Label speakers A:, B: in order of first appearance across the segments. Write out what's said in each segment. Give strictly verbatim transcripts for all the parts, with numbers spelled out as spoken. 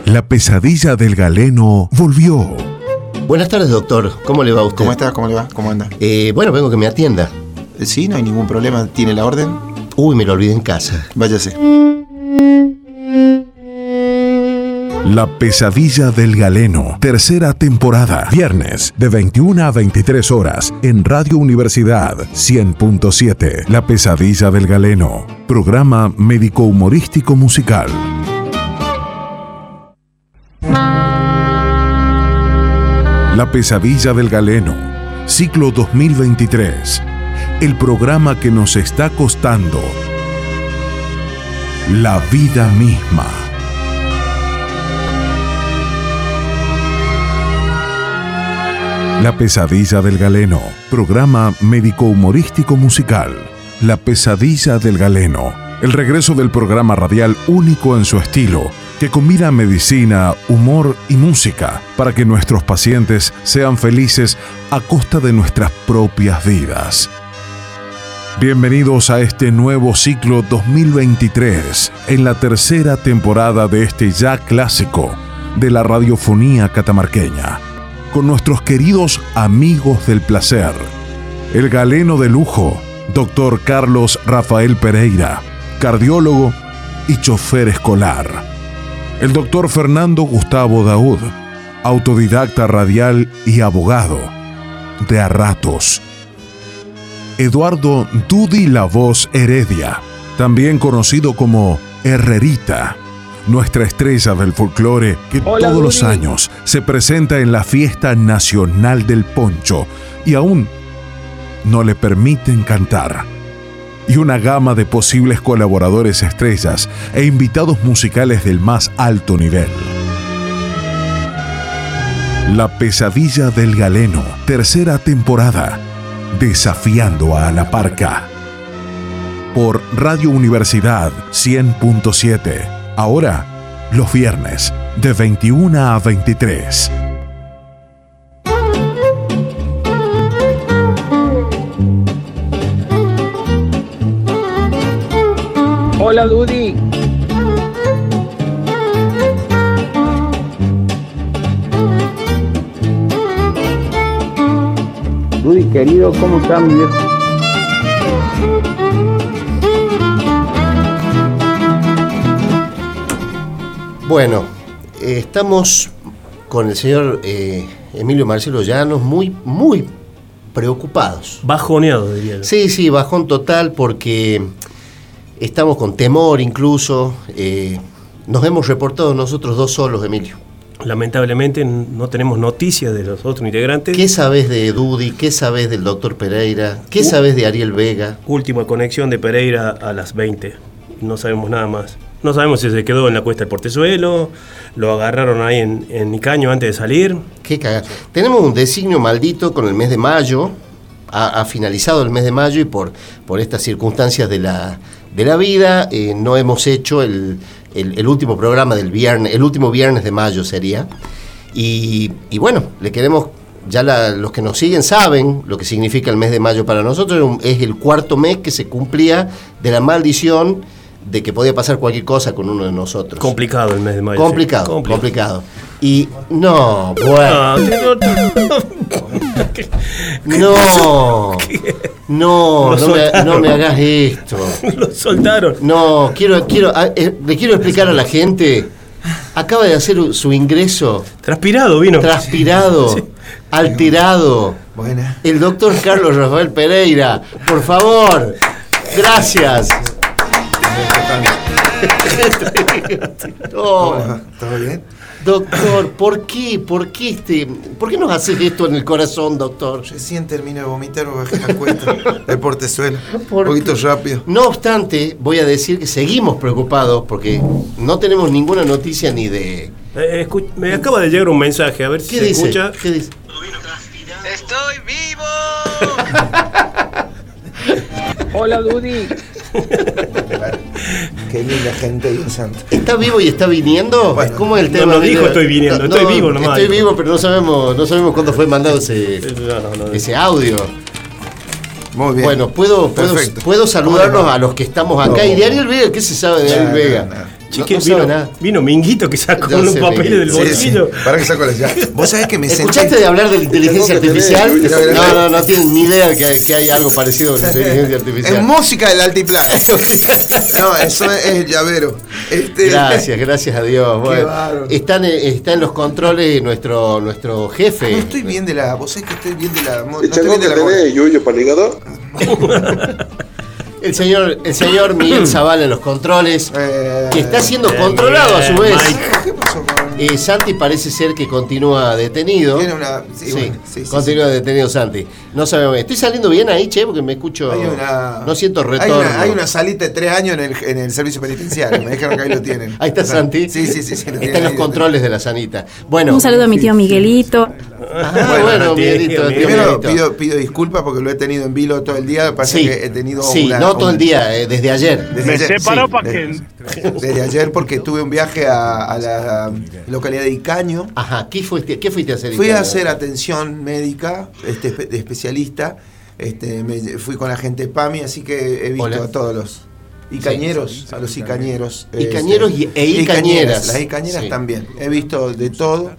A: La pesadilla del galeno volvió.
B: Buenas tardes, doctor. ¿Cómo le va a usted?
C: ¿Cómo está? ¿Cómo le va? ¿Cómo anda?
B: Eh, bueno, vengo que me atienda.
C: Sí, no hay ningún problema. ¿Tiene la orden?
B: Uy, me lo olvidé en casa.
C: Váyase.
A: La pesadilla del galeno, tercera temporada. Viernes, de veintiuna a veintitrés horas, en Radio Universidad cien punto siete. La pesadilla del galeno, programa médico-humorístico musical. La pesadilla del galeno, ciclo dos mil veintitrés. El programa que nos está costando la vida misma. La pesadilla del galeno, programa médico-humorístico musical. La pesadilla del galeno, el regreso del programa radial único en su estilo, que combina medicina, humor y música para que nuestros pacientes sean felices a costa de nuestras propias vidas. Bienvenidos a este nuevo ciclo dos mil veintitrés, en la tercera temporada de este ya clásico de la radiofonía catamarqueña, con nuestros queridos amigos del placer, el galeno de lujo, doctor Carlos Rafael Pereira, cardiólogo y chofer escolar, el doctor Fernando Gustavo Daud, autodidacta radial y abogado, de a ratos, Eduardo Dudy La Voz Heredia, también conocido como Herrerita, nuestra estrella del folclore que Hola, todos Dudy. Los años se presenta en la Fiesta Nacional del Poncho y aún no le permiten cantar. Y una gama de posibles colaboradores estrellas e invitados musicales del más alto nivel. La pesadilla del galeno, tercera temporada, desafiando a la parca. Por Radio Universidad cien punto siete. Ahora, los viernes, de veintiuna a veintitrés.
D: Hola, Dudy. Dudy, querido, ¿cómo están, mi viejo?
B: Bueno, eh, estamos con el señor eh, Emilio Marcelo Llanos muy, muy preocupados.
E: Bajoneado, diría yo.
B: Sí, sí, bajón total porque estamos con temor incluso. Eh, nos hemos reportado nosotros dos solos, Emilio.
E: Lamentablemente no tenemos noticias de los otros integrantes.
B: ¿Qué sabés de Dudy? ¿Qué sabés del doctor Pereira? ¿Qué uh, sabés de Ariel Vega?
E: Última conexión de Pereira a las veinte. No sabemos nada más. No sabemos si se quedó en la Cuesta del Portezuelo, lo agarraron ahí en, en Icaño antes de salir.
B: Qué cagada. Tenemos un designio maldito con el mes de mayo. Ha, ha finalizado el mes de mayo y por, por estas circunstancias de la, de la vida eh, no hemos hecho el, el, el último programa del viernes, el último viernes de mayo sería. Y, y bueno, le queremos, ya la, los que nos siguen saben lo que significa el mes de mayo para nosotros. Es el cuarto mes que se cumplía de la maldición de que podía pasar cualquier cosa con uno de nosotros.
E: Complicado el mes de mayo.
B: Complicado, sí. complicado. complicado. Y no, bueno. No, no, no me, no me hagas esto.
E: Lo soltaron.
B: No, quiero, quiero, eh, le quiero explicar a la gente. Acaba de hacer su ingreso.
E: Transpirado vino.
B: Transpirado, sí. Alterado.
C: Buena.
B: El doctor Carlos Rafael Pereira, por favor. Gracias.
C: Oh. ¿Todo bien?
B: Doctor, ¿por qué? ¿Por qué este? ¿Por qué nos haces esto en el corazón, doctor?
C: Recién termino de vomitar, me bajé la cuesta del Portezuelo. Un poquito rápido.
B: No obstante, voy a decir que seguimos preocupados porque no tenemos ninguna noticia ni de...
E: Eh, escu- me acaba de llegar un mensaje, a ver si
B: ¿Qué
E: se
B: dice?
E: escucha.
B: ¿Qué dice?
F: ¡Estoy vivo!
D: Hola, Dudy.
C: Qué linda gente, Dios santo.
B: ¿Está vivo y está viniendo?
C: Bueno,
B: ¿Cómo es el tema?
E: No lo dijo, estoy viniendo,
B: no,
E: estoy vivo nomás.
B: Estoy vivo, pero no sabemos, no sabemos cuándo fue mandado ese,
E: No, no, no,
B: ese audio.
C: Muy bien.
B: Bueno, puedo, puedo, puedo saludarnos a los que estamos acá. No. Y de Ariel Vega, ¿qué se sabe de Ariel no, Vega? No, no.
E: Chique,
B: no, no
E: vino,
B: sabe nada.
E: Vino Minguito que sacó
B: Yo
E: unos
B: sé,
E: papeles del
B: Minguito.
C: Sí,
E: bolsillo.
C: sí. Para que saco la llave. Vos sabés que me
B: ¿Escuchaste
C: senté.
B: de hablar de la inteligencia
C: Tengo que tener,
B: artificial?
C: tengo que tener.
B: No, no, no tienen ni idea que hay, que hay algo parecido con la inteligencia
C: Es
B: artificial.
C: música del altiplano. No, eso es el llavero. Este,
B: Gracias, gracias a Dios. Bueno,
C: bárbaro.
B: están, en- está en los controles nuestro, nuestro jefe.
C: No estoy bien de la. Vos sabés que estoy bien de la. No
G: ¿Y
C: estoy
G: Chango
C: bien
G: que
C: de la.
G: tenés, Yuyo, para el hígado?
B: El señor, el señor Miguel Zavala en los controles,
C: Eh,
B: que está siendo
E: bien,
B: controlado a su
E: bien,
B: vez.
E: Mike.
C: ¿Qué pasó con.?
B: Eh, Santi parece ser que continúa detenido.
C: Tiene una. Sí,
B: Sí,
C: bueno, sí, sí,
B: continúa detenido Santi. No sabemos. ¿Estoy saliendo bien ahí, che? Porque me escucho.
C: Hay una,
B: no siento
C: hay
B: retorno.
C: una, hay una salita de tres años en el, en el servicio penitenciario. Me dijeron que ahí lo tienen.
B: Ahí está
C: O sea,
B: Santi.
C: Sí, sí, sí. sí lo
B: Está
C: tienen
B: en los
C: ahí.
B: controles de la Sanita. Bueno.
H: Un saludo a mi tío Miguelito.
B: Ah,
C: Bueno,
B: bueno,
E: tío,
B: Miguelito,
E: tío,
B: tío
C: Primero
B: Miguelito.
C: pido, pido disculpas porque lo he tenido en vilo todo el día. Me parece
B: Sí,
C: que he tenido
B: sí,
C: una.
B: no todo
C: una-
B: el día, eh, desde ayer.
C: Desde
D: Me
C: ayer,
D: separó
C: sí,
D: para
C: desde-
D: que.
C: Desde ayer porque tuve un viaje a, a la localidad de Icaño.
B: Ajá, ¿qué fuiste, qué fuiste a hacer?
C: Fui a
B: Italia?
C: hacer atención médica este, espe- de especialista. Este, me, fui con la gente de PAMI, así que he visto
B: Hola.
C: a todos los icañeros, a los icañeros.
B: Icañeros y-
C: este,
B: e icañeras.
C: Las icañeras
B: Sí.
C: también. He visto de todo.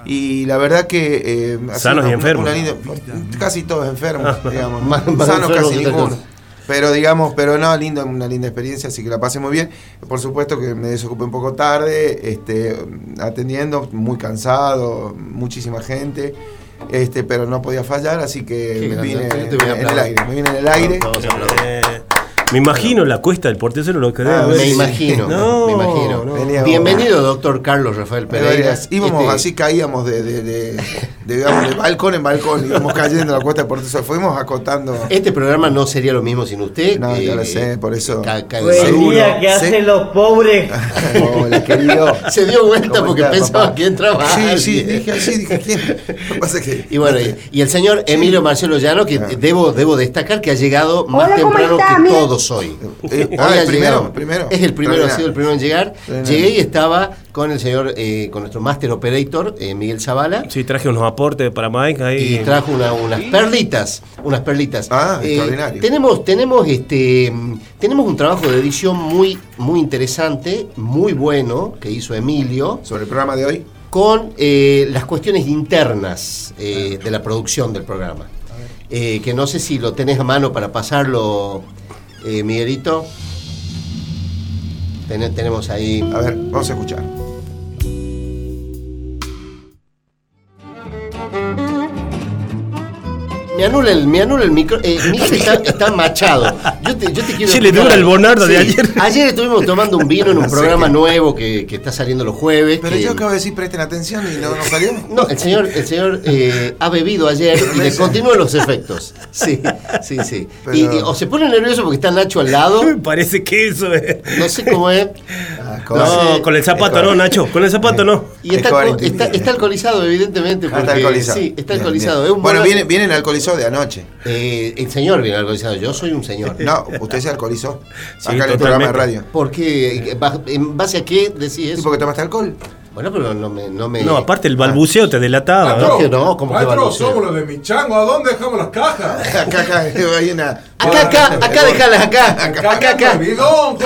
C: Y la verdad que. Eh, ha sido
E: Sanos y
C: una-
E: enfermos.
C: una linda- casi todos enfermos, digamos. ¿no?
B: Más- más
C: Sanos
B: enfermos
C: casi
B: que otra
C: ninguno.
B: cosa.
C: Pero digamos, pero no, lindo, una linda experiencia, así que la pasé muy bien. Por supuesto que me desocupé un poco tarde, este, atendiendo, muy cansado, muchísima gente, este, pero no podía fallar, así que
B: Qué
C: me
B: grande,
C: vine
B: yo te voy a
C: en el
B: aplaudir.
C: aire, me vine en el aire.
B: Vamos a aplaudir.
E: Eh, me imagino la cuesta del portecero lo que debe
C: Ah,
E: haber.
B: Me imagino,
E: No,
B: me imagino.
E: no.
C: Veníamos-
B: Bienvenido, doctor Carlos Rafael Pereira.
C: Íbamos
B: Este,
C: así, caíamos de, de, de, de, digamos, de balcón en balcón, íbamos cayendo a la cuesta de Puerto Sol, fuimos acotando.
B: Este programa no sería lo mismo sin usted.
C: No, ya
B: eh,
C: lo sé, por eso.
B: ca- ca-
C: Buen
B: seguro.
C: día, ¿qué hacen
I: los pobres?
C: Hola, querido.
B: Se dio vuelta
C: ¿Cómo
B: porque
C: estás,
B: pensaba
C: papá?
B: que entraba
C: Sí, sí,
B: alguien.
C: dije así, dije quién. Lo que pasa es que.
B: Y bueno, y, y el señor Emilio Marcelo Llano, que
C: Ah.
B: debo, debo destacar que ha llegado más
H: Hola, ¿cómo
B: temprano
H: está?
B: que
H: Mira.
B: todos hoy.
C: Eh,
B: Hoy
C: ah,
B: ha
C: el primero,
B: llegado.
C: primero.
B: Es el primero, ha
C: Extraordinario.
B: sido el primero en llegar.
C: Extraordinario.
B: Llegué y estaba con el señor, eh, con nuestro Master Operator, eh, Miguel Zavala.
E: Sí, traje unos aportes para Mike ahí.
B: Y trajo una- unas perlitas, unas perlitas.
C: Ah,
B: Eh,
C: extraordinario.
B: Tenemos, tenemos, este, mm, tenemos un trabajo de edición muy, muy interesante, muy bueno, que hizo Emilio,
C: Sobre el programa de hoy.
B: con eh, las cuestiones internas eh, de la producción del programa. Eh, que no sé si lo tenés a mano para pasarlo, eh, Miguelito. Ten- tenemos ahí.
C: A ver, vamos a escuchar.
B: Me anula el, me anula el micro. Eh, Miguel está, está machado. Yo te, yo te quiero
E: Sí, le
B: explicar
E: dura el
B: algo.
E: bonardo de
B: Sí.
E: ayer.
B: Ayer estuvimos tomando un vino en un
C: No sé
B: programa
C: qué.
B: nuevo que, que está saliendo los jueves.
C: Pero
B: que-
C: yo acabo de decir presten atención y no, no salió.
B: No, el señor, el señor eh, ha bebido ayer y le continúan los efectos. Sí, sí, sí.
C: Pero-
B: Y, y- o se pone nervioso porque está Nacho al lado.
E: Me parece que eso es.
B: No sé cómo es.
C: Ah,
E: No,
C: cosa-
E: con el zapato
C: es
E: no,
C: cosa-
E: Nacho. Con el zapato no.
B: Y está,
C: Es
B: co-
C: cuarenta y
B: está,
C: media.
B: está alcoholizado, evidentemente.
C: Ah,
B: Porque,
C: está alcoholizado.
B: Sí, está
C: Bien,
B: alcoholizado.
C: bien.
B: Es un
C: Bueno,
B: buen-
C: viene, viene el alcoholizado de anoche.
B: Eh, el señor viene alcoholizado. Yo soy un señor.
C: No, usted se alcoholizó.
E: Sí,
C: acá en el
E: totalmente.
C: programa de radio.
B: ¿Por qué? ¿En base a qué decís
C: ¿Y
B: eso?
C: por qué tomaste alcohol?
B: Bueno, pero no me... No, me...
E: No, aparte el balbuceo te delataba.
B: Maestro.
E: ¿no?
B: que no, ¿cómo que
J: Maestro,
B: balbuceo?
J: somos los de mi chango. ¿A dónde dejamos las cajas?
C: Acá, acá, hay una.
B: Acá, acá, acá, déjalas acá. Acá, acá, acá.
J: el bidón,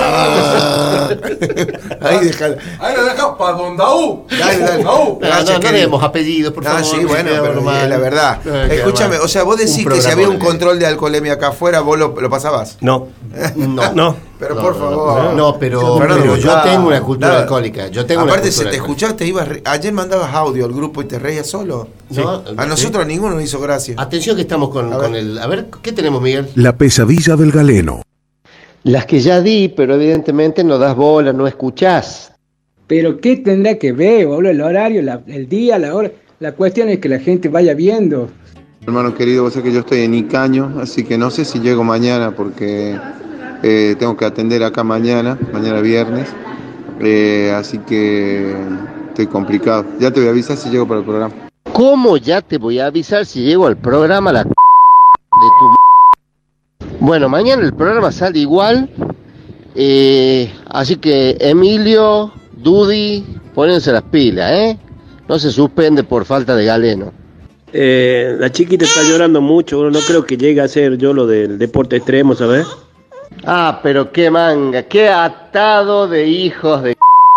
C: Ahí déjala.
J: Ahí lo dejamos para Don Daú.
C: Dale, dale.
J: Daú.
B: No,
C: Gracias,
B: no, no
C: querido.
B: demos apellidos, por
C: Ah,
B: favor.
C: sí,
B: que
C: bueno,
B: queda
C: pero
B: normal.
C: es la verdad.
B: No, queda
C: Escúchame,
B: mal.
C: o sea, vos decís
B: Un
C: que si
B: programa
C: había un
B: de-
C: control de alcoholemia acá afuera, vos lo, lo pasabas.
E: No.
B: No.
E: No.
C: Pero
B: No,
C: por
B: no,
C: favor.
B: No, pero,
C: Fernando,
B: pero yo
C: ah,
B: tengo una cultura
C: nada.
B: alcohólica. Yo tengo una
C: Aparte,
B: cultura
C: si te
B: alcohólica.
C: escuchaste, ibas re- ayer mandabas audio al grupo y te reías solo.
B: No,
C: A nosotros ninguno nos hizo gracia.
B: Atención que estamos con,
C: A ver.
B: con el... A ver, ¿qué tenemos, Miguel?
A: La pesadilla del galeno.
B: Las que ya di, pero evidentemente no das bola, no escuchás.
D: Pero ¿qué tendrá que ver, boludo? El horario, la- el día, la hora. La cuestión es que la gente vaya viendo.
G: Hermano querido, vos sabés que yo estoy en Icaño, así que no sé si llego mañana porque eh, tengo que atender acá mañana, mañana viernes. Eh, así que estoy complicado. Ya te voy a avisar si llego para el programa.
B: ¿Cómo ya te voy a avisar si llego al programa la c- de tu m-? Bueno, mañana el programa sale igual. eh, así que Emilio, Dudy, pónganse las pilas, ¿eh? No se suspende por falta de galeno.
E: Eh, la chiquita está llorando mucho. Bueno, no creo que llegue a ser yo lo del deporte extremo, ¿sabes?
B: Ah, pero qué manga, qué atado de hijos de c-.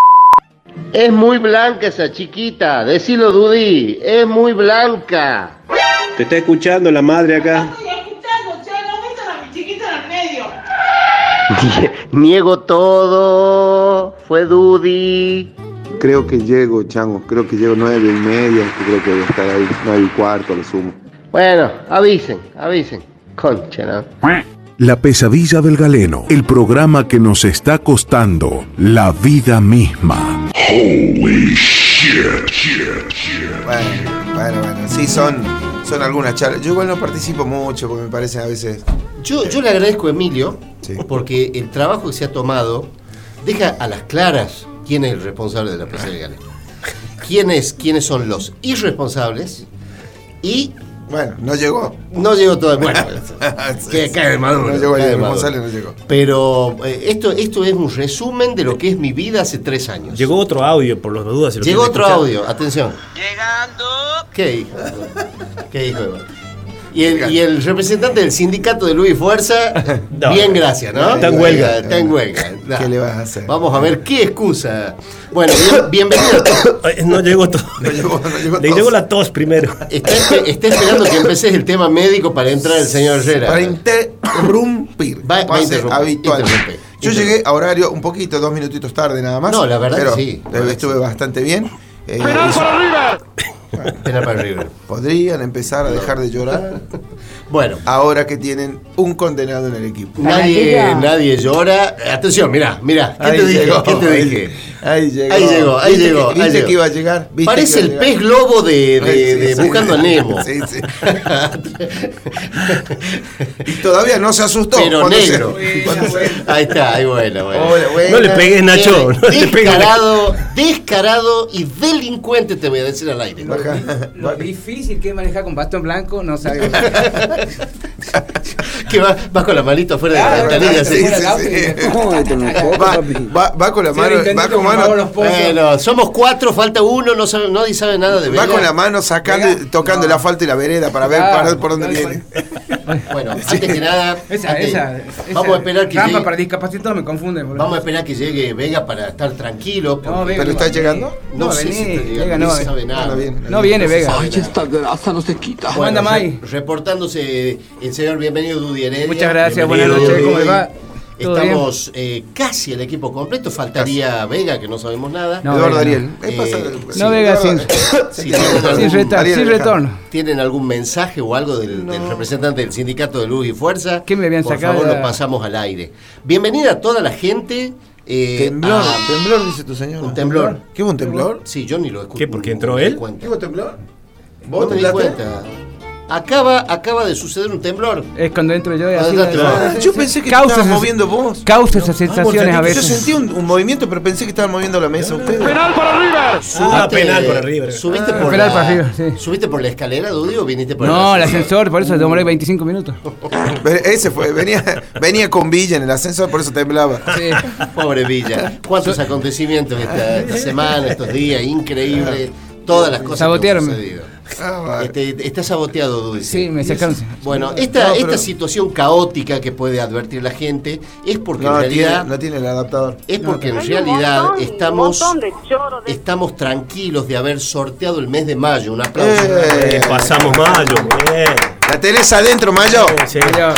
B: Es muy blanca esa chiquita, decilo Dudi, es muy blanca.
E: Te está escuchando la madre acá.
F: Estoy escuchando, che, no metan a mi chiquita en el medio.
B: Niego todo, fue Dudi.
G: Creo que llego, chango, creo que llego nueve y media, creo que voy a estar ahí, nueve y cuarto, lo sumo.
B: Bueno, avisen, avisen. Concha, ¿no?
A: La pesadilla del galeno, el programa que nos está costando la vida misma. Holy shit, shit, shit.
C: Bueno, bueno, bueno, sí, son, son algunas charlas. Yo igual no participo mucho porque me parece a veces...
B: Yo, yo le agradezco a Emilio,
C: Sí.
B: porque el trabajo que se ha tomado deja a las claras quién es el responsable de la pesadilla del galeno. ¿Quiénes, quiénes son los irresponsables? Y
C: Bueno, no llegó.
B: no llegó todo. Bueno, que cae de maduro.
C: No llegó el
B: cae de
C: responsable,
B: maduro.
C: no llegó.
B: Pero eh, esto, esto es un resumen de lo que es mi vida hace tres años.
E: Llegó otro audio, por las dudas. Si lo
B: Llegó
E: quieren
B: otro
E: escuchar.
B: audio, atención.
F: Llegando.
B: ¿Qué hijo? ¿Qué hijo? Y el, y el representante del sindicato de Luis Fuerza,
E: No.
B: bien, gracias, ¿no?
E: Está en huelga.
B: Está en huelga.
C: ¿Qué le vas a hacer?
B: Vamos a ver qué excusa. Bueno, bien, bienvenido.
E: Ay, No llegó todo.
C: No llegó, no llegó
E: Le
C: todo.
E: llegó la tos primero.
B: Está, espe- está esperando que empeces el tema médico para entrar el señor Herrera.
C: Para interrumpir.
B: Va- va a
C: Pase
B: interrumpir,
C: habitual.
B: interrumpe,
C: Yo
B: interrumpe.
C: llegué a horario un poquito, dos minutitos tarde nada más.
B: No, la verdad
C: pero
B: que sí.
C: eh, estuve bastante bien. Eh,
F: ¡Penal
C: eso-
F: para River!
B: Penal para River.
C: Podrían empezar a dejar de llorar
B: Bueno,
C: ahora que tienen un condenado en el equipo.
B: nadie, nadie llora. Atención, mirá, mirá. ¿Qué
C: Ahí
B: te dije?
C: llegó,
B: ¿Qué te
C: ahí-
B: dije?
C: Ahí llegó.
B: Ahí llegó, ahí
C: ¿Viste
B: llegó,
C: que-
B: ahí
C: ¿Viste
B: llegó.
C: que iba a llegar? ¿Viste
B: Parece
C: que
B: el
C: iba a
B: pez
C: llegar?
B: globo de, de-
C: Sí,
B: de
C: sí.
B: Buscando a Nemo.
C: Sí, sí. Y todavía no se asustó.
B: Pero
C: cuando se-
B: negro.
C: cuando se-
B: Ahí está, ahí bueno, bueno.
C: Hola, buena.
E: No le pegues, Nacho. No le pegues.
B: Descarado, descarado y delincuente, te voy a decir al aire.
C: Baja.
D: Lo difícil que es manejar con bastón blanco, no sabes.
B: Que va- vas con la manito afuera de la
D: Claro,
B: ventanilla
C: sí,
B: así.
C: sí, sí.
D: Jódete un poco,
C: Va,
D: papi.
C: va, va con la
D: Sí,
C: mano,
D: intento
C: va con
D: que me hago
C: mano,
D: los pozos.
B: Bueno, somos cuatro, falta uno, no sabe, nadie sabe nada de
C: va
B: Vega.
C: con la mano sacando, y
D: Venga.
C: tocando
D: No.
C: el asfalto y la vereda para ver
D: Claro,
C: para- por dónde
D: no,
C: viene.
B: Bueno, antes que nada,
D: Esa,
B: antes-
D: esa,
B: vamos
D: esa
B: a esperar que
D: rampa
B: llegue,
D: para discapacitados me confunden, boludo.
B: vamos a esperar que llegue Vega para estar tranquilo. porque-
D: No, Vega
C: ¿Pero
D: no
C: está
D: va a
C: llegando?
D: venir.
B: No,
D: No va a
B: sé si
D: venir,
B: está llegando,
D: Vega
B: no
D: no va a
B: se sabe
D: venir.
B: nada.
C: No viene.
D: No viene
B: se
D: Vega.
B: sabe nada.
H: esta grasa no se quita.
B: Bueno,
D: Manda
B: re-
D: May.
B: reportándose el señor bienvenido Dudy Heredia.
D: Muchas gracias,
B: Bienvenido,
D: buenas noches,
B: Dudy.
D: ¿cómo le va? ¿Todo
B: Estamos eh, casi el equipo completo, faltaría Vega, que no sabemos nada.
D: No,
C: Eduardo
D: Vega,
C: Ariel.
B: no.
C: ¿Qué pasa?
B: Eh,
C: Sí,
D: no, Vega,
C: Eduardo-
B: Si tienen
D: Sin,
B: algún,
D: retar-
C: Ariel
D: sin
C: Alejandro.
D: retorno.
B: ¿tienen algún mensaje o algo del, del representante del Sindicato de Luz y Fuerza?
D: ¿Qué me habían
B: Por
D: sacado
B: favor,
D: de
B: lo
D: la-
B: pasamos al aire. Bienvenida a toda la gente. eh,
C: Temblor,
B: a-
C: temblor, dice tu señora.
B: Un temblor.
C: ¿Qué hubo un temblor?
B: Sí, yo ni lo escuché.
E: ¿Qué, porque
B: no
E: entró
B: me di
E: él?
B: cuenta.
C: ¿Qué hubo temblor?
B: No
C: ¿Vos
B: me di
C: temblaste?
B: cuenta. Acaba, acaba de suceder un temblor.
D: Es cuando entro yo y
B: Ah,
D: así.
B: ya te va.
C: Yo pensé que te
D: Causa
C: estabas
D: esas-
C: moviendo vos.
D: Causa esas sensaciones a
C: Yo
D: veces.
C: sentí un, un movimiento, pero pensé que estaban moviendo la mesa ustedes.
F: ¡Penal para River!
E: Ah, penal para River.
B: ¿Subiste
D: Ah,
B: por,
D: penal
B: la,
D: para River, sí.
B: ¿Subiste por la escalera, Dudy, o viniste por
D: No, el ascensor, por eso demoré veinticinco minutos.
C: Pero ese fue, venía, venía con Villa en el ascensor, por eso temblaba.
D: Sí.
B: Pobre Villa. ¿Cuántos acontecimientos esta, esta semana, estos días? Increíble. Todas las cosas
D: Sabotearon.
B: que han sucedido.
C: Ah, vale.
B: Este, está saboteado, Dudy.
D: Sí, me sacaron.
B: Bueno, esta,
C: No, pero-
B: esta situación caótica que puede advertir la gente es porque
C: No
B: en
C: tiene,
B: realidad
C: no tiene el adaptador.
B: es porque en
I: Hay un
B: realidad
I: montón,
B: estamos
I: un montón de choro de-
B: estamos tranquilos de haber sorteado el mes de mayo. Un aplauso.
C: Eh.
E: Que pasamos mayo, bien.
C: La tenés adentro, Mayo.
E: Sí.
D: Yo,
B: Tomá.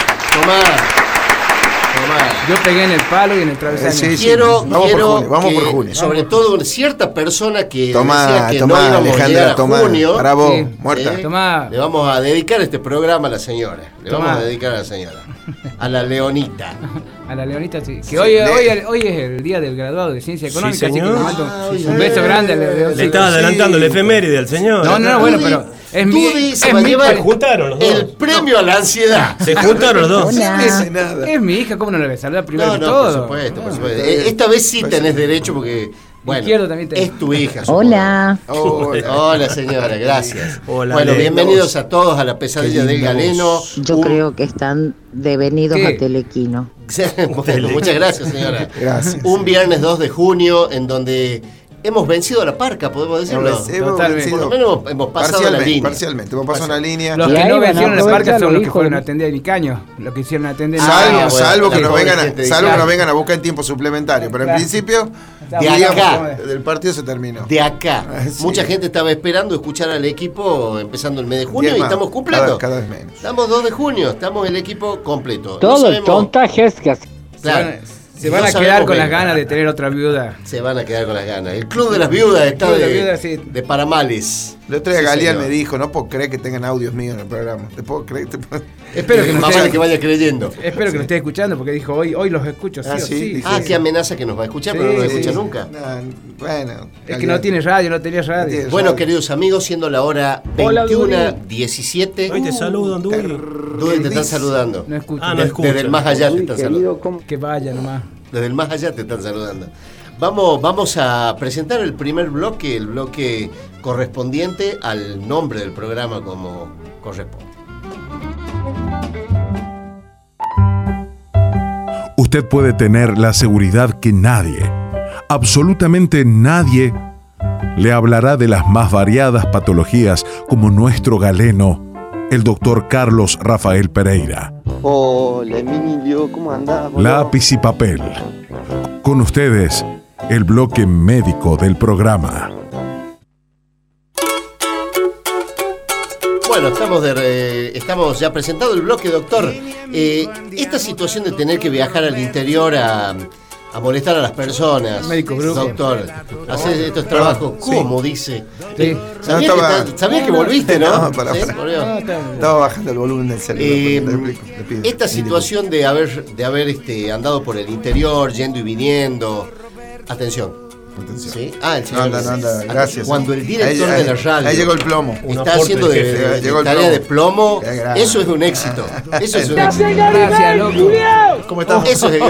B: Tomá.
D: yo pegué en el palo y en el travesaño.
C: Sí, sí.
B: Quiero,
C: Vamos por
B: quiero
C: junio, vamos
B: que,
C: por junio.
B: sobre todo cierta persona que
C: Tomá,
B: decía que no
C: tomá,
B: íbamos a llegar
C: Alejandra,
B: a
C: tomá.
B: junio,
C: Para vos,
D: Sí.
C: muerta.
B: ¿eh?
D: Tomá.
B: Le vamos a dedicar este programa a la señora. Le
D: Tomá.
B: vamos a dedicar a la señora. A la Leonita.
D: A la Leonita, sí. Que
C: Sí,
D: hoy,
C: le-
D: hoy, hoy es el día del graduado de Ciencia
E: Sí,
D: Económica, así que
E: señor.
D: le mando
B: Ah,
D: un
B: sí,
D: beso
B: sí.
D: grande al Leonita.
E: Le estaba adelantando el efeméride al señor.
D: No, no, no, bueno,
B: Dudy-
D: pero es mi.
B: Dudy se
D: es
B: va a
D: mi
B: llevar
E: Se juntaron los dos.
B: el premio a la ansiedad.
E: Se juntaron los dos.
C: No dice nada.
D: Es mi hija, ¿cómo no le voy a saludar primero
B: No,
D: que
B: no,
D: todo?
B: por supuesto, por
D: Ah.
B: supuesto. Eh, Esta vez sí tenés derecho porque, bueno,
D: Izquierdo también tenés.
B: es tu hija. supongo.
H: Hola.
C: Hola.
B: Hola, señora, gracias.
E: Hola,
B: bueno,
E: Ale.
B: bienvenidos a todos a la pesadilla
C: Qué
B: del
C: linda
B: galeno.
H: Yo
B: Un-
H: creo que están devenidos
D: ¿Qué?
H: a Telequino.
B: Bueno, muchas gracias, señora.
C: Gracias.
B: Un viernes dos de junio en donde hemos vencido a la parca, podemos decirlo.
C: Hemos, hemos vencido.
B: Por lo menos hemos, hemos pasado la línea.
C: Parcialmente, hemos pasado una línea.
I: Los que no vencieron la parca son los que fueron a atender en Icaño. Los que hicieron atender en
C: Salvo,
I: Icaño.
C: salvo que nos vengan a,
B: gente,
C: salvo que
B: claro.
C: nos vengan a buscar en tiempo suplementario. Pero en
I: Claro.
C: principio,
B: De
C: digamos,
B: acá.
C: del partido se terminó.
B: De acá.
C: Sí.
B: Mucha gente estaba esperando escuchar al equipo empezando el mes de junio
C: Diez
B: y
C: más.
B: estamos cumpliendo.
C: Cada, cada vez menos.
B: Estamos dos de junio, estamos el equipo completo.
D: Todo
B: No
D: el
B: sabemos-
D: tontaje es que
B: Claro.
I: Se van
B: No
I: a quedar
B: sabemos
I: con
B: qué.
I: las ganas de tener otra viuda.
B: Se van a quedar con las ganas. El club de las viudas está
I: Club de
B: de,
I: las Viudas, sí.
B: de paramales.
C: El otro día
B: Sí,
C: Galeán
B: señor.
C: me dijo, no puedo creer que tengan audios míos en el programa. ¿Te puedo creer? ¿Te puedo...
I: Espero que no
B: Más
I: esté-
B: vale que vaya creyendo.
I: Espero que lo esté escuchando porque dijo hoy, hoy los escucho, sí
C: Ah,
I: o
C: sí,
I: sí.
C: dijo.
B: Ah,
I: sí.
B: qué amenaza que nos va a escuchar, pero no nos
I: Sí,
B: escucha
I: sí.
B: nunca.
C: No, bueno,
I: Es que
C: Galeán.
I: no tiene radio, no tenía radio.
C: tiene-
B: Bueno, queridos amigos, siendo la hora
D: Hola,
B: veintiuna
D: Duri.
B: diecisiete.
E: Hoy te saludan, Duri.
B: Dude, te están saludando.
I: No escucho.
E: Ah, no
B: Desde-
E: escucho.
B: Desde el más allá te
D: Uy,
B: están
D: querido,
B: saludando.
D: ¿cómo?
I: Que vaya nomás.
B: Desde el más allá te están saludando. Vamos, vamos a presentar el primer bloque, el bloque correspondiente al nombre del programa como corresponde.
A: Usted puede tener la seguridad que nadie, absolutamente nadie, le hablará de las más variadas patologías como nuestro galeno, el doctor Carlos Rafael Pereira.
K: Hola Emilio, ¿cómo andás?
A: Lápiz y papel. Con ustedes, el bloque médico del programa.
B: Bueno, estamos, de re- estamos ya presentado el bloque, doctor. Eh, esta situación de tener que viajar al interior a, a molestar a las personas,
I: Médico brujo.
B: doctor, hacer estos trabajos, ¿cómo dice?
I: Sí.
B: ¿Sabías,
C: No, estaba-
B: que, ta- sabías que volviste, no?
C: No, pará,
B: ¿Sí?
C: pará.
B: Volvió.
I: No, está bien.
C: Estaba bajando el volumen del celular.
B: Eh,
C: le explico, le pido.
B: esta situación de haber, de haber este, andado por el interior, yendo y viniendo. Atención.
C: Atención.
B: ¿Sí? Ah, el
C: No
B: señor.
C: anda, no anda, gracias.
B: Cuando el director
C: Ahí-
B: de la
C: ahí-
B: radio
C: Ahí llegó el plomo.
E: Un
B: está
E: aporte
B: haciendo
E: del
B: de,
E: jefe.
B: de- de
C: Llegó el
B: tarea
C: plomo.
B: de plomo,
C: Qué grande.
B: eso es un éxito. Eso es un éxito.
I: Gracias, loco.
C: ¿Cómo estás?
B: Eso es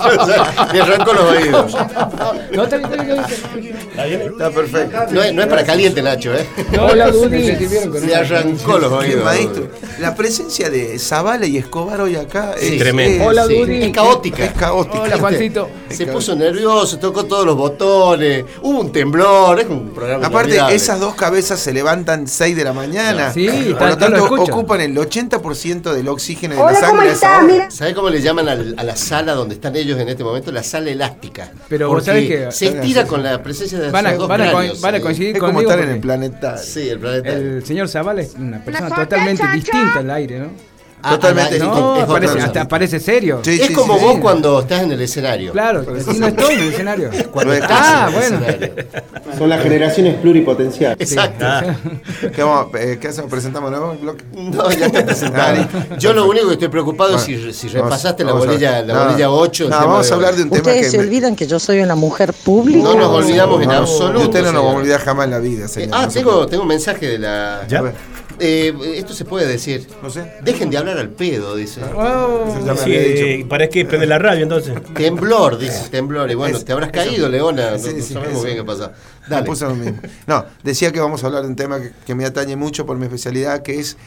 B: me arrancó los oídos.
I: No, está bien, está bien, está bien.
C: Está perfecto.
B: No es, no es para caliente, Nacho, ¿eh?
D: Hola, Dudi.
I: Se sirvieron con
B: Se
I: una-
B: arrancó los
C: Qué
B: oídos.
C: maestro. La presencia de Zavala y Escobar hoy acá
B: Sí,
C: es,
E: tremendo.
C: es-
D: Hola,
B: Sí,
D: Dudi.
B: es caótica.
C: es caótica.
I: Hola, Juancito.
B: Se puso nervioso, tocó todos los botones, hubo un temblor, es un programa
C: Aparte,
B: inolvidable.
C: esas dos cabezas se levantan seis de la mañana.
I: Sí,
C: por
I: está-
C: lo
I: está- lo
C: tanto,
I: escucho.
C: ocupan el ochenta por ciento del oxígeno de la sangre. a esa hora.
B: ¿Sabe cómo le llaman al- a la sala donde están ellos en este momento? La sala elástica.
I: Pero vos
B: Porque
I: sabés que-
B: se estira con la presencia de
I: Van a,
B: esos dos
I: van a, co-
B: cráneos,
I: van a
B: sí.
I: coincidir
C: Es como
I: conmigo
C: estar en
I: porque
C: el planeta.
B: Sí, el planeta.
I: el señor Zavala es una persona totalmente distinta al aire, ¿no?
B: Ah,
C: totalmente
B: ah,
C: distinto.
I: No,
B: es otra
I: parece,
B: cosa.
I: hasta parece serio.
C: Sí,
B: es
C: sí,
B: como
C: sí,
B: vos
C: sí.
B: cuando estás en el escenario.
I: Claro, si no estoy en el escenario.
B: Cuando
C: Lo
B: estás
I: Ah,
B: en el
I: bueno.
B: escenario.
K: Son las generaciones pluripotenciales.
B: Exacto.
C: ¿Qué, vamos, eh, ¿Qué hacemos? ¿Presentamos nuevo el bloque?
B: No, ya está presentado.
C: Ah,
B: Yo lo único que estoy preocupado
C: Bueno,
B: es si, si
C: vamos-
B: repasaste la
C: vamos a-
B: bolilla, la
C: no,
B: bolilla ocho. el
C: No,
B: tema
C: vamos
B: de
C: a hablar
B: hoy.
C: de un tema
H: Ustedes
C: que.
H: se
C: me-
H: olvidan que yo soy una mujer pública.
B: No nos olvidamos en
C: no,
B: absoluto.
C: de usted no nos
B: señor.
C: vamos a olvidar jamás en la vida,
B: Eh,
C: señor.
B: ah,
C: No se
B: tengo,
C: puede.
B: tengo un mensaje de la.
E: ¿Ya?
C: A ver,
B: Eh, esto se puede decir.
C: no sé.
B: Dejen de hablar al pedo, dice.
I: Oh,
C: Ya me
E: Sí,
C: había dicho.
E: eh, ¿para qué prende la radio entonces?
B: Temblor, dice, temblor. Y bueno,
C: Es-
B: te habrás
C: eso.
B: caído, Leona. No,
C: Sí,
B: no
C: sí,
B: sabemos
C: eso.
B: bien qué pasa.
C: Me
B: Dale.
C: puso lo mismo. No, decía que vamos a hablar de un tema que, que me atañe mucho por mi especialidad, que es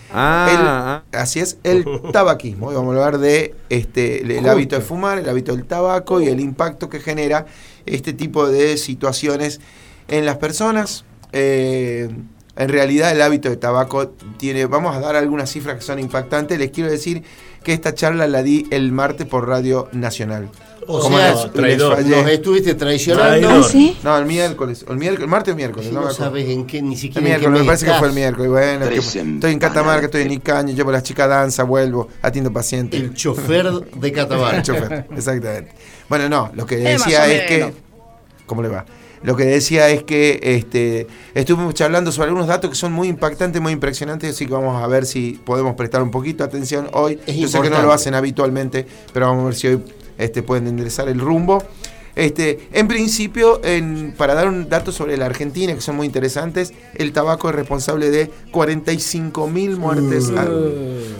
L: Ah,
C: el, así es, el tabaquismo. Hoy vamos a hablar de este el, el hábito de fumar, el hábito del tabaco y el impacto que genera este tipo de situaciones en las personas. Eh, en realidad el hábito de tabaco tiene, vamos a dar algunas cifras que son impactantes. Les quiero decir que esta charla la di el martes por Radio Nacional.
B: O
C: ¿Cómo
B: sea,
C: les-
E: traidor.
C: les fallé?
B: Nos estuviste traicionando.
E: Traidor.
H: ¿Ah, sí?
C: No, el miércoles, o el miércoles, el martes o miércoles,
B: Si
C: no
B: no
C: me acuerdo.
B: sabes en qué, ni
C: El
B: siquiera en qué
C: miércoles, me
B: mes
C: parece que
B: estás.
C: fue el miércoles. Bueno, que-
K: Tres
C: estoy en Catamarca, estoy en Icaño, llevo a las chicas a danza, vuelvo, atiendo pacientes.
B: El chofer de
C: El
B: Catamarca.
C: chofer, exactamente. Bueno, no, lo que
H: Eh, más
C: decía
H: o
C: es que.
H: menos.
C: ¿Cómo le va? Lo que decía es que este, estuvimos charlando sobre algunos datos que son muy impactantes, muy impresionantes, así que vamos a ver si podemos prestar un poquito de atención hoy.
B: Es
C: Yo sé que no
B: importante.
C: lo hacen habitualmente, pero vamos a ver si hoy este, pueden enderezar el rumbo. Este, en principio, en, para dar un dato sobre la Argentina, que son muy interesantes, el tabaco es responsable de cuarenta y cinco mil muertes al,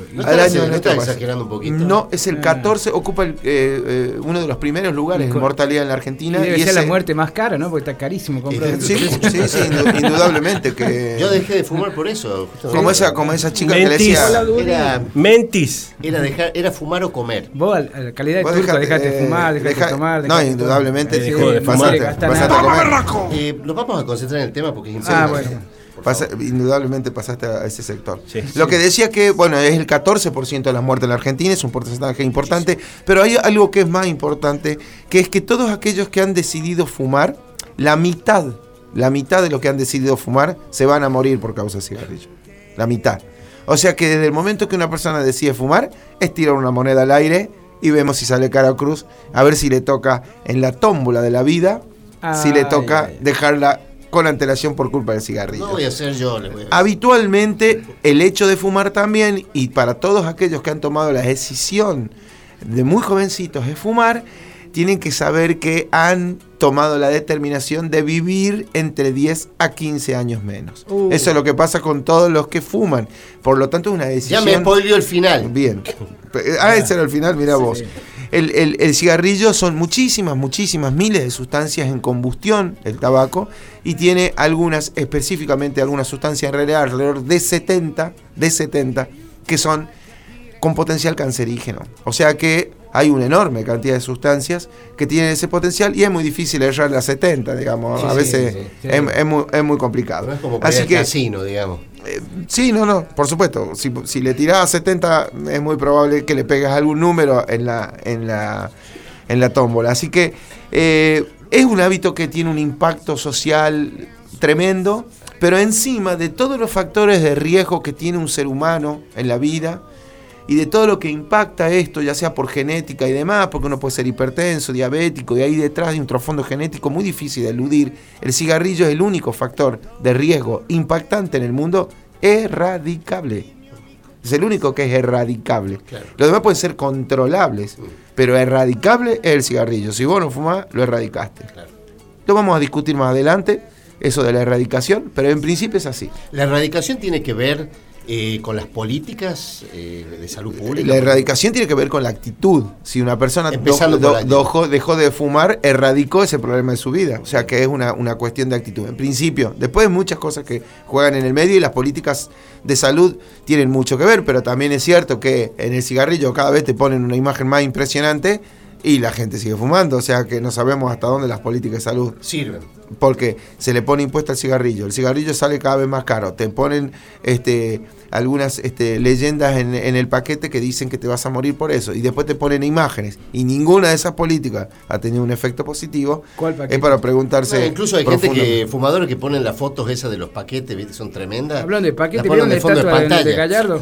B: ¿No
C: al año
B: ¿no
C: de
B: está
C: nuestro
B: exagerando un poquito?
C: No, es el catorce, ocupa el, eh, eh, uno de los primeros lugares en mortalidad en la Argentina.
I: Y debe
C: y
I: ser
C: ese,
I: la muerte más cara, ¿no? Porque está carísimo comprar.
C: Sí, sí, sí, indudablemente. Que...
B: Yo dejé de fumar por eso.
C: Como esa, como esa chica
E: Mentis.
C: que le decía...
B: Era,
E: Mentis.
B: Era, dejar, era fumar o comer.
I: Vos, a la calidad de
C: Vos
I: turco,
C: dejate,
I: dejaste de
C: eh,
I: fumar, dejaste
C: deja-
I: de tomar.
C: No,
I: dejaste
C: indudablemente.
I: de
C: dejó
I: todo.
C: de
I: Sí,
C: pasarte,
I: no gastar
C: pasaste
I: nada.
C: a comer.
B: Eh, nos vamos a concentrar en el tema porque es importante.
I: Ah, bueno.
C: Pasa- indudablemente pasaste a ese sector.
E: Sí.
C: Lo que decía que, bueno, es el catorce por ciento de las muertes en la Argentina, es un porcentaje importante, pero hay algo que es más importante, que es que todos aquellos que han decidido fumar, la mitad, la mitad de los que han decidido fumar se van a morir por causa del cigarrillo. La mitad. O sea que desde el momento que una persona decide fumar, es tirar una moneda al aire y vemos si sale cara o cruz, a ver si le toca en la tómbola de la vida,
I: Ay,
C: si le toca
I: ay, ay.
C: dejarla con antelación por culpa del cigarrillo.
B: No voy a ser yo, le voy a
C: Habitualmente el hecho de fumar también, y para todos aquellos que han tomado la decisión de muy jovencitos de fumar, tienen que saber que han tomado la determinación de vivir entre diez a quince años menos.
B: Uh.
C: Eso es lo que pasa con todos los que fuman. Por lo tanto es una decisión...
B: Ya me spoileó el final.
C: Bien. Ah, ese era el final, mira
I: Sí.
C: vos. El, el, el cigarrillo son muchísimas, muchísimas miles de sustancias en combustión, el tabaco, y tiene algunas, específicamente algunas sustancias en realidad alrededor de setenta, de setenta, que son con potencial cancerígeno. O sea que hay una enorme cantidad de sustancias que tienen ese potencial y es muy difícil errar las setenta, digamos.
B: Sí,
C: a
B: sí,
C: veces
B: sí, sí.
C: Es, es muy, es muy complicado.
B: No es como para
C: Así
B: ir al
C: que
B: casino, digamos.
C: eh, sí, no, no, por supuesto. Si, si le tirás a setenta, es muy probable que le pegues algún número en la, en la, en la tómbola. Así que eh, es un hábito que tiene un impacto social tremendo, pero encima de todos los factores de riesgo que tiene un ser humano en la vida y de todo lo que impacta esto, ya sea por genética y demás, porque uno puede ser hipertenso, diabético, y ahí detrás hay un trasfondo genético muy difícil de eludir. El cigarrillo es el único factor de riesgo impactante en el mundo erradicable. Es el único que es erradicable.
B: Claro.
C: Los demás pueden ser controlables, pero erradicable es el cigarrillo. Si vos no fumás, lo erradicaste.
B: Claro.
C: Lo vamos a discutir más adelante, eso de la erradicación, pero en principio es así.
B: La erradicación tiene que ver eh, con las políticas eh, de salud pública.
C: La erradicación tiene que ver con la actitud. Si una persona
B: Empezando
C: do-
B: por
C: do-
B: allí.
C: dejó, dejó de fumar, erradicó ese problema de su vida. O sea que es una, una cuestión de actitud. En principio, después hay muchas cosas que juegan en el medio y las políticas de salud tienen mucho que ver, pero también es cierto que en el cigarrillo cada vez te ponen una imagen más impresionante y la gente sigue fumando. O sea que no sabemos hasta dónde las políticas de salud
B: Sirven.
C: porque se le pone impuesto al cigarrillo, el cigarrillo sale cada vez más caro, te ponen este, algunas este, leyendas en, en el paquete que dicen que te vas a morir por eso, y después te ponen imágenes, y ninguna de esas políticas ha tenido un efecto positivo.
I: ¿Cuál paquete?
C: Es para preguntarse.
B: No, incluso hay gente
C: profundamente.
B: que, fumadores que ponen las fotos esas de los paquetes, ¿viste? Son tremendas.
I: Hablando de paquete,
B: Las ponen
I: ¿vieron la
B: de fondo de
I: estatua de,
B: pantalla.
I: de Gallardo?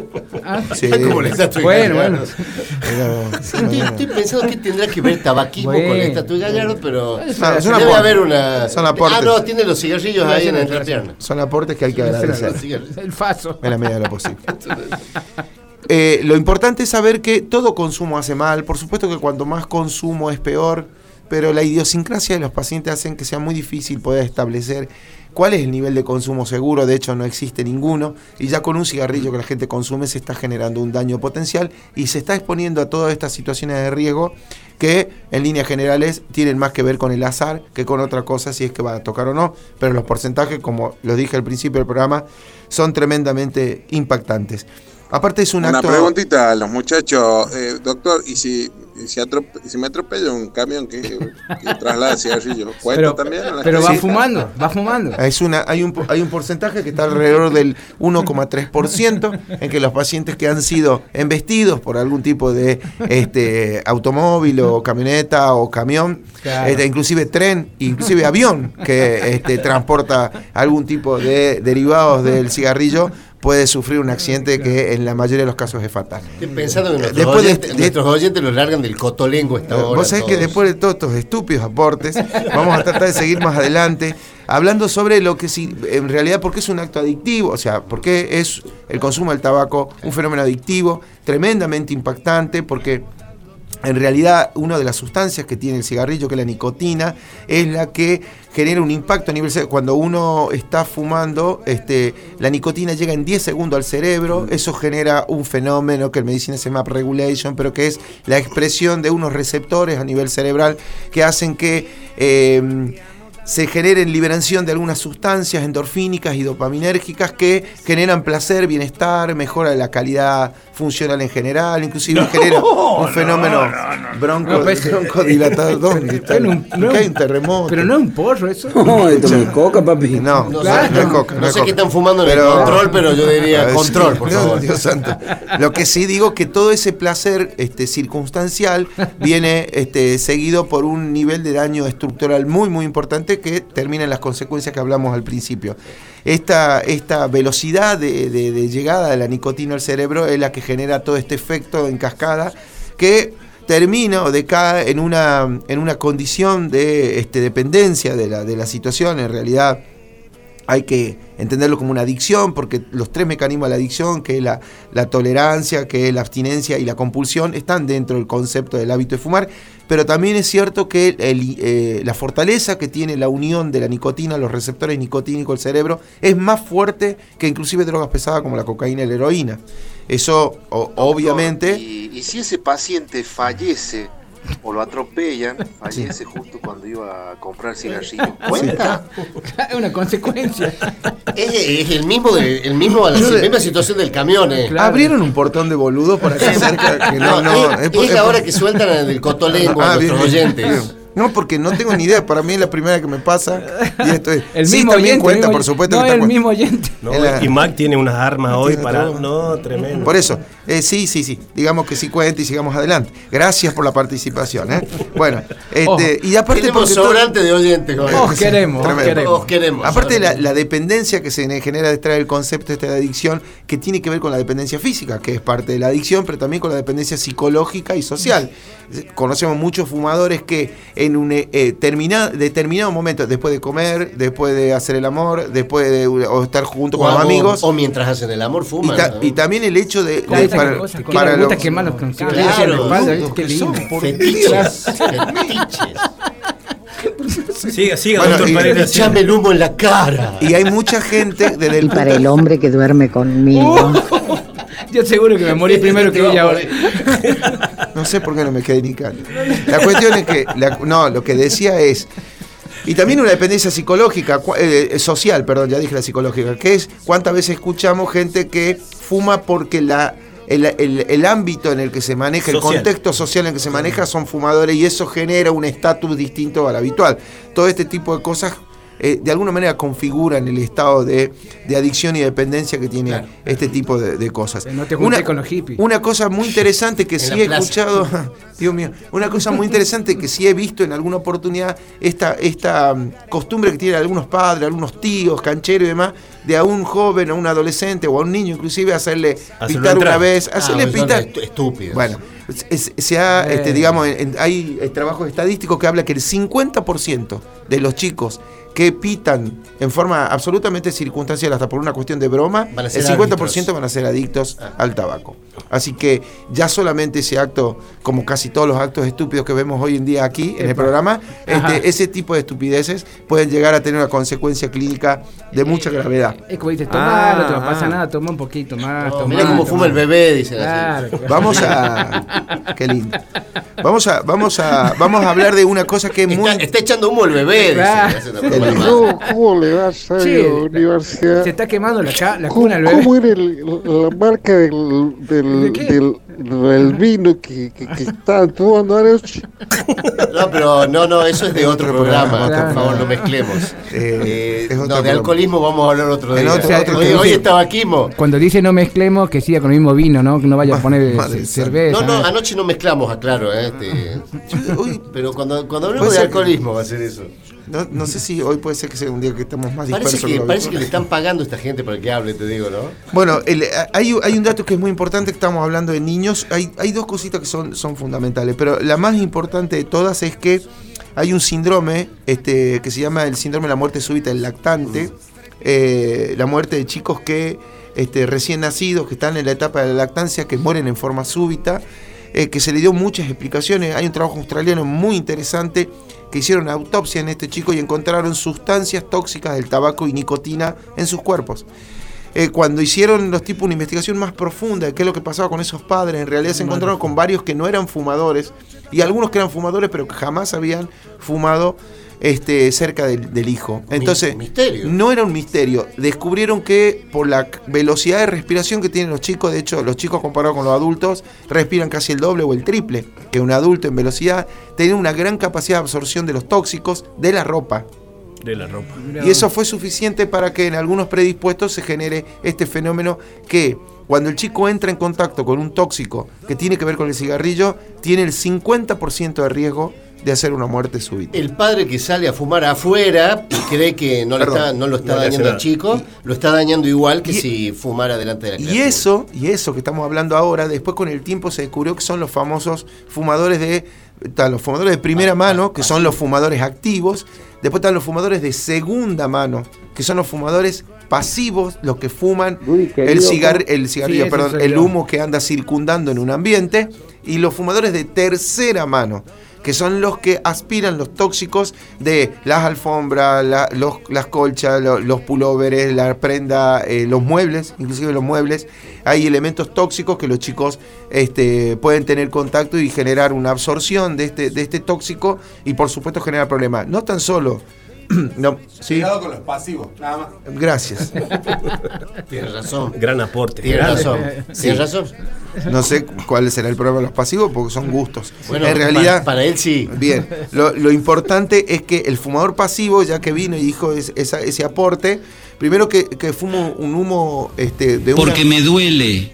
I: Ah,
C: Sí.
B: Como la estatua de
I: Bueno,
B: Gallardo.
I: bueno.
C: Era-
B: Estoy, estoy pensando que tendrá que ver tabaquismo
I: Bueno.
B: con la estatua de Gallardo, pero
C: No, es una
B: debe
C: aporte.
B: haber una...
C: Son aportes.
B: Ah, no, tiene los cigarrillos ahí en la entrepierna.
C: Son aportes que hay que agradecer
I: el faso.
C: en la medida de lo posible. Eh, lo importante es saber que todo consumo hace mal. Por supuesto que cuanto más consumo es peor, pero la idiosincrasia de los pacientes hacen que sea muy difícil poder establecer cuál es el nivel de consumo seguro. De hecho, no existe ninguno, y ya con un cigarrillo que la gente consume se está generando un daño potencial y se está exponiendo a todas estas situaciones de riesgo que en líneas generales tienen más que ver con el azar que con otra cosa, si es que va a tocar o no, pero los porcentajes, como lo dije al principio del programa, son tremendamente impactantes. Aparte es un
L: Una
C: acto...
L: preguntita a los muchachos, eh, doctor, ¿y si, si, atrope- si me atropella un camión que, que traslada cigarrillos? ¿Cuenta
I: Pero,
L: también? a la
I: pero va
L: gente?
I: fumando, va fumando.
C: Es una, hay, un, hay un porcentaje que está alrededor del uno coma tres por ciento en que los pacientes que han sido embestidos por algún tipo de este, automóvil o camioneta o camión,
I: Claro.
C: este, inclusive tren, inclusive avión que este, transporta algún tipo de derivados del cigarrillo, puede sufrir un accidente que en la mayoría de los casos es fatal.
B: Estoy pensando que nuestros,
C: Después de-
B: oyentes,
C: de-
B: nuestros oyentes los largan del cotolengo esta hora.
C: Vos sabés que
B: todos.
C: después de todos estos estúpidos aportes, vamos a tratar de seguir más adelante hablando sobre lo que si, en realidad, por qué es un acto adictivo, o sea, por qué es el consumo del tabaco un fenómeno adictivo, tremendamente impactante, porque en realidad una de las sustancias que tiene el cigarrillo, que es la nicotina, es la que genera un impacto a nivel cerebral. Cuando uno está fumando, este, la nicotina llega en diez segundos al cerebro, eso genera un fenómeno que en medicina se llama upregulation, pero que es la expresión de unos receptores a nivel cerebral que hacen que eh, se generen liberación de algunas sustancias endorfínicas y dopaminérgicas que generan placer, bienestar, mejora la calidad funcional en general, inclusive no, genera un fenómeno no, no, no, bronco, no, pues, broncodilatador. ¿Dónde está? Un, no, hay un terremoto.
I: Pero no es un porro eso.
D: No, esto es coca, papi.
C: No, no, claro. no es coca. No,
B: no
C: es
B: sé
C: coca.
B: qué están fumando en pero, el control, pero yo diría ver, control, sí, por
C: Dios,
B: favor.
C: Dios santo. Lo que sí digo que todo ese placer este, circunstancial viene este, seguido por un nivel de daño estructural muy, muy importante que termina en las consecuencias que hablamos al principio. Esta, esta velocidad de, de, de llegada de la nicotina al cerebro es la que genera todo este efecto en cascada que termina o decae en una, en una condición de este, dependencia de la, de la situación. En realidad hay que entenderlo como una adicción, porque los tres mecanismos de la adicción, que es la, la tolerancia, que es la abstinencia y la compulsión, están dentro del concepto del hábito de fumar, pero también es cierto que el, eh, la fortaleza que tiene la unión de la nicotina, los receptores nicotínicos del cerebro, es más fuerte que inclusive drogas pesadas como la cocaína y la heroína. Eso, o, obviamente...
M: Y, y si ese paciente fallece o lo atropellan, fallece sí. justo cuando iba a comprar cigarrillos. ¿Cuenta?
I: Es una consecuencia.
B: Es, es el mismo, de, el mismo la, la misma situación del camión. Eh.
C: Claro. Abrieron un portón de boludos por acá cerca. Que no, no,
B: no, es, es, es la hora que sueltan del cotolengo ah, a nuestros bien, oyentes. Bien.
C: No, porque no tengo ni idea. Para mí es la primera que me pasa. Y esto es,
I: el
C: sí,
I: mismo
C: también
I: oyente,
C: cuenta,
I: mismo,
C: por supuesto.
I: No,
C: que
I: el
C: está
I: mismo oyente.
E: No, la, y Mac tiene unas armas hoy para... Todo. No, tremendo.
C: Por eso, eh, sí, sí, sí. Digamos que sí cuenta y sigamos adelante. Gracias por la participación. ¿eh? Bueno, este, oh,
B: y aparte... Tenemos sobrante de oyentes.
I: Os queremos, os queremos.
B: queremos.
C: Aparte la, la dependencia que se genera detrás del concepto este de adicción, que tiene que ver con la dependencia física, que es parte de la adicción, pero también con la dependencia psicológica y social. Conocemos muchos fumadores que en un eh, determinado, determinado momento, después de comer, después de hacer el amor, después de o estar junto o con los amigos,
B: o mientras hacen el amor fuman.
C: Y, ta, y también el hecho de,
I: claro,
C: de para,
I: cosa,
C: para
I: los que más los consiguen.
B: Claro,
I: claro, qué lindo.
B: Fetiches, fetiches.
E: Siga, siga,
B: bueno,
E: doctor Pereira.
B: Echame el humo en la cara.
C: Y hay mucha gente desde el
H: y para el hombre que duerme conmigo.
I: Uh, yo seguro que me morí primero que ella ahora.
C: No sé por qué no me quedé ni cano. La cuestión es que, la, no, lo que decía es, y también una dependencia psicológica, eh, social, perdón, ya dije la psicológica, que es cuántas veces escuchamos gente que fuma porque la el, el, el ámbito en el que se maneja, social. El contexto social en el que se maneja son fumadores y eso genera un estatus distinto al habitual. Todo este tipo de cosas Eh, de alguna manera configuran el estado de, de adicción y dependencia que tiene claro. este tipo de, de cosas.
I: No te junté con los hippies.
C: Una cosa muy interesante que sí he escuchado, Dios mío, una cosa muy interesante que sí he visto en alguna oportunidad, esta, esta um, costumbre que tienen algunos padres, algunos tíos, cancheros y demás, de a un joven, a un adolescente o a un niño inclusive hacerle
E: Hacerlo
C: pitar
E: entrar.
C: una vez, hacerle
B: ah,
C: pitar.
B: Estúpidos.
C: Bueno, se, se ha, eh. este, digamos, en, hay trabajos estadísticos que habla que el cincuenta por ciento de los chicos que pitan en forma absolutamente circunstancial, hasta por una cuestión de broma, el cincuenta por ciento van a ser adictos ah. al tabaco. Así que ya solamente ese acto, como casi todos los actos estúpidos que vemos hoy en día aquí en el programa, este, ese tipo de estupideces pueden llegar a tener una consecuencia clínica de mucha gravedad.
I: Es como dices, toma, ah, no te va a pasar ah. nada, toma un poquito más.
B: No, mira cómo fuma el bebé, dice.
I: Claro,
C: claro. Vamos a... Qué lindo. Vamos a, vamos a, vamos a hablar de una cosa que es
B: está,
C: muy...
B: Está echando humo el bebé,
I: claro.
B: dice.
N: No, ¿cómo le vas a
I: sí,
N: la universidad?
I: Se está quemando la, la cuna el bebé.
N: ¿Cómo era el, la marca del, del, ¿De del, del vino que, que, que estaban tomando anoche?
B: No, pero no, no, eso es de otro, otro programa, programa claro. Por favor, no mezclemos.
C: Eh,
B: eh, no, de alcoholismo vamos a hablar otro día.
C: Otro, o sea, otro
B: hoy,
C: hoy
B: hoy estaba Quimo.
I: Cuando dice no mezclemos, que siga con el mismo vino, ¿no? Que no vaya a poner Madre cerveza.
B: No, no, anoche no mezclamos, aclaro. Eh, este, uy, pero cuando, cuando hablamos de alcoholismo que... va a ser eso.
C: No, no sé si hoy puede ser que sea un día que estamos más
B: parece
C: dispersos.
B: Que,
C: que
B: parece que le están pagando a esta gente para que hable, te digo, ¿no?
C: Bueno, el, hay, hay un dato que es muy importante, que estamos hablando de niños. Hay, hay dos cositas que son, son fundamentales, pero la más importante de todas es que hay un síndrome este, que se llama el síndrome de la muerte súbita del lactante, eh, la muerte de chicos que este, recién nacidos, que están en la etapa de la lactancia, que mueren en forma súbita. eh, que se le dio muchas explicaciones. Hay un trabajo australiano muy interesante que hicieron autopsia en este chico y encontraron sustancias tóxicas del tabaco y nicotina en sus cuerpos. Eh, cuando hicieron los tipos una investigación más profunda de qué es lo que pasaba con esos padres, en realidad se encontraron con varios que no eran fumadores y algunos que eran fumadores pero que jamás habían fumado este, cerca del, del hijo. Entonces,
B: misterio.
C: No era un misterio. Descubrieron que por la velocidad de respiración que tienen los chicos, de hecho los chicos comparados con los adultos respiran casi el doble o el triple que un adulto en velocidad, tienen una gran capacidad de absorción de los tóxicos de la ropa.
E: De la ropa.
C: Y eso fue suficiente para que en algunos predispuestos se genere este fenómeno que cuando el chico entra en contacto con un tóxico que tiene que ver con el cigarrillo, tiene el cincuenta por ciento de riesgo de hacer una muerte súbita.
B: El padre que sale a fumar afuera y cree que no, le está, no lo está
C: no
B: dañando al chico, lo está dañando igual que y, si fumara delante de la criatura.
C: Y eso, y eso que estamos hablando ahora, después con el tiempo se descubrió que son los famosos fumadores de, están los fumadores de primera ah, mano, que son los fumadores activos, después están los fumadores de segunda mano, que son los fumadores pasivos, los que fuman Uy, el, cigar, el cigarrillo, sí, perdón, el humo que anda circundando en un ambiente, y los fumadores de tercera mano, que son los que aspiran los tóxicos de las alfombras, la, los, las colchas, los, los pulóveres, la prenda, eh, los muebles, inclusive los muebles. Hay elementos tóxicos que los chicos este, pueden tener contacto y generar una absorción de este, de este tóxico y por supuesto generar problemas. No tan solo... No, ¿sí?
J: Cuidado con los pasivos, nada más.
C: Gracias.
B: Tienes razón.
E: Gran aporte.
B: Tienes razón.
C: Sí.
B: Tienes razón.
C: No sé cuál será el problema de los pasivos porque son gustos.
B: Bueno,
C: en realidad,
B: para, para él sí.
C: Bien, lo, lo importante es que el fumador pasivo, ya que vino y dijo es, esa, ese aporte, primero que, que fumo un humo este, de una...
O: Porque me duele.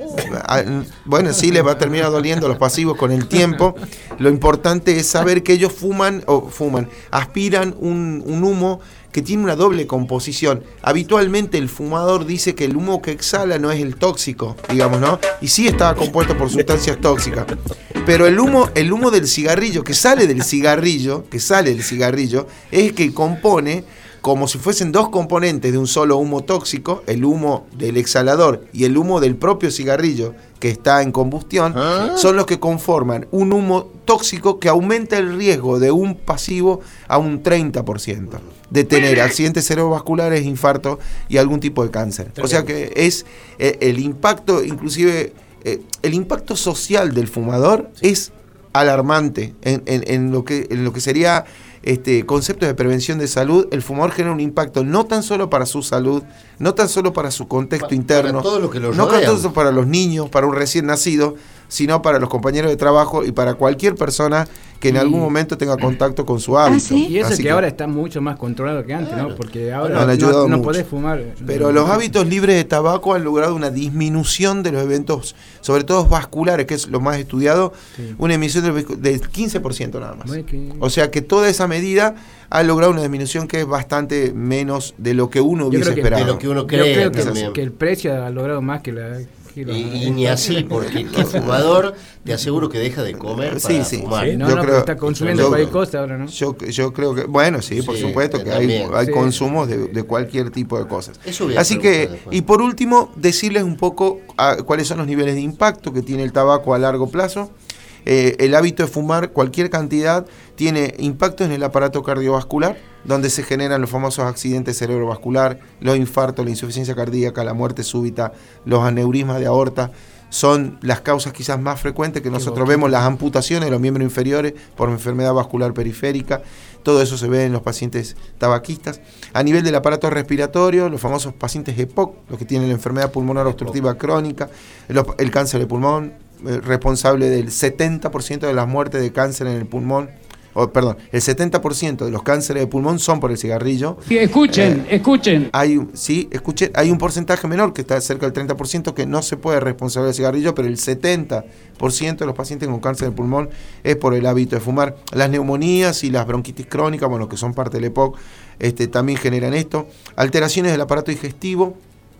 C: Bueno, sí, les va a terminar doliendo a los pasivos con el tiempo. Lo importante es saber que ellos fuman, o fuman, aspiran un, un humo que tiene una doble composición. Habitualmente el fumador dice que el humo que exhala no es el tóxico, digamos, ¿no? Y sí está compuesto por sustancias tóxicas. Pero el humo, el humo del cigarrillo, que sale del cigarrillo, que sale del cigarrillo, es el que compone como si fuesen dos componentes de un solo humo tóxico, el humo del exhalador y el humo del propio cigarrillo que está en combustión, ¿ah? Son los que conforman un humo tóxico que aumenta el riesgo de un pasivo a un treinta por ciento de tener accidentes cerebrovasculares, infarto y algún tipo de cáncer. O sea que es eh, el impacto, inclusive eh, el impacto social del fumador es alarmante en, en, en, lo, que, en lo que sería... Este, conceptos de prevención de salud. El fumador genera un impacto no tan solo para su salud, no tan solo para su contexto pa, interno,
B: para todo lo que lo
C: no tan solo para los niños, para un recién nacido, sino para los compañeros de trabajo y para cualquier persona que en y... algún momento tenga contacto con su hábito.
I: ¿Ah, sí? Y eso es que, que ahora está mucho más controlado que antes, ¿no? Porque ahora
C: no,
I: no, no podés fumar.
C: Pero
I: no,
C: los
I: no.
C: hábitos libres de tabaco han logrado una disminución de los eventos, sobre todo vasculares, que es lo más estudiado, sí. Una disminución del, del quince por ciento nada más. Que... O sea que toda esa medida ha logrado una disminución que es bastante menos de lo que uno hubiese
B: que,
C: esperado.
B: De lo que uno cree.
I: Yo creo que, que el precio ha logrado más que la...
B: Y, y ni así, porque el fumador te aseguro que deja de comer para
C: sí, sí,
B: fumar.
I: Sí, no,
C: yo
I: no,
C: creo,
I: está consumiendo
C: yo,
I: cualquier cosa ahora, ¿no?
C: Yo, yo creo que, bueno, sí, por sí, supuesto que hay, hay sí. consumos de, de cualquier tipo de cosas. Así que, después. Y por último, decirles un poco a, cuáles son los niveles de impacto que tiene el tabaco a largo plazo. Eh, el hábito de fumar cualquier cantidad tiene impactos en el aparato cardiovascular, donde se generan los famosos accidentes cerebrovascular, los infartos, la insuficiencia cardíaca, la muerte súbita, los aneurismas de aorta. Son las causas quizás más frecuentes que nosotros vemos, las amputaciones de los miembros inferiores por enfermedad vascular periférica. Todo eso se ve en los pacientes tabaquistas. A nivel del aparato respiratorio, los famosos pacientes E P O C, los que tienen la enfermedad pulmonar obstructiva crónica, el, el cáncer de pulmón, eh, responsable del setenta por ciento de las muertes de cáncer en el pulmón. Oh, perdón, el setenta por ciento de los cánceres de pulmón son por el cigarrillo.
D: Sí, escuchen, eh, escuchen.
C: Hay, sí, escuchen. Hay un porcentaje menor, que está cerca del treinta por ciento, que no se puede responsabilizar del cigarrillo, pero el setenta por ciento de los pacientes con cáncer de pulmón es por el hábito de fumar. Las neumonías y las bronquitis crónicas, bueno, que son parte del E P O C, este, también generan esto. Alteraciones del aparato digestivo.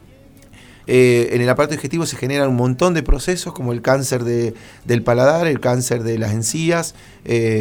C: Eh, en el aparato digestivo se generan un montón de procesos, como el cáncer de, del paladar, el cáncer de las encías, eh,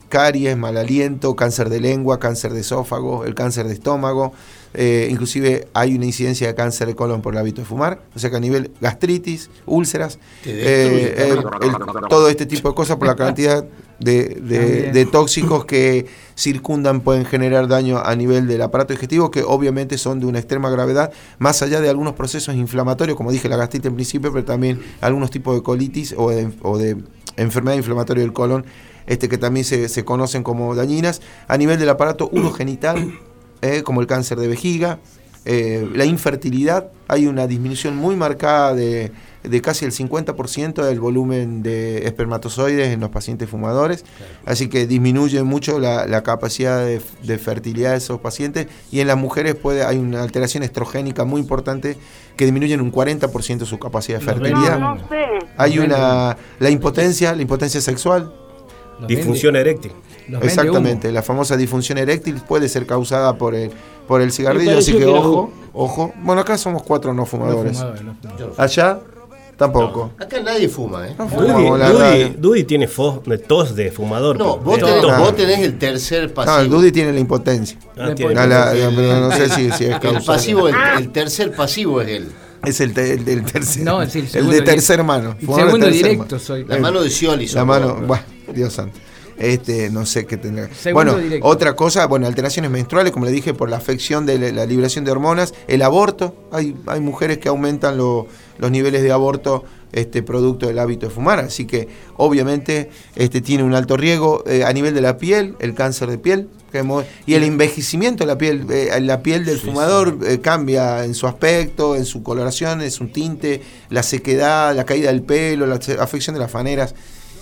C: caries, mal aliento, cáncer de lengua, cáncer de esófago, el cáncer de estómago. Eh, inclusive hay una incidencia de cáncer de colon por el hábito de fumar, o sea que a nivel gastritis, úlceras, eh, el, el, todo este tipo de cosas por la cantidad de, de, de tóxicos que circundan pueden generar daño a nivel del aparato digestivo, que obviamente son de una extrema gravedad, más allá de algunos procesos inflamatorios, como dije, la gastritis en principio, pero también algunos tipos de colitis o de, o de enfermedad inflamatoria del colon, este, que también se, se conocen como dañinas. A nivel del aparato urogenital, Eh, como el cáncer de vejiga, eh, la infertilidad, hay una disminución muy marcada de, de casi el cincuenta por ciento del volumen de espermatozoides en los pacientes fumadores, claro. Así que disminuye mucho la, la capacidad de, de fertilidad de esos pacientes, y en las mujeres puede hay una alteración estrogénica muy importante que disminuye en un cuarenta por ciento su capacidad de fertilidad. No, no sé. Hay una la impotencia, la impotencia sexual.
E: Disfunción eréctil.
C: Exactamente, la famosa disfunción eréctil puede ser causada por el por el cigarrillo, así que, que ojo, ojo. Bueno, acá somos cuatro no fumadores. No fumadores, no fumadores. Allá tampoco.
B: No, acá nadie fuma, ¿eh? No
E: fuma, Dudy, Dudy, Dudy tiene fo, tos de fumador.
B: No, vos tenés, no. vos tenés el tercer pasivo.
C: No, el Dudy tiene la impotencia. Ah, tiene la, la, la, no sé si, si es causal.
B: El pasivo, el, el tercer pasivo es él.
C: Es el, te, el del tercer.
I: No, es el,
C: el de tercer mano.
I: El segundo directo
B: mano.
I: soy.
B: La mano de Scioli.
C: La mano, bueno, Dios santo. Este, no sé qué tendrá. Segundo bueno, directo. Otra cosa, bueno, alteraciones menstruales, como le dije, por la afección de la, la liberación de hormonas, el aborto, hay, hay mujeres que aumentan lo, los niveles de aborto este, producto del hábito de fumar, así que obviamente este, tiene un alto riesgo eh, a nivel de la piel, el cáncer de piel, que hemos, y el envejecimiento de la piel, eh, la piel del sí, fumador sí. Eh, cambia en su aspecto, en su coloración, en su tinte, la sequedad, la caída del pelo, la afección de las faneras.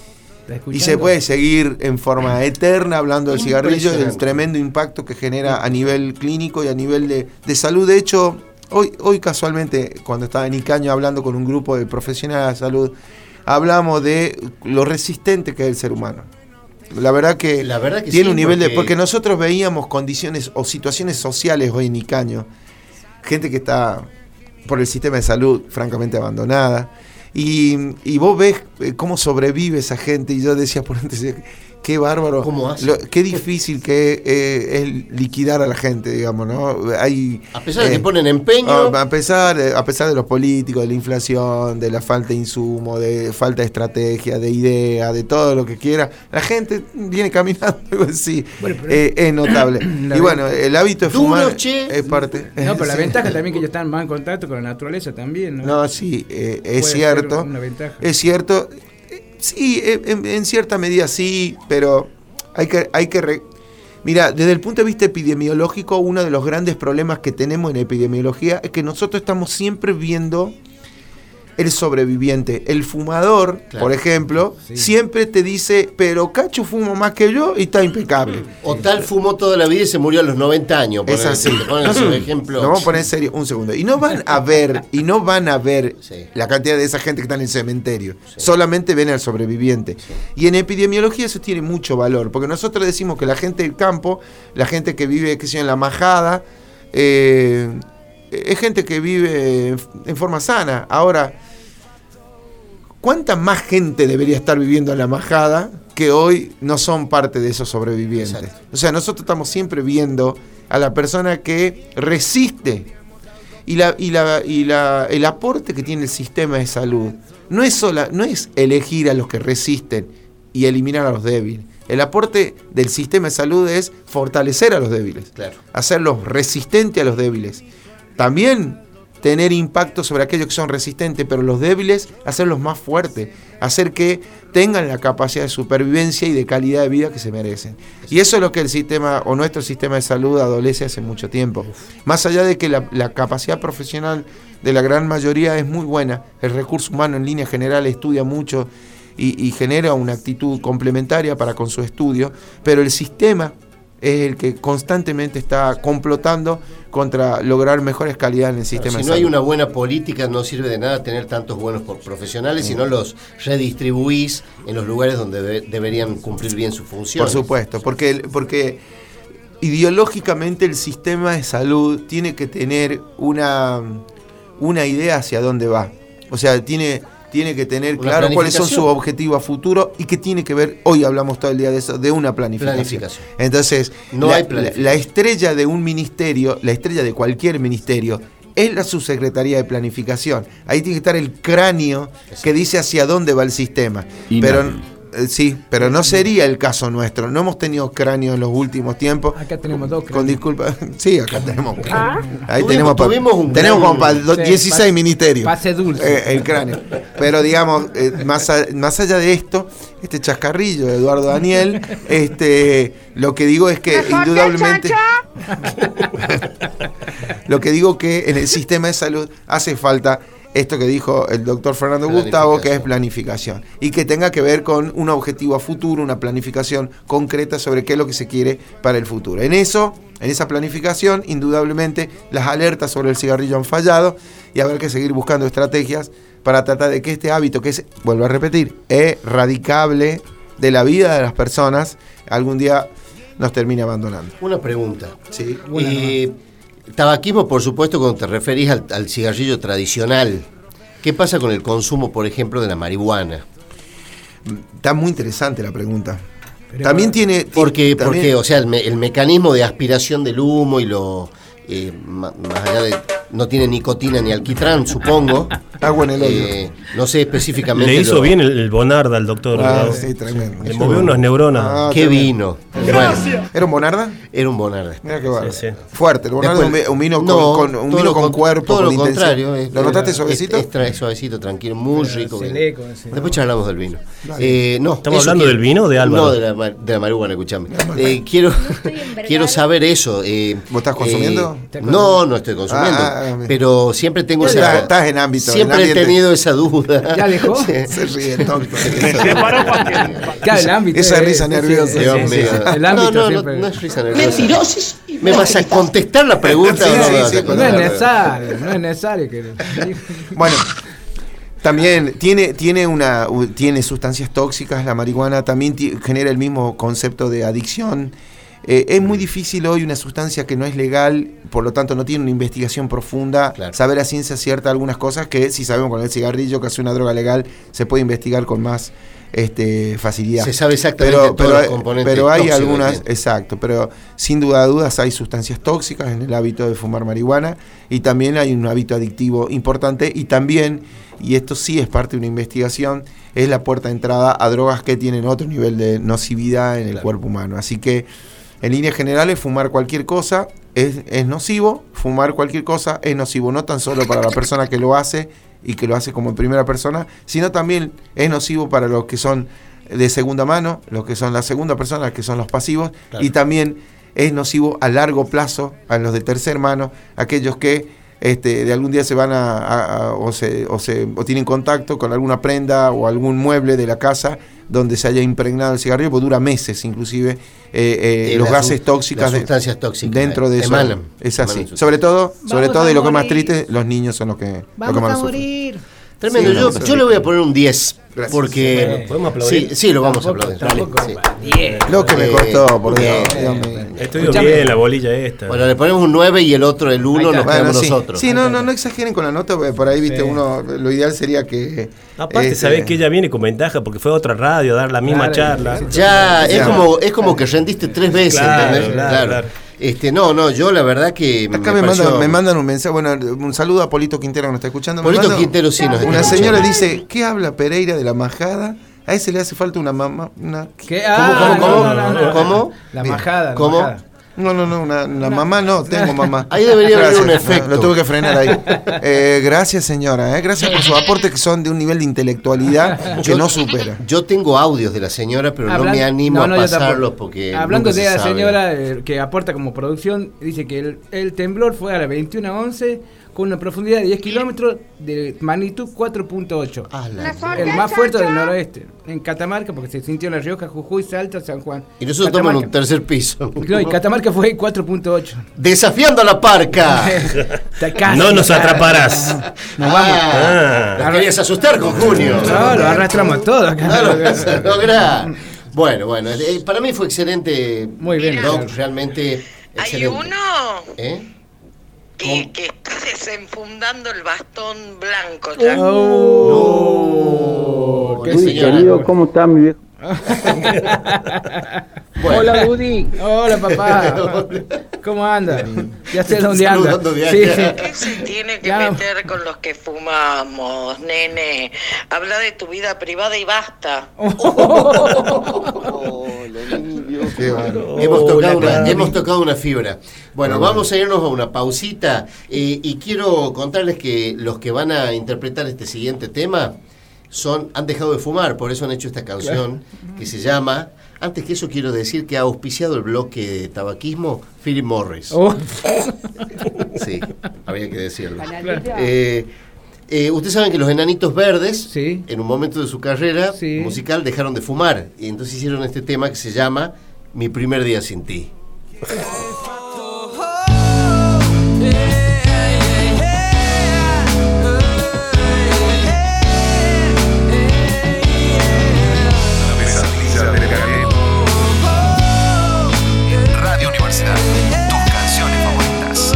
C: Y se puede seguir en forma eterna hablando del cigarrillo y del tremendo impacto que genera a nivel clínico y a nivel de, de salud. De hecho, hoy, hoy casualmente, cuando estaba en Icaño hablando con un grupo de profesionales de salud, hablamos de lo resistente que es el ser humano. La verdad que,
B: La verdad que
C: tiene
B: sí,
C: un nivel
B: porque...
C: de... Porque nosotros veíamos condiciones o situaciones sociales hoy en Icaño, gente que está por el sistema de salud francamente abandonada. Y, y vos ves cómo sobrevive esa gente, y yo decía por antes, qué bárbaro,
B: ¿Cómo hace?
C: Lo, qué difícil que eh, es liquidar a la gente, digamos, ¿no? Hay,
B: a pesar de eh, que ponen empeño.
C: A pesar, a pesar de los políticos, de la inflación, de la falta de insumo, de falta de estrategia, de idea, de todo lo que quiera, la gente viene caminando así, bueno, eh, es notable. Y bueno, el hábito de fumar Duro, es parte...
I: No, pero la sí. ventaja también que ellos están más en contacto con la naturaleza también, ¿no?
C: No, sí, eh, es cierto, es cierto... Sí, en, en cierta medida sí, pero hay que... Hay que re... Mira, desde el punto de vista epidemiológico, uno de los grandes problemas que tenemos en epidemiología es que nosotros estamos siempre viendo el sobreviviente. El fumador, claro. por ejemplo, sí. siempre te dice, pero Cacho fuma más que yo y está impecable.
B: O tal fumó toda la vida y se murió a los noventa años.
C: Es así.
B: No, ejemplo.
C: Nos vamos a poner en serio un segundo. Y no van a ver, y no van a ver sí. la cantidad de esa gente que está en el cementerio. Sí. Solamente ven al sobreviviente. Sí. Y en epidemiología eso tiene mucho valor, porque nosotros decimos que la gente del campo, la gente que vive, qué sé yo, en la majada, eh, es gente que vive en forma sana. Ahora, ¿cuánta más gente debería estar viviendo en la majada que hoy no son parte de esos sobrevivientes? Exacto. O sea, nosotros estamos siempre viendo a la persona que resiste y, la, y, la, y la, el aporte que tiene el sistema de salud no es, sola, no es elegir a los que resisten y eliminar a los débiles. El aporte del sistema de salud es fortalecer a los débiles, claro. hacerlos resistentes a los débiles. También tener impacto sobre aquellos que son resistentes, pero los débiles, hacerlos más fuertes, hacer que tengan la capacidad de supervivencia y de calidad de vida que se merecen. Y eso es lo que el sistema, o nuestro sistema de salud adolece hace mucho tiempo. Más allá de que la, la capacidad profesional de la gran mayoría es muy buena, el recurso humano en línea general estudia mucho y, y genera una actitud complementaria para con su estudio, pero el sistema es el que constantemente está complotando contra lograr mejores calidades en el sistema
B: claro,
C: de
B: si
C: salud.
B: Si no hay una buena política, no sirve de nada tener tantos buenos profesionales, mm. si no los redistribuís en los lugares donde de, deberían cumplir bien su función.
C: Por supuesto, porque, porque ideológicamente el sistema de salud tiene que tener una, una idea hacia dónde va. O sea, tiene, tiene que tener
B: Una
C: claro cuáles son
B: planificación.
C: sus objetivos a futuro y que tiene que ver, hoy hablamos todo el día de eso, de una planificación.
B: Planificación.
C: Entonces,
B: No
C: la,
B: hay planificación.
C: la- la estrella de un ministerio, la estrella de cualquier ministerio, es la subsecretaría de planificación. Ahí tiene que estar el cráneo que dice hacia dónde va el sistema.
O: Y
C: Pero
O: no.
C: eh, sí, pero no sería el caso nuestro. No hemos tenido cráneo en los últimos tiempos.
I: Acá tenemos dos.
C: Con disculpa. Sí, acá tenemos cráneo. Ahí
B: Tuvimos-
C: tenemos, pa-
B: tuvimos un
C: tenemos
B: gran-
C: como para do-
I: Sí,
C: dieciséis
I: pase-
C: ministerios.
I: pase dulce.
C: Eh, el cráneo. Pero digamos, eh, más, a- más allá de esto, este chascarrillo de Eduardo Daniel, este, lo que digo es que indudablemente. Lo que digo que en el sistema de salud hace falta esto que dijo el doctor Fernando Gustavo, que es planificación, y que tenga que ver con un objetivo a futuro, una planificación concreta sobre qué es lo que se quiere para el futuro. En eso, en esa planificación, indudablemente, las alertas sobre el cigarrillo han fallado y habrá que seguir buscando estrategias para tratar de que este hábito, que es, vuelvo a repetir, erradicable de la vida de las personas, algún día nos termine abandonando.
B: Una pregunta.
C: Sí.
B: Eh, tabaquismo, por supuesto, cuando te referís al, al cigarrillo tradicional. ¿Qué pasa con el consumo, por ejemplo, de la marihuana?
C: Está muy interesante la pregunta.
I: Pero
C: También
I: bueno,
C: tiene...
B: Porque,
C: también-
B: porque o sea, el, me- el mecanismo de aspiración del humo y lo... eh, ma- más allá de... No tiene nicotina ni alquitrán, supongo.
C: Agua en el hoyo.
B: Eh, no sé específicamente...
E: Le hizo
B: lo-
E: bien el, el Bonarda al doctor.
C: Ah,
E: ¿no?
C: sí, tremendo.
E: Le movió unas neuronas.
C: Ah,
B: ¿Qué
C: tremendo.
B: vino? Bueno,
C: ¿Era un Bonarda?
B: era un Bonarda.
C: Mira qué bárbaro.
E: Sí, sí.
C: Fuerte, el Bonarda
B: Después-
C: es un, vi- un vino con,
B: No,
C: con- un
B: todo
C: vino
B: lo
C: con
B: con-
C: cuerpo,
B: todo
C: con
B: lo
C: intención.
B: contrario, es-
C: ¿Lo notaste
B: es-
C: suavecito?
B: Es, tra- suavecito, tranquilo, muy
I: Pero
B: rico.
I: seleco, sí.
B: Después charlamos del vino. Eh, no,
E: ¿Estamos
B: eso
E: hablando
B: quiero-
E: del vino o de Álvaro?
B: No, de la, ma- de la marihuana, escuchame. Eh, quiero, quiero saber eso. eh,
C: ¿Vos estás consumiendo?
B: eh, no, no estoy consumiendo.
C: Ah, ah, ah,
B: pero siempre tengo
C: Estás-
B: esa...
C: estás en ámbito,
B: Siempre
C: en
B: he
C: ambiente.
B: tenido esa duda.
I: ¿Ya dejó?
B: Sí.
C: Se ríe, tonto.
I: Claro, el ámbito.
C: Esa
I: es-
C: risa
I: sí,
C: nerviosa.
I: sí,
B: Dios
I: sí, sí,
B: mío.
I: sí. El
B: No,
I: ámbito
B: no, no,
I: siempre.
B: no es risa nerviosa. ¿Me vas a contestar la pregunta
C: Sí,
B: o no
C: sí,
B: me vas
C: sí,
B: a
I: No es
B: contestar?
I: necesario, no es necesario que.
C: Bueno, también tiene, tiene, una, u- tiene sustancias tóxicas, la marihuana también ti- genera el mismo concepto de adicción. Eh, es muy difícil hoy una sustancia que no es legal, por lo tanto no tiene una investigación profunda,
B: Claro.
C: saber a ciencia cierta algunas cosas que si sabemos con el cigarrillo, que es una droga legal, se puede investigar con más este, facilidad.
B: Se sabe exactamente
C: pero,
B: todos
C: pero,
B: los componentes
C: pero hay
B: tóxicos que
C: algunas,
B: tiene.
C: exacto, pero sin duda de dudas hay sustancias tóxicas en el hábito de fumar marihuana y también hay un hábito adictivo importante y también, y esto sí es parte de una investigación, es la puerta de entrada a drogas que tienen otro nivel de nocividad en el
B: Claro.
C: cuerpo humano. Así que en líneas generales fumar cualquier cosa es, es nocivo, fumar cualquier cosa es nocivo, no tan solo para la persona que lo hace y que lo hace como en primera persona, sino también es nocivo para los que son de segunda mano, los que son la segunda persona, que son los pasivos,
B: Claro.
C: y también es nocivo a largo plazo a los de tercer mano, aquellos que este, de algún día se van a, a- a- o, se, o, se, o tienen contacto con alguna prenda o algún mueble de la casa donde se haya impregnado el cigarrillo, porque dura meses inclusive, eh, eh,
B: Eh,
C: los
B: las
C: gases
B: su-
C: tóxicos
B: las
C: de-
B: sustancias tóxicas,
C: dentro de
B: eh,
C: eso.
B: emanan,
C: Es
B: emanan
C: así.
B: sustancias.
C: Sobre todo, sobre
P: Vamos
C: todo
P: a
C: y lo que más
P: morir.
C: triste, los niños son los que, los que
P: Vamos
C: más
P: a
C: lo sufren.
P: morir.
B: Tremendo,
C: Sí,
B: yo,
C: no,
B: yo le voy a poner un diez.
C: Gracias.
B: Porque.
E: ¿Podemos aplaudir?
B: Sí, sí, lo vamos
I: Tampoco-
B: a aplaudir.
I: tampoco,
B: dale, sí.
I: diez.
C: Lo que me
B: Eh,
C: costó, por Dios.
B: bien.
C: Dios mío.
E: Estoy
I: Escuchame.
E: bien la bolilla esta.
B: Bueno, le ponemos un nueve y el otro, el uno,
I: Ahí está.
B: nos
C: Bueno,
B: quedamos
C: sí,
B: nosotros.
C: sí, no, no, no exageren con la nota, porque por ahí, viste,
I: Sí.
C: uno, lo ideal sería que...
E: Aparte,
C: este,
E: sabés que ella viene con ventaja porque fue a otra radio a dar la misma
I: Claro,
E: charla.
I: sí,
B: Ya, es
C: Ya.
B: como, es como que rendiste tres veces,
E: Claro,
B: ¿entendés?
E: claro, claro.
B: Este, no, no, yo la verdad que.
C: Acá me,
B: pareció-
C: mandan, me mandan un mensaje, bueno, un saludo a Polito Quintero que nos está escuchando. Me
B: Polito
C: manda-
B: Quintero sí nos está
C: Una
B: escuchando.
C: señora dice, ¿qué habla Pereira de la majada? A ese le hace falta una mamá, una...
I: ¿Qué?
B: ¿Cómo,
I: Ah,
B: cómo,
I: no,
B: cómo?
I: no, no, no.
B: ¿Cómo?
I: La
C: Bien.
I: majada. la
B: ¿Cómo?
I: majada.
C: No, no, no, una, una mamá no, tengo mamá.
B: Ahí debería haber
C: Gracias,
B: un efecto.
C: no, lo tuve que frenar ahí. Eh, gracias, señora, eh, gracias por sus aportes que son de un nivel de intelectualidad que
B: Yo-
C: no supera.
B: Yo tengo audios de la señora, pero no
I: Hablan-
B: me animo
I: no, no,
B: a
I: yo
B: pasarlos
I: tampoco.
B: porque.
I: Hablando
B: nunca
I: de
B: se
I: la
B: sabe.
I: señora eh, que aporta como producción, dice que el, el temblor fue a las veintiuna once con una profundidad de diez kilómetros de magnitud cuatro punto ocho.
B: Ah, la-
I: El más fuerte del noroeste, en Catamarca, porque se sintió en La Rioja, Jujuy, Salta, San Juan.
B: Y nosotros estamos en un
I: Catamarca.
B: tercer piso.
I: No, y Catamarca fue cuatro punto ocho.
B: Desafiando a la parca.
I: Está casi.
E: No nos atraparás.
I: Nos vamos.
B: Ah, la querías asustar con Junio.
I: No, lo arrastramos todo acá.
B: No lo vas a lograr. Bueno, bueno, eh, para mí fue excelente.
I: Muy bien,
B: Doc,
I: claro.
B: realmente
F: Hay
B: excelente.
F: uno.
B: ¿Eh?
O: que, que está desenfundando el bastón blanco ya.
D: Oh,
B: qué
N: Uy, querido, ¿cómo está mi viejo?
B: Bueno.
D: Hola, Woody. Hola, papá. ¿Cómo anda? Ya sé dónde anda.
B: Saludando de
D: Sí,
B: allá.
O: ¿Qué se tiene que
D: Ya.
O: meter con los que fumamos, nene? Habla de tu vida privada y basta.
B: Qué bárbaro. hemos, tocado una, hemos tocado una fibra. Bueno, vamos a irnos a una pausita eh, y quiero contarles que los que van a interpretar este siguiente tema son han dejado de fumar, por eso han hecho esta canción que se llama... Antes que eso quiero decir que ha auspiciado el bloque de tabaquismo Philip Morris.
D: Oh.
B: Sí, había que decirlo. Eh, eh, ustedes saben que los Enanitos Verdes,
D: sí,
B: en un momento de su carrera
D: sí,
B: musical, dejaron de fumar. Y entonces hicieron este tema que se llama Mi primer día sin ti.
P: Radio Universidad, tus canciones favoritas.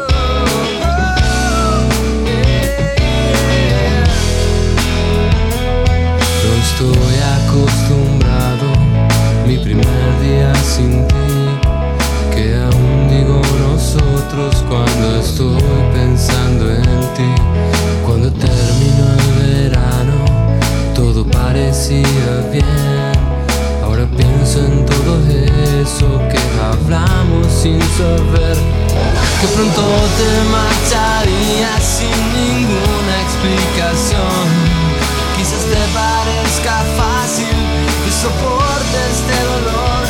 Q: No estoy acostumbrado, mi primer día sin ti, que aún digo nosotros cuando estoy pensando en ti. Cuando terminó el verano, todo parecía bien. Ahora pienso en todo eso que hablamos sin saber que pronto te marcharías sin ninguna explicación. Quizás te parezca fácil que soporte este dolor.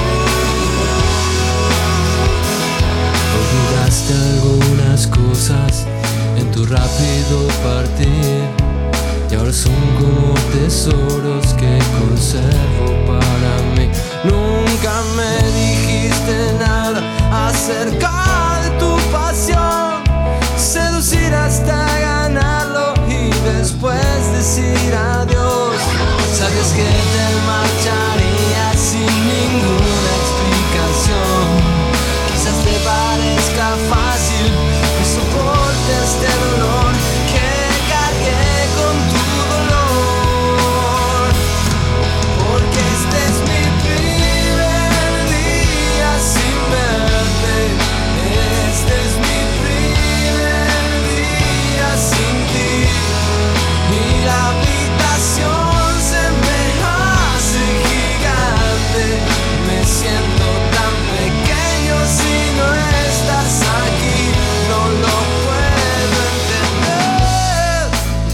Q: Olvidaste algunas cosas en tu rápido partir y ahora son como tesoros que conservo para mí. Nunca me dijiste nada acerca de tu pasión, seducir hasta ganarlo y después decir adiós. Sabías que te marcharías sin ninguna explicación. Quizás te parezca fácil que soporte este dolor, que cargué con tu dolor, porque este es mi primer día sin verte. Este es mi primer día sin ti, y la habitación se me hace gigante. Me siento tan pequeño si no estás aquí, no lo puedo entender.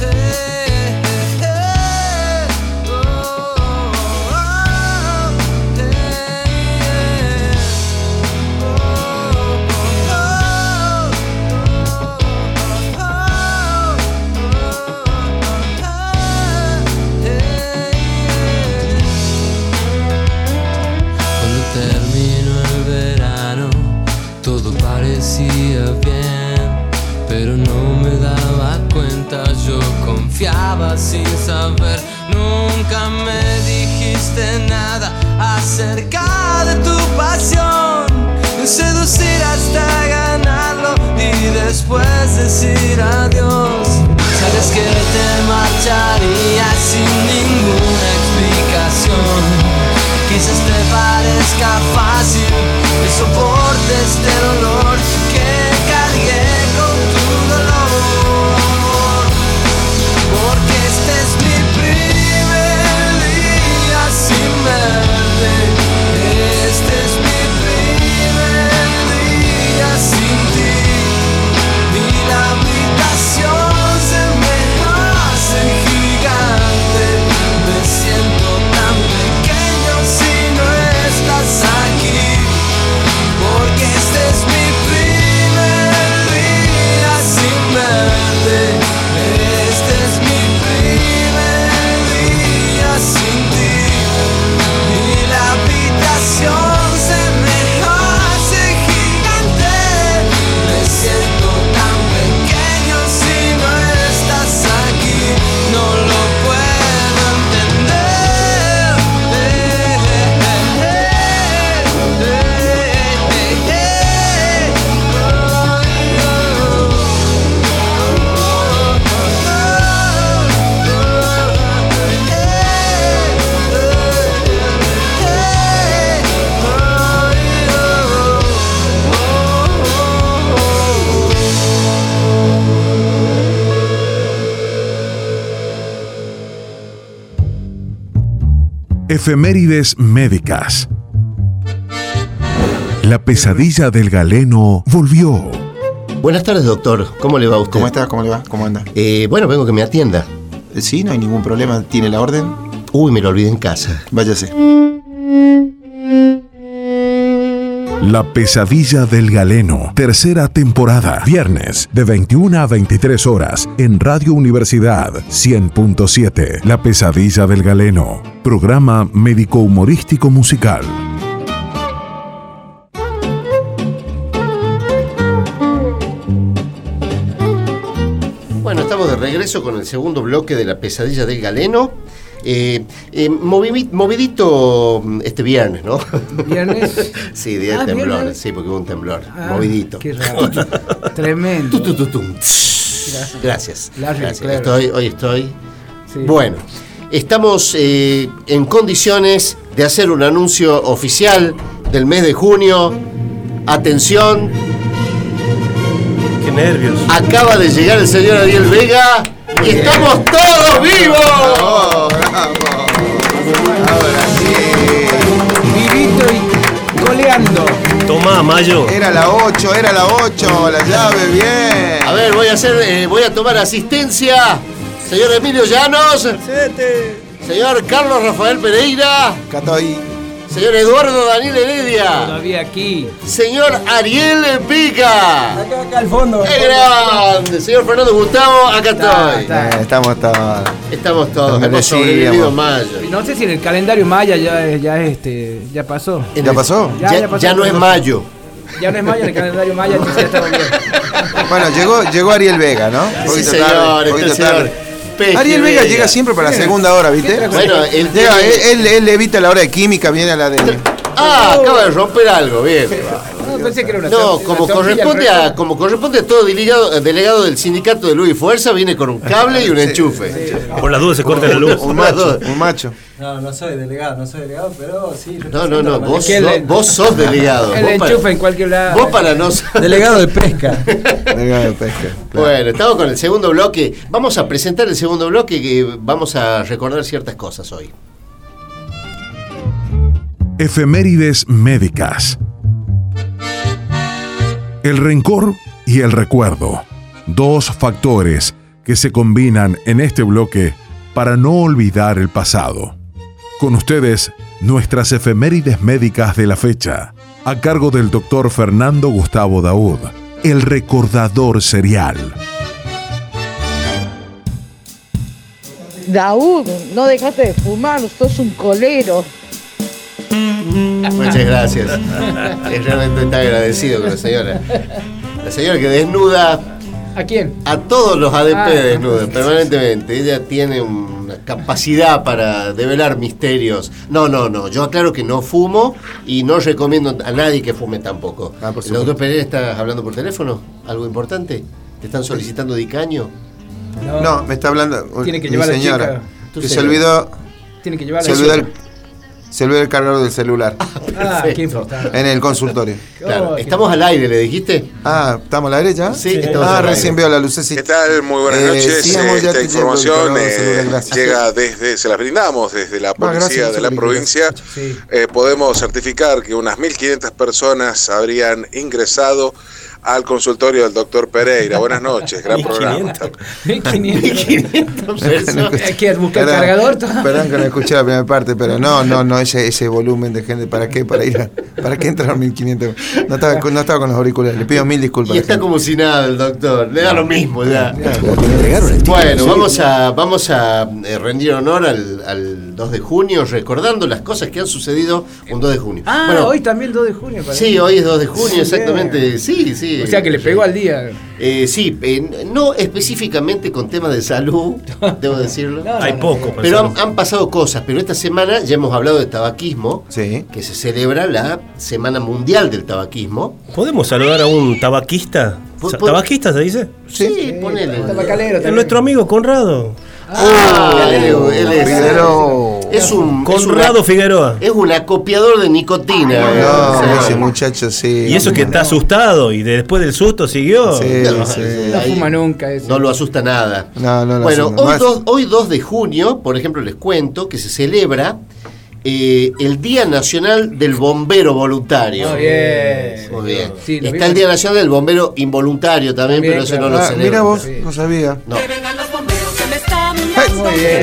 Q: Oh, Cuando terminó el verano, todo parecía bien, pero no me daba cuenta, yo confiaba sin saber. Nunca me dijiste nada acerca de tu pasión, seducir hasta ganarlo y después decir adiós. Sabes que te marcharías sin ninguna explicación. Quizás te parezca fácil que soporte este dolor, que cargué con tu dolor, porque este es mi primer día sin verte. Este es mi primer día sin ti, y la habitación se me hace gigante. Me siento tan pequeño si no estás aquí,
A: Efemérides médicas. La pesadilla del galeno volvió.
B: Buenas tardes, doctor. ¿Cómo le va a usted?
C: ¿Cómo está? ¿Cómo le va? ¿Cómo anda?
B: Eh, bueno, vengo que me atienda.
C: Sí, no hay ningún problema. ¿Tiene la orden?
B: Uy, me lo olvidé en casa.
C: Váyase.
A: La pesadilla del galeno, tercera temporada. Viernes de veintiuna a veintitrés horas en Radio Universidad cien punto siete. La pesadilla del galeno, programa médico-humorístico musical.
B: Bueno, estamos de regreso con el segundo bloque de La pesadilla del galeno. Eh, eh, movi- movidito este viernes, ¿no?
I: ¿Viernes?
B: Sí, día
I: Ah,
B: de temblor,
I: viernes.
B: sí, porque hubo un temblor.
I: Ah,
B: movidito.
I: Qué raro. Tremendo.
B: Tu, tu, tu, tu.
I: Gracias.
B: Gracias.
I: Larry,
B: Gracias.
I: claro.
B: Estoy, hoy estoy.
I: Sí.
B: Bueno, estamos eh, en condiciones de hacer un anuncio oficial del mes de junio. Atención,
E: Qué nervios.
B: acaba de llegar el señor Ariel Vega y estamos todos vivos.
C: ¡Bravo! ¡Bravo! Ahora sí.
I: Vivito y coleando.
E: Tomá, Mayo.
C: Era la ocho, era la ocho, la llave, bien.
B: A ver, voy a hacer, eh, voy a tomar asistencia. Señor Emilio Llanos. Señor Carlos Rafael Pereira.
C: Acá estoy.
B: Señor Eduardo Daniel Heredia.
I: Todavía aquí.
B: Señor Ariel Pica.
R: Acá, acá al fondo.
B: ¡Qué grande! Señor Fernando Gustavo, acá
I: Está,
B: estoy.
I: está.
C: Eh, estamos todos.
B: Estamos todos,
C: Nos
B: hemos
C: merecíamos.
B: sobrevivido mayo.
I: No sé si en el calendario maya ya, ya este ya pasó.
C: ¿Ya pasó?
I: Ya,
B: Ya,
I: ya pasó.
B: ya no es mayo.
I: Ya no es maya en el calendario maya, entonces ya estamos bien.
C: Bueno, llegó, llegó Ariel Vega, ¿no? Un
B: Sí,
C: poquito
B: señor,
C: tarde, un poquito
B: este señor
C: tarde.
B: Peje
C: Ariel Vega llega siempre para la segunda hora, ¿viste?
B: Bueno, él,
C: Llega,
B: tiene-
C: él, él, él evita la hora de química, viene a la de...
B: Ah, acaba de romper algo, bien.
I: No, pensé que era una
B: No,
I: tor-
B: como
I: una tortilla
B: corresponde
I: al
B: a, como corresponde a todo delegado, delegado del sindicato de Luz y Fuerza, viene con un cable y un enchufe.
E: Por las dudas se corta la luz.
C: Un macho, un macho.
R: No, no soy delegado, no soy delegado, pero sí.
B: No, no, no, vos,
I: que
B: sos,
I: el-
B: vos sos delegado.
I: El
B: Vos
I: enchufe
B: para,
I: en cualquier lado.
B: vos para no ser-
R: Delegado de pesca.
C: Delegado de pesca. Claro.
B: Bueno, estamos con el segundo bloque. Vamos a presentar el segundo bloque que vamos a recordar ciertas cosas hoy.
A: Efemérides médicas. El rencor y el recuerdo. Dos factores que se combinan en este bloque para no olvidar el pasado. Con ustedes, nuestras efemérides médicas de la fecha, a cargo del doctor Fernando Gustavo Daud, el recordador serial.
H: Daud, no dejaste de fumar, sos un colero.
B: Muchas gracias. Es realmente tan agradecido con la señora. La señora que desnuda
I: ¿A quién?
B: a todos los A D P,
I: Ah.
B: desnuda permanentemente. Ella tiene una capacidad para develar misterios. No, no, no. Yo aclaro que no fumo y no recomiendo a nadie que fume tampoco.
C: Ah, por
B: ¿El doctor Pereira está hablando por teléfono? ¿Algo importante? ¿Te están solicitando dicaño?
C: No, me está hablando
I: Tiene que
C: mi
I: llevar a la
C: señora.
I: chica.
B: Tu
C: Que se
B: señora.
C: olvidó,
I: Tiene que llevar
C: se
I: a
C: olvidó el, se olvidó el cargador del celular
I: Ah, qué importante.
C: en el consultorio.
B: Claro.
I: Oh, qué-
B: Estamos al aire, ¿le dijiste?
C: Ah, ¿estamos al aire ya?
B: Sí, estamos
C: Ah,
B: al aire.
C: recién veo la lucecita.
L: ¿Qué tal? Muy buenas
C: Eh,
L: noches.
C: sigamos, ya
L: Esta
C: te llevo el
L: información
C: cargador del
L: eh,
C: celular, gracias.
L: llega desde, se la brindamos desde la policía
C: gracias,
L: de la
C: Felipe.
L: provincia.
I: Sí.
L: Eh, podemos certificar que unas mil quinientas personas habrían ingresado al consultorio del doctor Pereira. Buenas noches, gran programa.
I: mil quinientos.
B: Personas.
I: Hay que buscar el
C: Perdón,
I: cargador.
C: Perdón que no escuché la primera parte, pero no, no, no, ese, ese volumen de gente, ¿para qué? Para ir a, ¿para qué entraron mil quinientos? No estaba, con- no estaba con los auriculares, le pido mil disculpas.
B: Y está como si nada el doctor. Le da lo mismo ya.
C: Bueno,
B: Bueno, vamos a, vamos a eh, rendir honor al, al dos de junio, recordando las cosas que han sucedido un dos de junio.
I: Ah,
B: Bueno,
I: hoy también dos de junio. para
B: sí,
I: mí.
B: hoy es dos de junio,
I: Sí,
B: exactamente. Sí, sí.
I: O sea que le pegó al día.
B: Eh, sí, eh, no específicamente con temas de salud, debo decirlo.
I: No, no,
E: Hay
I: no.
E: poco. para
B: Pero
E: salud.
B: han, han pasado cosas, pero esta semana ya hemos hablado de tabaquismo,
C: sí.
B: que se celebra la Semana Mundial del Tabaquismo.
E: ¿Podemos saludar a un tabaquista?
B: ¿Pu-
E: Sa-
B: pu-
E: ¿Tabaquista se dice?
B: Sí, ponele.
I: Tabacalero
E: Es
I: también.
E: nuestro amigo Conrado.
B: Ah, él, él es,
C: Figueroa.
B: es un es
E: Conrado
B: una-
E: Figueroa.
B: es un acopiador de nicotina.
C: No,
B: Sí.
C: ese muchacho sí.
E: Y eso que está asustado y de- después del susto siguió.
C: Sí,
B: No,
C: sí.
I: No
B: ahí
I: fuma nunca ese.
B: No lo asusta nada.
C: No, no, no.
B: Bueno,
C: no,
B: hoy,
C: más-
B: dos, hoy dos de junio, por ejemplo, les cuento que se celebra eh, el Día Nacional del Bombero Voluntario.
I: Muy bien.
B: Muy bien.
I: Sí, lo
B: Está
I: vimos.
B: el Día Nacional del Bombero Involuntario también,
I: Bien,
B: pero eso
I: claro.
B: no lo
C: Ah,
B: celebra.
C: mira vos, no sabía.
B: No.
I: Muy bien.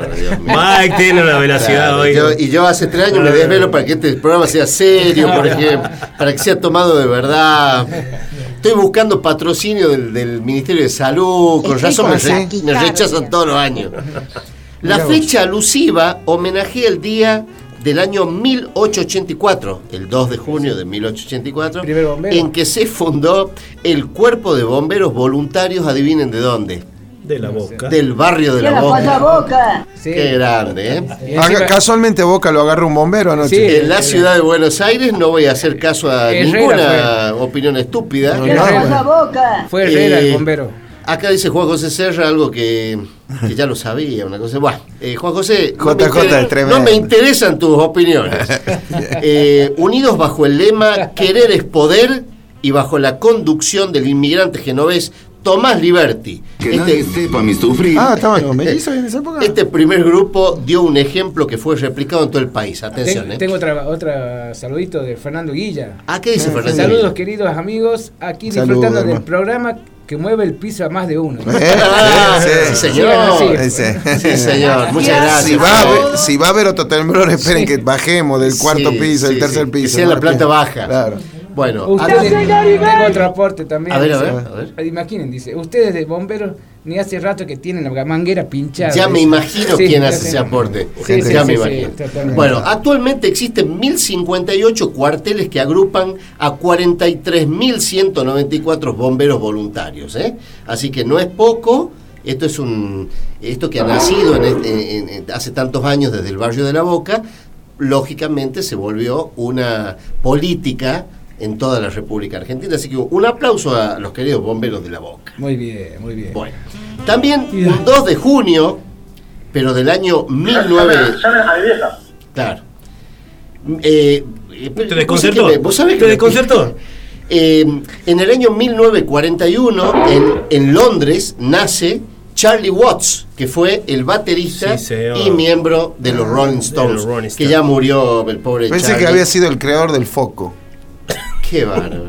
E: Mike tiene una velocidad
B: Claro,
E: hoy.
B: yo- y yo hace tres años me desvelo para que este programa sea serio, por ejemplo, para que sea tomado de verdad. Estoy buscando patrocinio del, del Ministerio de Salud, con
N: Estoy
B: razón me,
N: con
B: re-
N: Saki,
B: me
N: claro,
B: rechazan
N: ya.
B: todos los años. La
C: Mirá vos.
B: fecha alusiva homenajea el día del año mil ochocientos ochenta y cuatro, el dos de junio de mil ochocientos ochenta y cuatro,
I: Primer bombero.
B: en que se fundó el Cuerpo de Bomberos Voluntarios, adivinen de dónde,
E: De la boca.
B: del barrio de la Boca.
H: Boca!
I: Sí.
B: Qué grande, ¿eh?
I: Y encima-
C: Ah, casualmente Boca lo agarra un bombero anoche.
I: Sí.
B: En la ciudad de Buenos Aires no voy a hacer caso a
I: Herrera
B: ninguna opinión estúpida.
C: No,
H: ¿Qué le
C: no,
H: pasa
C: bueno.
H: a Boca?
I: Fue Herrera
B: Eh,
I: el bombero.
B: Acá dice Juan José Serra algo que, que ya lo sabía, una cosa. Bueno, eh, Juan José, no me,
C: J J
B: inter-
C: es tremendo.
B: no me interesan tus opiniones. Eh, unidos bajo el lema Querer es poder y bajo la conducción del inmigrante genovés Tomás Liberti.
S: Que
B: Este,
S: nadie sepa mi sufrir.
C: Ah, estaban los mellizos en esa época.
B: este primer grupo dio un ejemplo que fue replicado en todo el país. Atención,
I: Ten-
B: ¿eh?
I: Tengo otra, otra saludito de Fernando Guilla.
B: Ah, ¿qué dice
C: Ah,
B: Fernando?
I: Saludos queridos amigos, aquí
C: Saludos,
I: disfrutando del
C: hermano.
I: programa que mueve el piso a más de uno.
C: Eh,
B: Ah,
C: sí,
B: sí,
C: sí.
B: señor.
I: Sí,
C: Sí.
B: Sí, señor. Muchas gracias.
C: Si va, a haber, si va a haber otro temblor, esperen que bajemos del cuarto
B: Sí,
C: piso,
B: sí,
C: del tercer
B: sí.
C: piso.
B: Que sea en la
C: ¿no?
B: planta baja.
C: Claro.
B: Bueno,
I: Ustedes,
B: antes-
I: tengo otro aporte también.
B: A ver, a ver,
I: Dice,
B: a ver.
I: Imaginen, dice, ustedes de bomberos ni hace rato que tienen la manguera pinchada.
B: ya me
I: Dice.
B: imagino
I: Sí,
B: quién
I: ya
B: hace
I: sé.
B: ese aporte.
I: Sí, sí,
B: ya
I: sí,
B: me
I: sí,
B: imagino.
I: totalmente.
B: Bueno, actualmente existen mil cincuenta y ocho cuarteles que agrupan a cuarenta y tres mil ciento noventa y cuatro bomberos voluntarios, ¿eh? Así que no es poco. Esto es un esto que ha nacido en este- en- en- hace tantos años desde el barrio de La Boca, lógicamente se volvió una política en toda la República Argentina. Así que un aplauso a los queridos bomberos de La Boca.
I: Muy bien, muy bien.
B: Bueno, también un dos de junio, pero del año mil novecientos... Claro. Eh, eh,
E: ¿Te desconcertó?
B: ¿vos sabés que me- vos sabés que
E: ¿Te
B: me-
E: desconcertó?
B: Eh, en el año mil novecientos cuarenta y uno, en, en Londres, nace Charlie Watts, que fue el baterista
E: Sí, señor.
B: y miembro de los Rolling Stones,
E: los Rolling
B: que
E: Stones.
B: ya murió el pobre
C: Pensé
B: Charlie.
C: que había sido el creador del foco.
B: Qué bárbaro.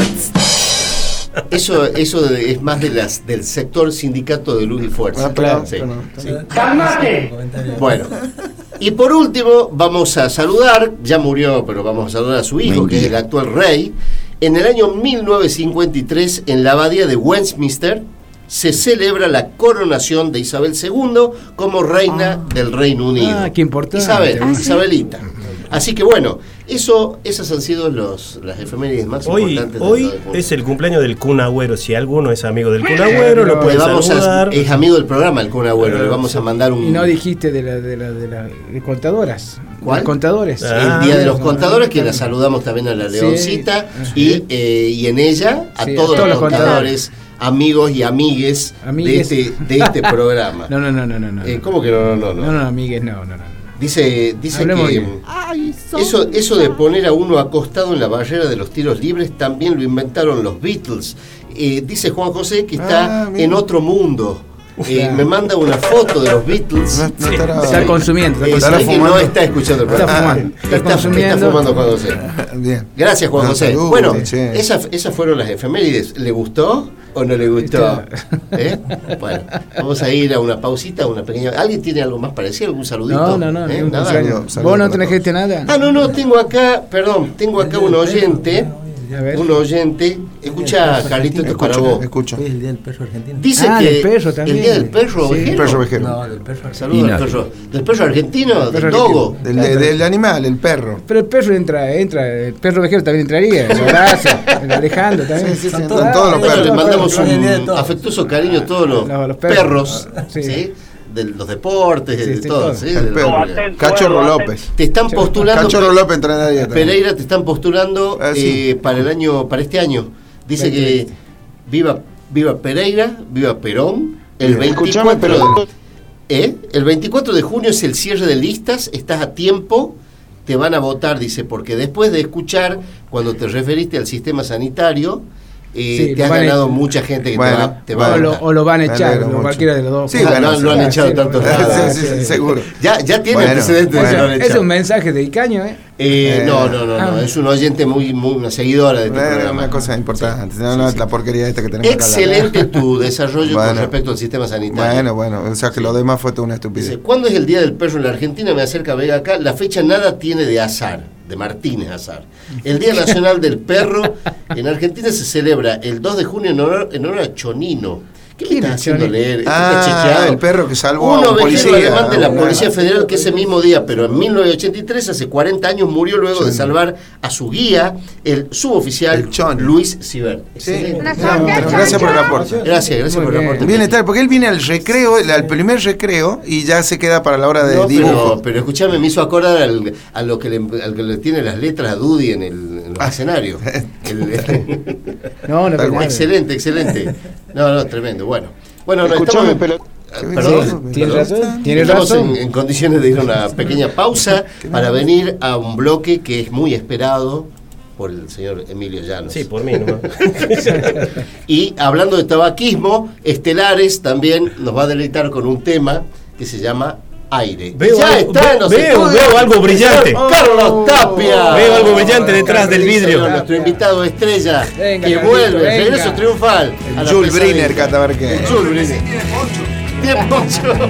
B: Eso, eso de- es más de las, del sector sindicato de luz y fuerza.
C: Ah, pero-
B: Sí,
C: pero-
B: sí.
H: ¡Cálmate!
B: Bueno, y por último vamos a saludar, ya murió, pero vamos a saludar a su hijo, que es el actual rey. En el año mil novecientos cincuenta y tres, en la abadía de Westminster, se celebra la coronación de Isabel segundo como reina del Reino Unido.
I: Ah, qué importante.
B: Isabel,
I: Ah, sí.
B: Isabelita. Así que bueno, eso, esas han sido los, las efemérides más
E: Hoy,
B: importantes. del
E: hoy
B: dos de junio.
E: es el cumpleaños del Kun Agüero. Si alguno es amigo del Kun Agüero, lo
B: Le
E: puede
B: vamos a-
E: saludar.
B: es amigo del programa, el Kun Agüero. Le vamos a mandar un...
I: Y no dijiste de la de la de las de contadoras.
B: ¿Cuál?
I: Los contadores.
B: el Día de los Contadores, que la saludamos también a la
I: Sí.
B: Leoncita, y, eh, y en ella a
I: Sí,
B: todos,
I: a todos
B: los
I: los
B: contadores, amigos y amigues,
I: Amigues.
B: de este, de este programa.
I: No, no, no, no, no. no.
B: Eh, ¿Cómo que no, no, no?
I: No, no, amigues, no, no, no.
B: Dice, dice
I: Hablemos
B: que
I: bien.
B: eso, eso de poner a uno acostado en la barrera de los tiros libres también lo inventaron los Beatles. Eh, dice Juan José que está
C: Ah, mira.
B: en otro mundo. Eh,
I: Claro.
B: me manda una foto de los Beatles.
C: No, no estará-
I: Está consumiendo, está
B: Eh,
C: Estará
B: sabe que no
C: fumando.
B: está escuchando el
I: Está
B: programa.
I: fumando, está
B: Está, está
I: consumiendo.
B: fumando Juan José.
C: Bien.
B: Gracias, Juan
C: Ah,
B: José.
C: salud,
B: Bueno,
C: che.
B: esas, esas fueron las efemérides. ¿Le gustó o no le gustó? ¿Eh? Bueno, vamos a ir a una pausita, una pequeña. ¿Alguien tiene algo más para decir? ¿Algún saludito?
I: No, no, no,
B: ¿Eh?
I: ningún
B: Nada.
C: Saludo, saludo
I: ¿Vos no
C: para
I: tenés
C: todos.
I: gente nada?
B: Ah, no, no, tengo acá, perdón, tengo acá un oyente.
I: A ver.
B: Un oyente. Escucha, Carlito, esto es para
C: Escucho,
B: vos.
C: escucho.
R: Es el día del perro argentino.
B: Dice
I: Ah,
B: que
I: del perro también.
B: el día del perro
I: Sí.
B: ovejero.
C: Perro ovejero.
R: No, del perro argentino.
B: Saludos al perro. ¿Del perro argentino? ¿Del
I: perro
B: dogo?
C: Del, de- del animal, el perro.
I: Pero el perro entra, entra, el perro vejero también entraría, el Horacio, el Alejandro también.
C: Sí, sí, sí,
I: Son
C: son todos los
B: Bueno,
C: perros.
B: le mandamos
R: todos, todos,
B: un
R: todos.
B: afectuoso cariño a todos los,
I: Los- los
B: perros,
I: perros.
B: ¿sí?
I: Sí.
B: De los deportes,
I: Sí,
B: de
I: sí,
B: todo.
I: todo.
B: ¿sí?
C: El
B: De-
C: perro.
B: de-
C: Cachorro López.
B: Te están postulando.
C: Cachorro López entra en la dieta.
B: Pereira, te están postulando
C: Ah, sí.
B: eh, para el año, para este año. Dice que viva, viva Pereira, viva Perón. El
C: Bien.
B: veinticuatro,
C: Escuchame, pero-
B: de, ¿eh? el veinticuatro de junio es el cierre de listas, estás a tiempo, te van a votar, dice, porque después de escuchar, cuando te referiste al sistema sanitario, eh,
I: Sí,
B: te
I: lo
B: has
I: van a-
B: ganado mucha gente que
C: Bueno,
B: te va, te va
I: O
B: a
I: lo,
B: votar.
I: o lo van a
C: Me
I: echar,
C: alegro
I: lo-
C: mucho.
I: cualquiera de los dos.
C: Sí,
B: Ah,
C: bueno,
B: no, lo han
I: sí,
B: echado
I: sí,
B: tantos
I: sí,
B: lados.
C: Sí, sí, sí,
I: sí.
C: seguro.
B: Ya, ya tiene
C: Bueno,
B: antecedentes de que
C: bueno.
B: lo han
I: Es
B: echado.
I: un mensaje de Icaño, ¿eh?
B: Eh,
C: Eh,
B: no, no, no, no,
I: ah.
B: es un oyente muy, muy una seguidora de tu
C: Bueno,
B: programa.
C: una cosa importante.
B: Sí,
C: no,
B: sí,
C: no,
B: sí.
C: La porquería esta que tenemos acá.
B: Excelente tu desarrollo con
C: Bueno.
B: respecto al sistema sanitario.
C: Bueno, bueno, o sea que lo demás fue toda una estupidez.
B: Dice, ¿cuándo es el Día del Perro en la Argentina? Me acerca Vega acá. La fecha nada tiene de azar, de Martínez Azar. El Día Nacional del Perro en Argentina se celebra el dos de junio en honor, en honor a Chonino. ¿Qué me estás haciendo leer? Esto está
C: Ah,
B: chequeado.
C: el perro que salvó
B: Un
C: a un
B: ovejero
C: policía.
B: alemán de la
C: Una-
B: Policía Federal que ese mismo día, pero en mil novecientos ochenta y tres, hace cuarenta años, murió luego de salvar a su guía, el suboficial Luis Ciber.
C: Sí. Gracias por el aporte.
B: Gracias, gracias por el aporte.
C: Viene tarde, porque él viene al recreo, al primer recreo, y ya se queda para la hora de
B: No,
C: dibujo.
B: pero, pero escúchame, me hizo acordar al, a lo que le, al que le tiene las letras a Dudy en, el, en los escenarios. El-
I: No, no, no.
B: excelente, excelente. No, no, tremendo. Bueno, bueno, no,
K: Escuchame,
B: estamos,
K: pero-
B: eh, perdón,
I: Sí, tienes
B: perdón.
I: razón, tienes
B: Estamos
I: razón.
B: En, en condiciones de ir a una pequeña pausa para venir a un bloque que es muy esperado por el señor Emilio Llanos.
E: Sí, por mí nomás.
B: Y hablando de tabaquismo, Estelares también nos va a deleitar con un tema que se llama Aire.
E: Veo
B: ya
E: algo-
B: está en los
E: veo-
B: estudios
E: veo algo
B: el
E: brillante.
B: señor Carlos Tapia.
E: Veo algo brillante detrás del
B: Sí,
E: vidrio.
B: señor, nuestro invitado estrella
I: Venga,
B: que
I: Carlito,
B: vuelve,
I: venga.
B: regreso triunfal. a
C: El
B: la
C: Jules
B: pesadilla.
C: Briner, Catamarqueño.
B: El Jules Briner. Tiene poncho.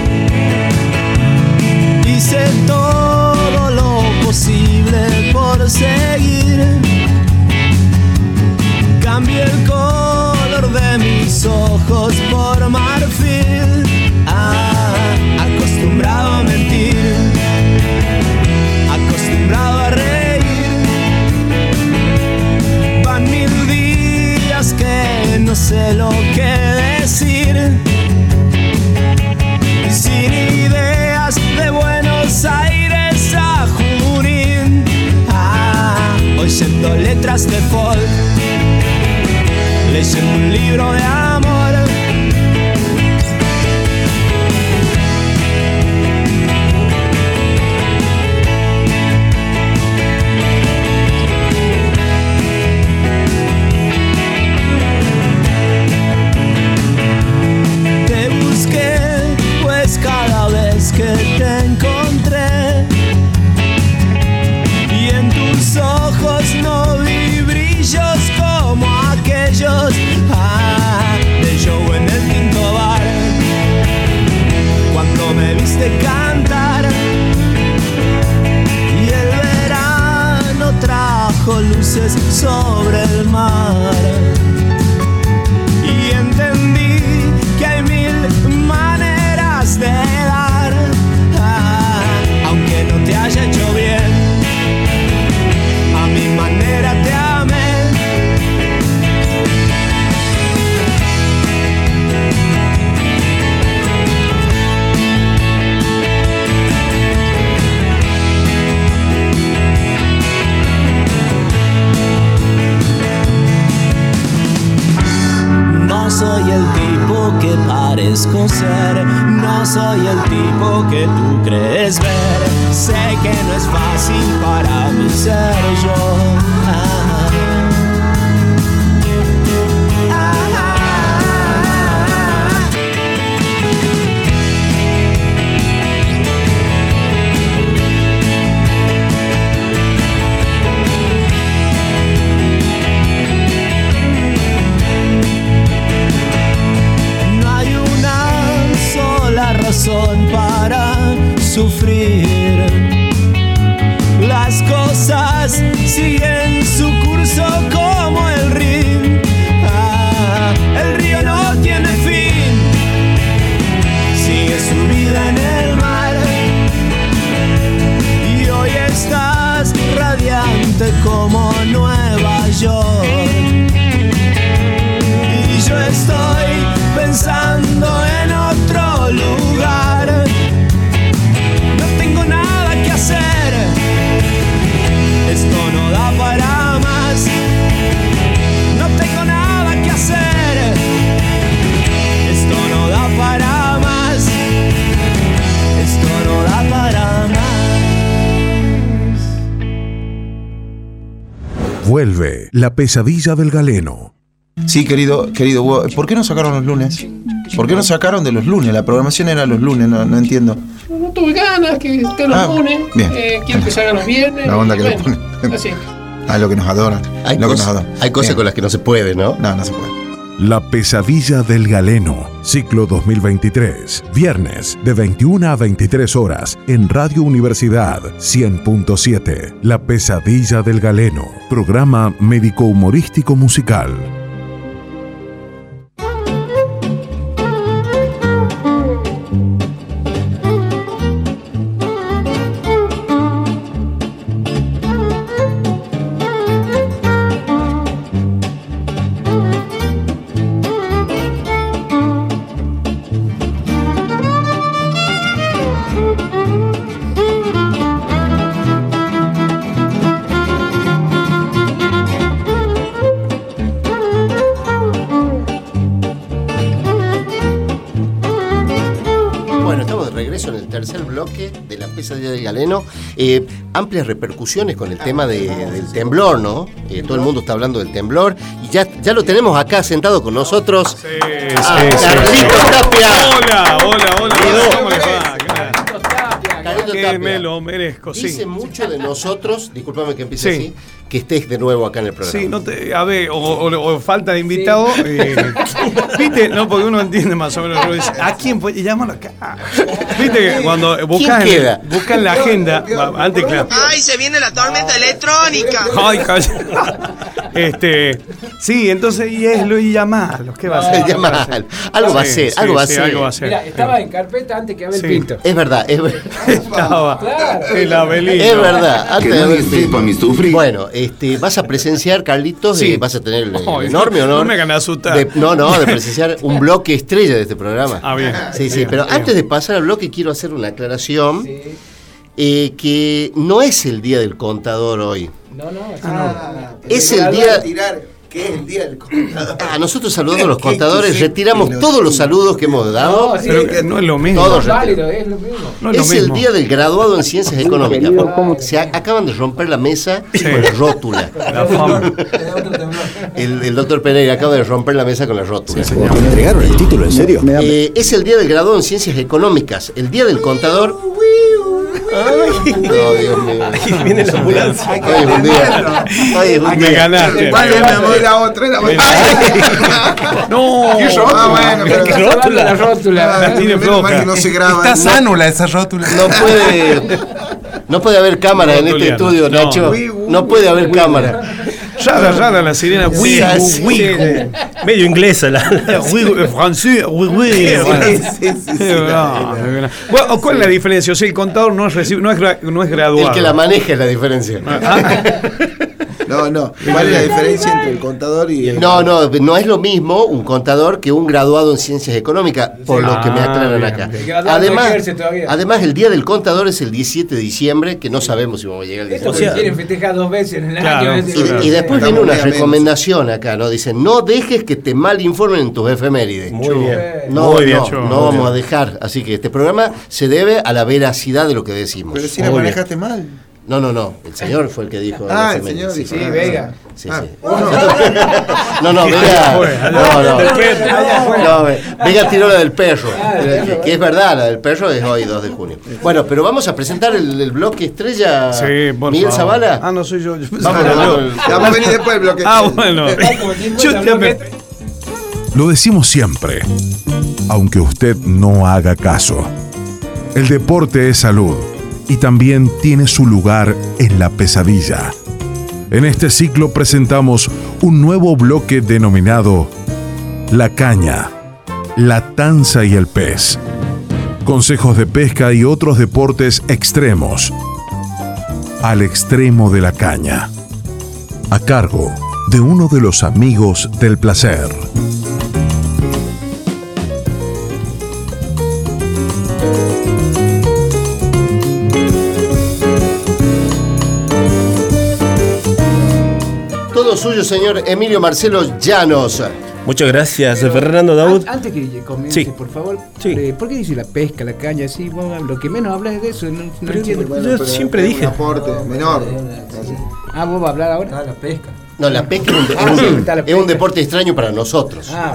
S: Hice todo lo posible por seguir. Cambié el color de mis ojos por marfil. Ah, acostumbrado a mentir, acostumbrado a reír. Van mil días que no sé lo que decir. Y sin ideas de Buenos Aires a Junín. Ah, oyendo letras de folk, leyendo un libro de amor. Te busqué, pues cada vez que te encontré, y en tus ojos no vi brillos como aquellos ah, de Joe en el quinto bar, cuando me viste cantar. Y el verano trajo luces sobre el mar, y entendí que hay mil maneras de dar, ah, aunque no te haya hecho bien, a mi manera te amé. No soy el tipo que parezco ser, no soy el tipo que tú crees ver. Sé que no es fácil para mí ser yo. Ah. No hay una sola razón para sufrir. Las cosas siguen su curso como el río. Ah, el río no tiene fin, sigue su vida en el mar. Y hoy estás radiante como Nueva York. Y yo estoy pensando en otro lugar. No tengo nada que hacer, esto no da para más. No tengo nada que hacer, esto no da para más. Esto no da para más.
A: Vuelve La Pesadilla del Galeno.
C: Sí, querido, querido Hugo, ¿por qué no sacaron los lunes? ¿Por qué no sacaron de los lunes? La programación era los lunes, no, no entiendo.
T: No tuve ganas que estén los
C: Ah,
T: lunes.
C: bien.
T: Eh, quiero que salgan los viernes.
C: La onda
T: y
C: que le
T: bueno,
C: ponen.
T: así.
C: Ah, lo que nos adoran.
B: Hay,
C: lo que
B: cosas,
C: nos adoran.
B: hay cosas
C: Bien.
B: con las que no se puede, ¿no?
C: No, no se puede.
A: La pesadilla del galeno, ciclo dos mil veintitrés, viernes de veintiuna a veintitrés horas en Radio Universidad cien punto siete. La pesadilla del galeno, programa médico-humorístico musical.
B: Tercer bloque de la pesadilla del galeno, eh, amplias repercusiones con el tema de, del temblor, ¿no? Eh, todo el mundo está hablando del temblor y ya, ya lo tenemos acá sentado con nosotros.
E: Sí,
B: ah,
E: sí, sí.
B: Carlitos Tapia.
E: Hola, hola, hola. ¿Cómo les va?
B: Carlitos
E: Que
B: Tapia.
E: me lo merezco, sí.
B: Dice mucho de nosotros, discúlpame que empiece
E: Sí.
B: así, que estés de nuevo acá en el programa.
E: Sí, no te, a ver, o, o- o falta de invitado. eh, ¿Viste? No, porque uno entiende más o menos. Lo dice, ¿a quién puede? Llámalo acá. ¿Viste que cuando buscas
B: ¿Quién
E: en,
B: queda?
E: buscas en la agenda, va, antes claro.
F: ¡Ay, se viene la tormenta electrónica!
E: Ay, calla. Este, sí, entonces y es lo y llamarlos. ¿Qué va a hacer?
B: Llamarlo. Algo va a
E: Sí,
B: ser,
E: sí,
B: algo va a
E: sí,
B: ser.
E: algo va a ser.
I: Mira, estaba en carpeta antes que Abel
E: Sí.
I: Pinto.
B: Es verdad, es verdad.
E: Estaba
I: Claro.
E: el Abelino.
B: Es verdad. Antes
K: Que
B: de
K: no
B: haber-
K: sepa mi sufrir.
B: Bueno, este, vas a presenciar, Carlitos,
E: Sí.
B: eh, vas a tener el, el
E: Ay,
B: enorme
E: no,
B: honor.
E: no me hagan asustar.
B: de- no, no, de presenciar un bloque estrella de este programa.
E: Ah, bien.
B: Sí, sí,
E: Bien,
B: pero
E: bien.
B: antes de pasar al bloque quiero hacer una aclaración. eh, que no es el día del contador hoy.
I: No, no,
C: Ah,
B: Es el día-
C: tirar, ¿qué es el día del contador?
B: Ah, nosotros saludando a los
C: Qué
B: contadores,
C: exquisito,
B: retiramos
C: pero
B: todos los
C: sí.
B: saludos que hemos dado.
I: No, sí,
E: Pero que no es lo mismo.
B: Todos
I: es válido, es lo mismo.
E: No es lo
B: Es el
E: mismo.
B: día del graduado en ciencias económicas. Se a- acaban de romper la mesa con la rótula.
E: La fama.
B: El, el doctor Pereira acaba de romper la mesa con la rótula.
K: ¿Me entregaron el título en serio?
B: Eh, es el día del graduado en ciencias económicas. El día del contador. Ay, no, Dios mío.
E: Ahí viene la ambulancia.
B: Hoy es un día. Hoy es un
E: Me
B: día.
E: ganaste.
C: Vale, mi amor, la otra, la otra.
E: No.
C: ¿Qué rótula? Ah, bueno, pero-
E: ¿Qué rótula?
I: La rótula.
E: La tiene
C: Menos mal
E: floja.
C: que no se graba.
J: Está sánula esa rótula.
B: No puede. No puede haber cámara en este
E: Rotuliano.
B: estudio,
E: No.
B: Nacho. No puede haber cámara.
E: Rara, rara la sirena. Oui,
B: Sí,
E: oui,
B: sí.
E: oui.
U: Medio inglesa la.
E: Oui, oui, francés, oui, oui.
C: Sí, sí, sí,
E: No, bueno, ¿cuál es la diferencia? O sea, el contador no es, reci- no es, gra- no es graduado.
B: El que la maneja es la diferencia.
C: No, no. ¿Cuál es la diferencia entre el contador y el.?
B: No, no, no es lo mismo un contador que un graduado en ciencias económicas, por lo que me
E: Ah,
B: aclaran
E: bien,
B: acá.
E: bien.
I: El graduado
B: Además,
I: no ejerce todavía.
B: además, el día del contador es el diecisiete de diciembre, que no sabemos si vamos a llegar el
I: Esto
B: diecisiete.
I: porque quieren festejar dos veces en el
E: Claro,
I: año.
E: sí,
B: Y,
E: claro.
B: y después
C: Estamos
B: viene una
C: muy amenos.
B: recomendación acá, ¿no? Dicen, no dejes que te mal informen en tus efemérides.
U: Muy bien.
B: No,
U: Muy bien,
B: no,
E: Chu,
B: no
E: muy
B: vamos
E: bien.
B: a dejar. Así que este programa se debe a la veracidad de lo que decimos.
C: Pero si la
U: Muy
C: manejaste mal.
B: No, no, no. El señor fue el que dijo.
C: Ah,
B: la
C: el señor
B: efeméride.
C: dijo.
I: Sí, Vega.
B: Sí,
C: Ah,
B: sí.
C: uno.
B: No, no, Vega.
E: fue, allá
B: No, no.
I: fue.
B: No, Ve- Vega tiró la del perro. Que, que es verdad, la del perro es hoy, dos de junio. Bueno, pero vamos a presentar el, el bloque estrella.
E: Sí, por
B: Miguel
E: favor.
B: Zavala.
E: Ah, no soy yo. Yo pensé
B: Vamos,
E: que era
B: vamos.
E: yo.
C: Vamos a venir después del bloque.
E: Ah, bueno. Yo ya me-
A: Lo decimos siempre, aunque usted no haga caso. El deporte es salud y también tiene su lugar en la pesadilla. En este ciclo presentamos un nuevo bloque denominado La Caña, la Tanza y el Pez. Consejos de pesca y otros deportes extremos. Al extremo de la caña. A cargo de uno de los amigos del placer.
B: Todo suyo, señor Emilio Marcelo Llanos.
U: Muchas gracias, Fernando Daud.
I: An- Antes que comience,
U: Sí.
I: por favor,
U: Sí.
I: eh, ¿por qué dice la pesca, la caña? Sí, vos, lo que menos hablas es de eso, no, no entiendo.
U: yo siempre dije.
C: Un aporte menor.
I: Ah, vos vas a hablar ahora.
R: Ah, la pesca.
B: No, la pesca es un,
I: Ah,
B: es
I: sí,
B: un-
I: está la
B: es un deporte extraño para nosotros.
I: Ah,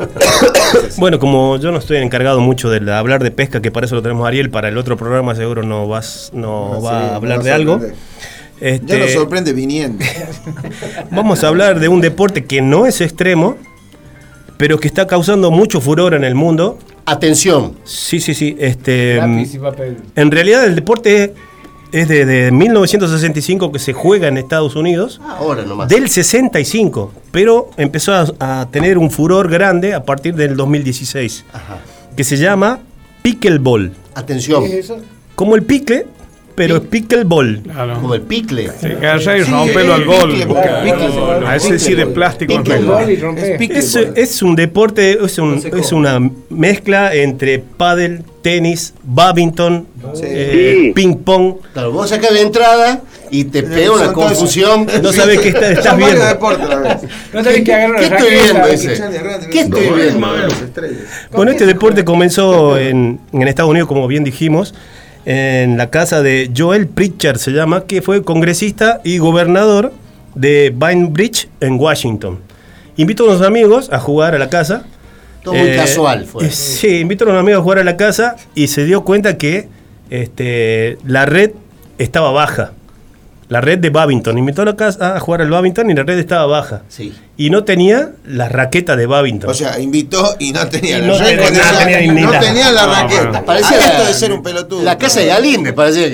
U: Bueno, como yo no estoy encargado mucho de la- hablar de pesca, que para eso lo tenemos a Ariel, para el otro programa seguro no vas no
C: Ah,
U: va
C: sí,
U: a
C: nos
U: hablar
C: va
U: de
C: a
U: algo.
C: sorprender.
U: Este,
C: Ya nos sorprende viniendo.
U: Vamos a hablar de un deporte que no es extremo, pero que está causando mucho furor en el mundo.
B: Atención.
U: Sí, sí, sí. Este,
I: lápiz y papel.
U: en realidad el deporte es de, de mil novecientos sesenta y cinco que se juega en Estados Unidos.
B: Ahora nomás.
U: Del sesenta y cinco, pero empezó a, a tener un furor grande a partir del dos mil dieciséis,
B: Ajá.
U: que se llama pickleball.
B: Atención.
I: ¿Qué es eso?
U: Como el pickle, pero es pickleball.
G: Claro.
B: Como el picle.
G: Sí, que allá y
B: Sí,
G: rompelo al
B: el
G: gol.
B: picle,
G: porque
B: picle.
G: a ese sí de plástico. no.
I: Pickleball y romper.
U: Es, es un deporte, es, un- es una mezcla entre pádel, tenis, badminton, eh,
B: Sí.
U: ping pong.
B: Claro, vos sacás la entrada y te pega una
C: Son todos-
B: confusión.
U: No sabes qué está- estás
C: Son varios
U: viendo.
C: deportes a la vez.
I: No sabés qué agarrar
B: ¿Qué
I: una
B: estoy
I: raqueta,
B: viendo
I: que-
B: ese? ¿Qué estoy viendo?
U: Bueno, este deporte comenzó en, en Estados Unidos, como bien dijimos, en la casa de Joel Pritchard, se llama, que fue congresista y gobernador de Bainbridge, en Washington. Invitó a unos amigos a jugar a la casa.
B: Todo muy casual fue.
U: eh, Sí, invitó a unos amigos a jugar a la casa y se dio cuenta que este, la red estaba baja. La red de badminton. Invitó a la casa a jugar al badminton y la red estaba baja.
B: Sí.
U: Y no tenía la raqueta de badminton.
C: O sea, invitó y no tenía
U: Y
C: la
U: no
C: raqueta.
U: tenía- no tenía ni
C: No
U: nada.
C: tenía la
U: No,
C: raqueta.
U: bueno.
B: Parecía
C: Ah, esto
B: la-
C: de ser un pelotudo.
B: La casa de Galíndez, parecía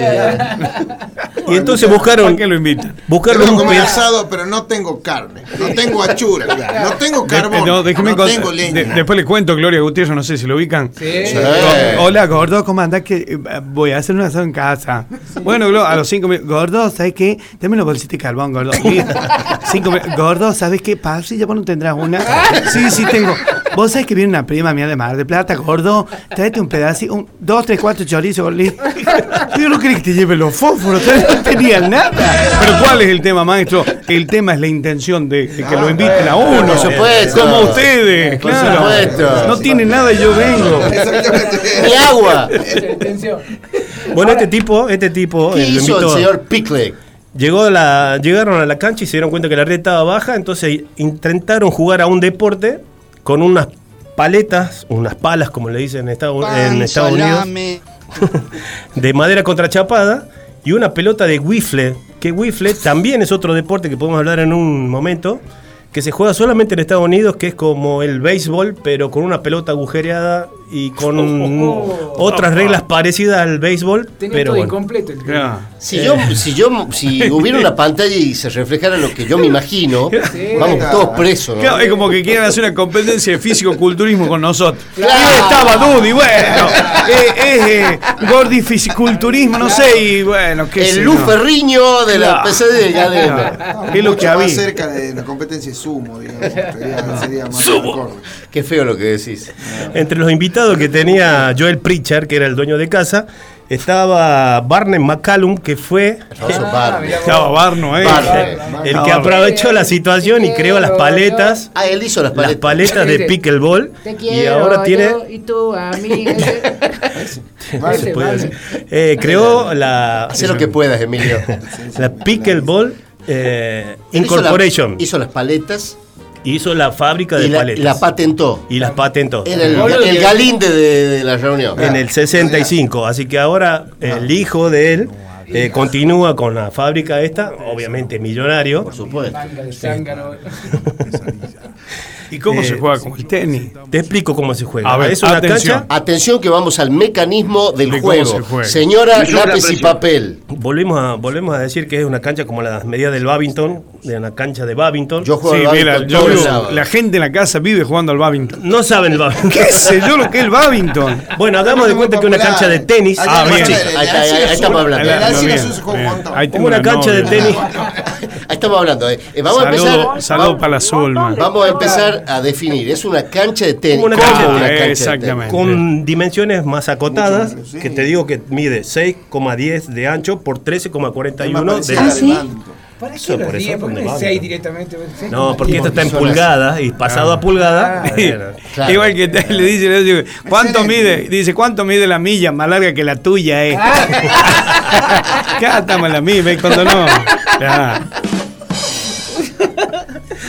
B: que.
U: Y entonces buscaron.
G: ¿Para qué lo invitan?
U: Buscaron
C: Quiero
U: un
C: comer
U: pedazo.
C: asado, pero no tengo carne. No tengo achura. No tengo
G: De-
C: carbón.
G: no, déjeme
C: no
G: con-
C: tengo
G: de-
C: leña.
G: después le cuento, Gloria Gutiérrez, no sé si lo ubican.
I: Sí.
B: Sí.
G: Go- Hola, gordo, ¿cómo andás? Que eh, voy a hacer un asado en casa. Bueno, Glo, a los cinco minutos. Gordo, ¿sabes qué? Dame una bolsita de carbón, gordo. Y cinco minutos. Gordo, ¿sabes qué? Pasilla, vos no tendrás una. Sí, sí, tengo. Vos sabés que viene una prima mía de Mar de Plata, gordo. Tráete un pedacito, un, dos, tres, cuatro chorizos, gordo. Yo no quería que te lleve los fósforos, no tenía nada. Pero ¿cuál es el tema, maestro? El tema es la intención de, de que lo inviten a uno.
B: Por supuesto.
G: Como ustedes,
B: Por
G: claro.
B: supuesto.
G: No tiene nada y yo vengo.
B: ¡Mi agua!
I: Atención.
U: Bueno, este tipo, este tipo
B: ¿Qué
U: eh, lo
B: hizo el
U: invitó-
B: señor Pickle?
U: Llegó a la, llegaron a la cancha y se dieron cuenta que la red estaba baja, entonces intentaron jugar a un deporte con unas paletas, unas palas, como le dicen en Estados, en Estados Unidos, de madera contrachapada y una pelota de wiffle, que wiffle también es otro deporte que podemos hablar en un momento, que se juega solamente en Estados Unidos, que es como el béisbol, pero con una pelota agujereada y con otras reglas parecidas al béisbol.
I: Tenía
U: pero
I: todo
U: bueno.
I: incompleto. el
G: Claro.
B: Si yo, si yo, si hubiera una pantalla y se reflejara lo que yo me imagino,
I: Sí.
B: vamos todos presos, ¿no?
G: Claro, es como que quieren hacer una competencia de físico-culturismo con nosotros.
B: Claro.
G: Y estaba Dudy, bueno, eh, es eh, gordi fisiculturismo, no sé, y bueno, qué sé
B: El
G: yo.
B: Lu Ferriño de la
G: Claro.
B: P C de Galeno.
G: Claro. Es lo que
C: Mucho más
G: había.
C: cerca de la competencia de sumo, digamos. Sería, sería más
U: Sumo.
C: acorde.
B: Qué feo lo que decís.
U: Entre los invitados que tenía Joel Pritchard, que era el dueño de casa, estaba Barney McCallum, que fue
B: Famoso Barney.
G: Estaba Barno, eh.
B: Barney.
U: el que aprovechó la situación y creó las paletas,
B: Ah, él hizo las
U: las
B: paletas.
U: paletas de pickleball,
I: Te
U: y
I: quiero,
U: ahora tiene,
I: yo y tú a mí.
U: no se puede decir. Eh, creó la,
B: Hacé lo que puedas, Emilio.
U: la Pickleball eh,
B: Él hizo la-
U: Incorporation,
B: Hizo las paletas
U: hizo la fábrica de
B: y la,
U: paletas
B: la patentó.
U: y las patentó.
B: Era el,
I: Boludo,
B: el
I: que-
B: Galinde de, de la reunión.
U: En el sesenta y cinco, así que ahora el hijo de él eh, continúa con la fábrica esta, obviamente millonario.
B: Por supuesto.
I: Manga de zángano.
G: ¿Y cómo
U: Eh,
G: se juega con el tenis?
U: Te explico cómo se juega.
G: A ver,
U: es una
G: atención.
U: cancha.
B: Atención que vamos al mecanismo del
G: De cómo
B: juego.
G: se juega.
B: Señora, lápiz y papel.
U: Volvemos a, volvemos a decir que es una cancha como las medidas del badminton, de una cancha de badminton.
B: Yo juego
G: Sí,
B: al
G: mira,
B: badminton
G: yo
B: todos los
G: vivo-
B: sábados.
G: la gente en la casa vive jugando al badminton.
U: No saben el badminton.
G: ¿Qué sé yo lo que es el badminton?
U: Bueno, hagamos de cuenta que una cancha de tenis.
C: Allá
G: Ah,
C: en
G: bien.
C: Chile,
B: Ahí está,
C: el
B: ahí- ahí
C: Alcina
B: estamos
C: Sur,
B: hablando.
C: el
G: Bien,
C: Alcina
G: bien,
C: Sur se juega un
G: bien.
C: montón.
G: Ahí tengo
U: Como una cancha de
G: novia.
U: tenis.
B: Ahí estamos hablando. eh. Eh, vamos a
G: Saludo,
B: empezar.
G: saludo
B: vamos,
G: para la Zulma.
B: vamos a empezar a definir. Es una cancha de tenis.
U: Como una
B: ¿Cómo
U: cancha de
B: una
U: tenis?
B: cancha de
G: Exactamente.
U: Con dimensiones más acotadas,
C: Mucho menos, sí.
U: que te digo que mide seis coma diez de ancho por trece coma cuarenta y
C: Es más
U: uno de
C: parecida a la de badminton.
I: ¿Para
U: Eso,
I: qué los
U: por eso
I: diez? ¿Por
U: son
I: qué
U: de
I: no el
U: banda.
I: seis directamente? seis
U: No,
I: coma
U: porque
I: diez.
U: esto está en
B: son las-
U: pulgadas y pasado a pulgada.
I: Ah.
U: bueno,
B: Claro.
G: Igual que te- le dice, le dice, ¿cuánto mide? Dice, ¿cuánto mide la milla? Más larga que la tuya, eh. Acá estamos en la misma, ¿eh? Cuando no. Ya.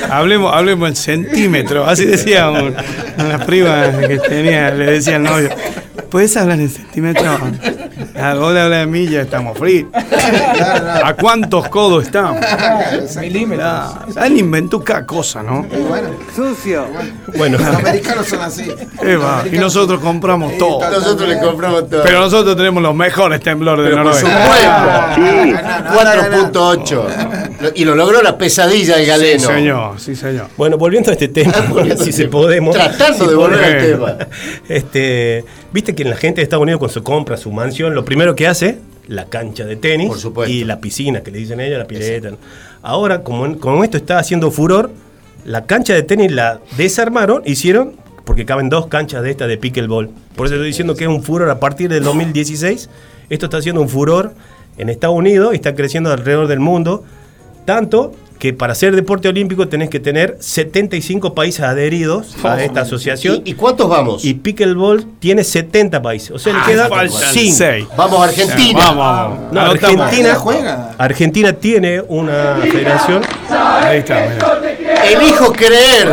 G: Hablemos, hablemos en centímetros. Así decía un- una prima que tenía, le decía al novio, ¿puedes hablar en centímetros? Algo de hablar de mí, ya estamos fritos. ¿A cuántos codos estamos?
I: Milímetros.
G: Han inventado cada cosa, ¿no?
C: Sucio.
U: Bueno.
C: Los americanos son así.
G: Eh, va, y nosotros compramos todo.
B: Nosotros le compramos todo.
G: Pero nosotros tenemos los mejores temblores de
B: Pero por
G: Noruega.
B: supuesto. cuatro punto ocho. Y lo logró la pesadilla del galeno.
G: Sí, señor, sí, señor.
U: Bueno, volviendo a este tema, si se podemos.
B: Tratando de volver al tema.
U: Este, Viste que la gente de Estados Unidos, cuando se compra su mansión, lo primero que hace, la cancha de tenis y la piscina, que le dicen ellos, la pileta. Ahora, como, como esto está haciendo furor, la cancha de tenis la desarmaron, hicieron, porque caben dos canchas de esta de pickleball. Por eso estoy diciendo que es un furor a partir del dos mil dieciséis. Esto está haciendo un furor en Estados Unidos y está creciendo alrededor del mundo. Tanto que para hacer deporte olímpico tenés que tener setenta y cinco países adheridos a esta asociación.
B: ¿Y, y cuántos vamos?
U: Y pickleball tiene setenta países. O sea, le
B: Ah,
U: queda
B: faltan
U: cinco.
B: seis. Vamos, Argentina.
U: Vamos, vamos. No,
B: Anotamos.
U: Argentina,
B: Juega.
U: Argentina tiene una federación.
G: Ahí está, mira.
B: Elijo creer.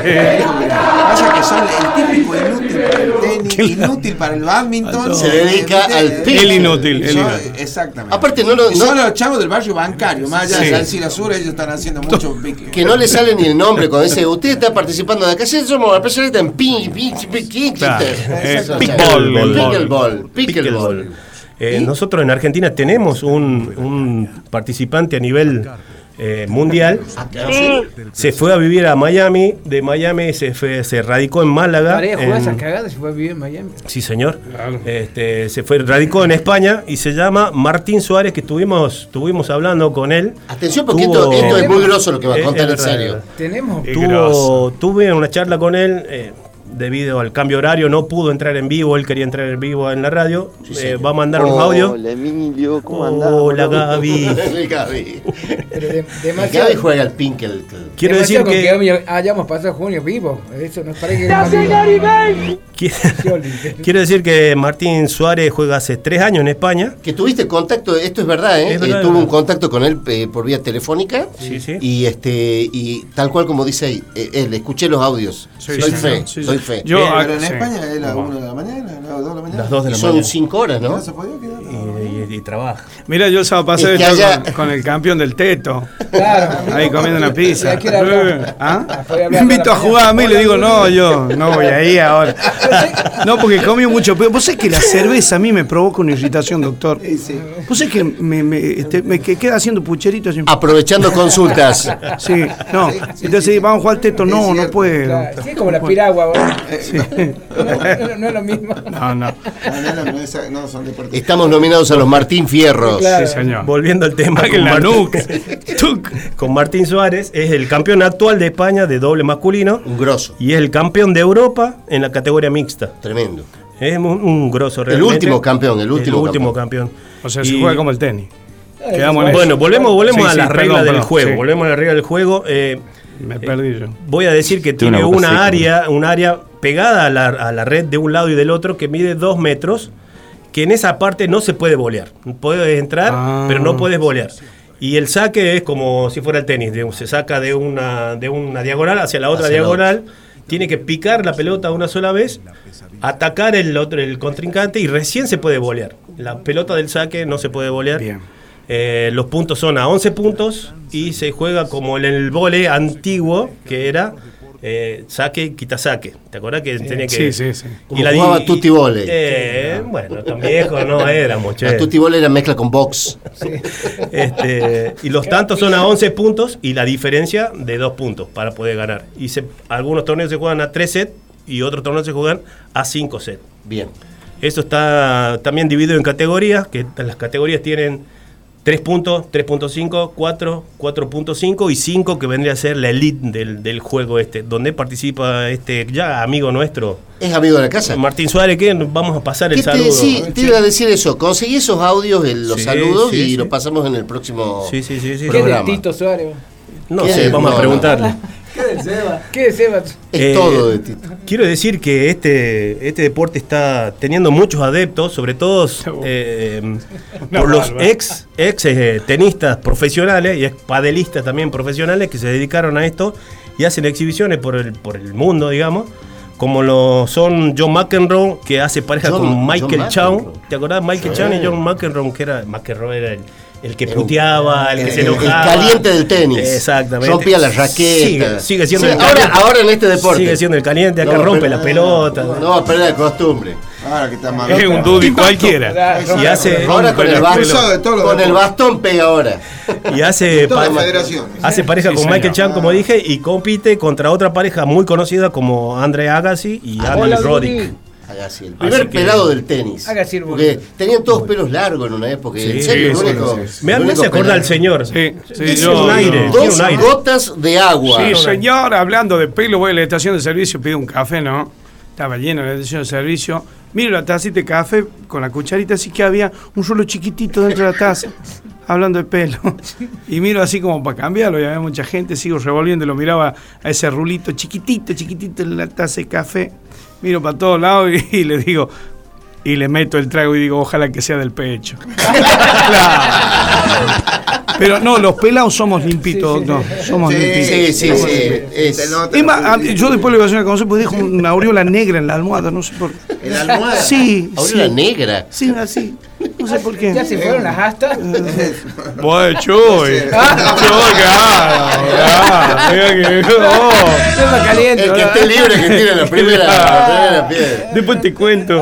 C: Pasa que son el típico inútil para el tenis, inútil para el badminton.
B: Se dedica al pick.
G: El inútil, el
C: Son-
G: inútil.
C: Exactamente.
B: Aparte, no lo-
C: Y
B: no-
C: son los chavos del barrio bancario, más allá
B: Sí.
C: de San Sur, ellos están haciendo mucho pique.
B: Que no le sale ni el nombre cuando dice, usted está participando de acá, sí, somos la especialista en ping, ping, ping, ping,
U: Claro. Eh,
B: Exacto.
U: pickleball.
B: Pickleball. Pickleball.
U: Pickleball. Eh, nosotros en Argentina tenemos un, un participante a nivel eh, mundial. Se fue a vivir a Miami. De Miami se, fue, se radicó en Málaga.
I: Tarea jugar
U: en-
I: esas cagadas y fue a vivir en Miami.
U: Sí, señor. Este, se fue, radicó en España y se llama Martín Suárez, que estuvimos, estuvimos hablando con él.
B: Atención, porque esto, esto es muy grosso lo que va a
U: Es-
B: contar
U: es
B: en
U: verdad,
B: serio.
U: es verdad.
I: Tenemos.
U: Tuvo, tuve una charla con él, eh, debido al cambio horario, no pudo entrar en vivo, él quería entrar en vivo en la radio. Eh, va a mandar unos audios.
N: Hola, Emilio, ¿cómo andás?
U: Hola, Gaby.
B: El Gaby.
I: Pero de-
B: El
I: demasiado.
B: Gaby juega al pinkel.
U: Quiero decir
I: demasiado
U: que-
I: con que hayamos pasado junio vivo. Eso nos parece que
F: ¡Ya,
I: es
F: señor
U: Quiero, quiero decir que Martín Suárez juega hace tres años en España.
B: Que tuviste contacto, esto es verdad, ¿eh?
U: Es verdad,
B: Eh,
U: es
B: tuvo
U: verdad.
B: un contacto con él eh, por vía telefónica.
U: Sí, sí.
B: Y este y tal cual como dice ahí, eh, él, escuché los audios.
G: Sí,
B: soy
G: sí,
B: fe,
G: sí,
B: soy
G: sí.
B: fe.
G: Yo,
B: Eh,
C: Pero en
G: sí.
C: España es la una de la mañana, las dos de la mañana.
U: Las dos de la
B: son
U: mañana.
B: cinco horas, ¿no?
C: No se podía quedar.
U: Y, y- y trabaja.
G: Mira, yo el sábado pasado
B: Es que
G: estaba
B: allá-
G: con, con el campeón del Teto.
I: Claro.
G: Ahí comiendo una pizza.
I: Hay que ir a hablar.
G: ¿Ah?
I: Fue a
G: Me
I: hablar
G: invito
I: toda
G: a
I: la
G: jugar a mí,
I: mañana.
G: le digo, no, yo no voy ahí ahora. No, porque comí mucho. Pero vos sabés que la cerveza a mí me provoca una irritación, doctor. Vos sabés que me, me, este, me que- queda haciendo pucheritos.
B: Aprovechando consultas.
G: Sí, no. Entonces vamos a jugar al Teto. No, no puedo.
I: Claro, sí, es como la piragua. ¿vos?
G: Sí.
I: No, no, no es lo mismo.
G: No, no.
C: No, no, no, no, esa- no, son deportes.
B: Estamos nominados a los Martín Fierros.
I: Claro.
G: Sí, señor.
U: Volviendo al tema
G: Que
U: con
G: la
U: Martín,
G: nuca. Tuc.
U: con Martín Suárez, es el campeón actual de España de doble masculino
B: Un grosso.
U: y es el campeón de Europa en la categoría mixta.
B: Tremendo.
U: Es un, un grosso
B: El
U: realmente.
B: último campeón, el último
U: último campeón.
G: O sea, se
U: Y-
G: juega como el tenis. Quedamos en eso.
U: Bueno, volvemos, volvemos
G: Sí,
U: a
G: sí,
U: las
G: perdón,
U: reglas del
G: perdón,
U: juego.
G: sí.
U: Volvemos a las reglas del juego. Eh,
G: Me perdí yo.
U: voy a decir que
K: Tiene
U: tiene
K: una boca
U: una
K: seca,
U: área, un área pegada a la, a la red de un lado y del otro que mide dos metros, que en esa parte no se puede volear. Puedes entrar,
G: Ah.
U: pero no puedes volear. Y el saque es como si fuera el tenis, de- se saca de una, de una diagonal hacia la otra
B: Hacia la
U: diagonal, tiene que picar la pelota una sola vez, atacar el otro, el contrincante y recién se puede volear. La pelota del saque no se puede volear.
G: Bien.
U: Eh, los puntos son a once puntos y se juega como en el vole antiguo, que era eh, saque, quita saque. ¿Te acuerdas que tenía que...?
G: Sí, sí, sí.
B: Como jugaba
U: di-
B: tutti volley.
U: Eh, bueno, tan viejo no éramos, che.
B: La tutti volley era mezcla con box.
U: Este, y los tantos son a once puntos y la diferencia de dos puntos para poder ganar. Y se, algunos torneos se juegan a tres sets y otros torneos se juegan a cinco sets.
B: Bien.
U: Esto está también dividido en categorías, que las categorías tienen tres puntos, tres punto cinco, cuatro, cuatro punto cinco y cinco, que vendría a ser la elite del, del juego este, donde participa este ya amigo nuestro.
B: ¿Es amigo de la casa?
U: Martín Suárez, que vamos a pasar el
B: ¿Qué te,
U: saludo.
B: sí, te iba a decir eso. Conseguí esos audios, el- los
U: Sí,
B: saludos
U: sí,
B: y
U: sí.
B: los pasamos en el próximo
U: Sí, sí, sí, sí.
I: ¿Qué es de
B: programa.
I: Tito Suárez?
U: No
B: ¿Qué
U: sé,
B: es?
U: vamos
B: No,
U: a preguntarle.
I: ¿Qué de Seba? ¿Qué de Seba?
B: Es
U: Eh,
B: todo de Tito.
U: Quiero decir que este, este deporte está teniendo muchos adeptos, sobre todo eh,
G: Una
U: por los
G: bárbara.
U: ex, ex eh, tenistas profesionales y ex padelistas también profesionales que se dedicaron a esto y hacen exhibiciones por el, por el mundo, digamos. Como lo son John McEnroe, que hace pareja
B: John-
U: con Michael
B: John
U: Chow.
B: McEnroe.
U: ¿Te acordás? Michael
B: Sí.
U: Chow y John McEnroe, que era McEnroe era el, el que
B: El-
U: puteaba, el,
B: el-
U: que se
B: el- el
U: enojaba.
B: caliente del tenis.
U: Exactamente.
B: Rompía la raqueta.
U: Sigue, sigue siendo
B: Sí,
U: el
B: ahora-
U: caliente.
B: ahora en este deporte.
U: Sigue siendo el caliente, acá
B: No,
U: rompe
B: pero-
U: la pelota.
B: No va a perder la costumbre.
C: Ahora que está más
G: Es un dudy cualquiera.
U: Y hace,
B: Ahora con el, bastón,
C: Cruzado de todos los
B: con el
C: deportes.
B: bastón pega ahora.
U: y hace,
C: Todas
U: pa-
C: las federaciones.
U: hace pareja
G: Sí,
U: con
G: señor.
U: Michael Chan, como dije, y compite contra otra pareja muy conocida como Andre Agassi y Andy
I: Hola,
U: Roddick.
I: Dudy.
B: Agassi, el primer
U: Así que-
B: pelado del tenis.
I: Agassi, el
B: Porque tenían todos pelos largos en una época. y en
U: Sí,
B: serio, el
U: sí,
B: único,
U: sí, sí. Me,
B: el
U: me
B: único
U: hace acordar
B: pelado.
U: al señor.
G: Sí, sí,
U: Tiene
G: yo-
U: un aire,
G: yo-
U: tiene
B: Dos
U: un aire.
B: gotas de agua.
G: Sí, señor, hablando de pelo, voy a la estación de servicio, pido un café, ¿no? Estaba lleno la estación de servicio. Miro la tacita de café con la cucharita, así que había un solo chiquitito dentro de la taza, hablando de pelo. Y miro así como para cambiarlo, y había mucha gente, sigo revolviendo, lo miraba a ese rulito chiquitito, chiquitito en la taza de café. Miro para todos lados y, y le digo, y le meto el trago y digo, ojalá que sea del pecho. Claro. Pero no, los pelados somos limpitos, no, somos
C: Sí,
G: limpitos.
B: Sí, sí,
G: Somos
B: sí.
G: limpitos.
B: Es,
C: Se nota.
G: Es más, a- yo después le voy a hacer una cosa, porque dejo una aureola negra en la almohada, no sé por qué.
C: ¿En la almohada?
G: Sí,
B: aureola
G: sí.
B: negra.
G: Sí, así. No sé por qué.
I: Ya se fueron las astas.
G: Bueno, Chuy. Chuy, claro. claro, mira que- oh.
I: Tema caliente.
B: El que
I: ¿verdad?
B: esté libre que tire la primera, la primera piedra.
G: Después te cuento.